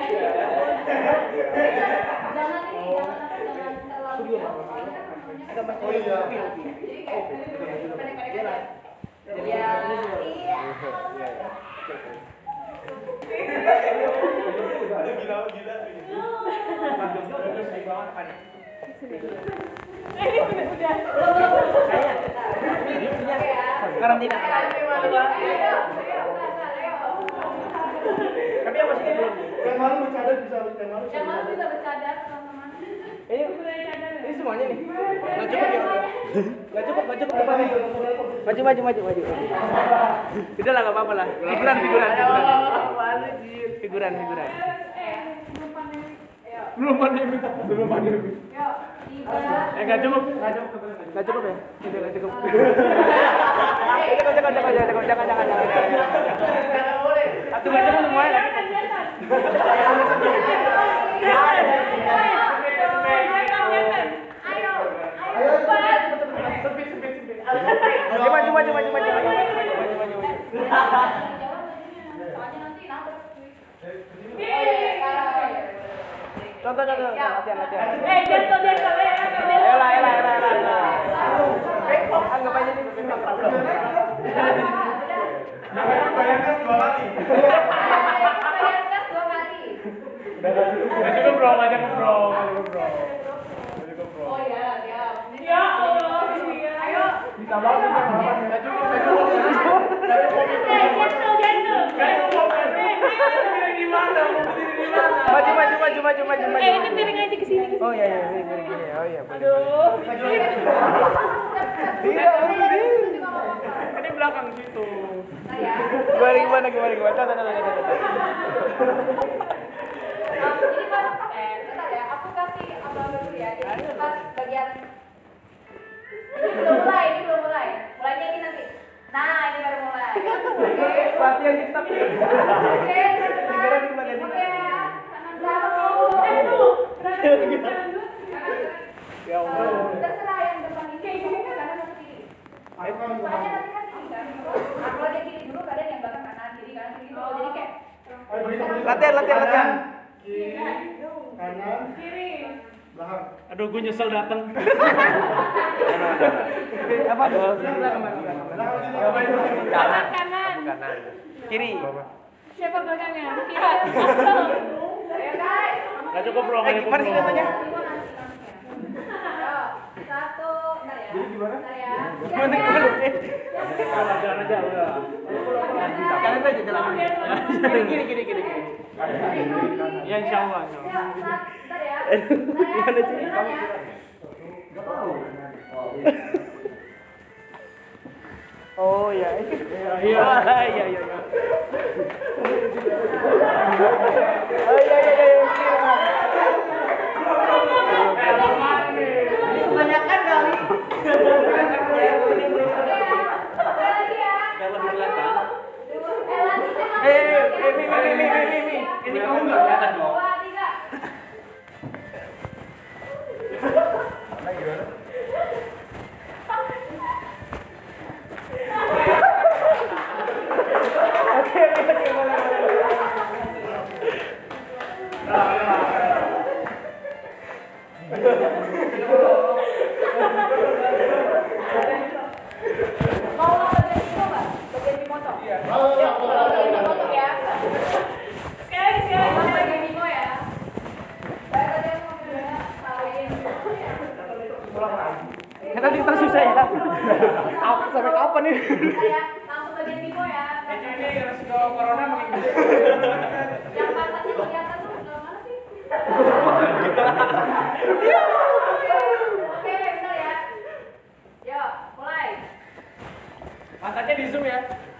Jangan ini, jangan apa, jangan terlalu jauh. Soalnya kan namanya. Oh iya. Jadi kayak pendek-pendek aja. Ya, iya. Gila, gila. Eh, ini udah udah. Karantina. Tapi yang masih belum. Yang malu bercadar bisa yang malu. Yang malu bisa bercadar, teman-teman. Ini ini semuanya nih. Nggak cukup ya? Nggak cukup, nggak cukup. Maju, maju, maju, maju. Udah lah, nggak apa-apa lah. Figuran, figuran, figuran. Figuran, figuran. Belum pandemi, belum pandemi. Yuk, tiga. Eh, nggak cukup, nggak cukup, nggak cukup ya? Itu nggak cukup. Jangan, jangan, jangan, jangan, jangan, jangan, jangan. Satu nggak cukup semuanya. Ayo, ayo, cepat. Sempit, sempit, sempit. Maju, maju, maju, maju, maju, maju, maju, maju, maju. Soalnya nanti nabrak. Contoh, contoh, latihan, latihan. Eh, jatuh, jatuh, eh, jatuh. Elah, elah, elah, elah, elah. Anggap aja ini bimbang. Bayangkan dua kali. Bayangkan dua kali. Nggak cukup bro, nggak cukup bro, nggak cukup bro. Nggak cukup bro. Oh iya, siap. Ya Allah, iya. Ayo. Ditambah lagi, nggak cukup, nggak cukup, nggak cukup. Eh, jatuh, jatuh. Kayak mau berdiri di mana? Mau berdiri di mana? Maju, maju, maju, maju, maju, maju. Eh, ini piring aja ke sini. Oh iya, iya, ini piring gini. Oh iya. Aduh. Tidak, berdiri. Ini belakang situ. Gimana, gimana, gimana, gimana? Contoh, contoh, contoh, contoh. Ini pas, eh, bentar ya, aku kasih abang dulu ya. Jadi pas bagian ini belum mulai, ini belum mulai. Mulainya ini nanti. Nah, ini baru mulai. Oke. perhatian kita. Oke, Negara di bagian oke ya. Satu, eh tuh, Ya Allah. terserah yang depan ini kayak gini kan kanan atau kiri. Soalnya nanti kan kiri kan. Nah, kalau dia kiri dulu, kadang yang belakang kanan, kiri kanan, kiri gitu. Jadi kayak Latihan, latihan, latihan. Kiri, kanan, Kiri. belakang. Aduh, gue nyesel dateng. Apa? Kanan, kanan. Kanan. Kiri. Siapa belakangnya? Kiri. ya guys. Gak cukup bro, gak cukup bro. Satu, bentar ya. Jadi gimana? Bentar ya. Gimana, gimana? Jalan aja, udah. Jalan aja, jalan aja. Kiri, kiri, kiri, kiri. Ya insya Allah. Ya, bentar ya. Gimana sih? Bentar ya. Oh iya, iya, iya, iya, iya. Oh iya, iya, iya. Kebanyakan kali. Eh, eh, mi, mi, mi, mi, mi. Ini kamu nggak kelihatan dong. Dua, tiga. Oke, oke, oke, boleh, boleh. Mau bagian itu nggak? Bagian dimotong? Iya. Bagian dimotong ya. Sekali, sekali. Mau bagian dimo ya. Baik, kalian mau beda kawin. Ya tadi terus susah ya. Apa sampai kapan nih? Ya, langsung bagian dimo ya. Ini resiko corona makin Yang pantatnya kelihatan tuh sebelah mana sih? Oke, bentar ya. Yuk, mulai. Pantatnya di zoom ya.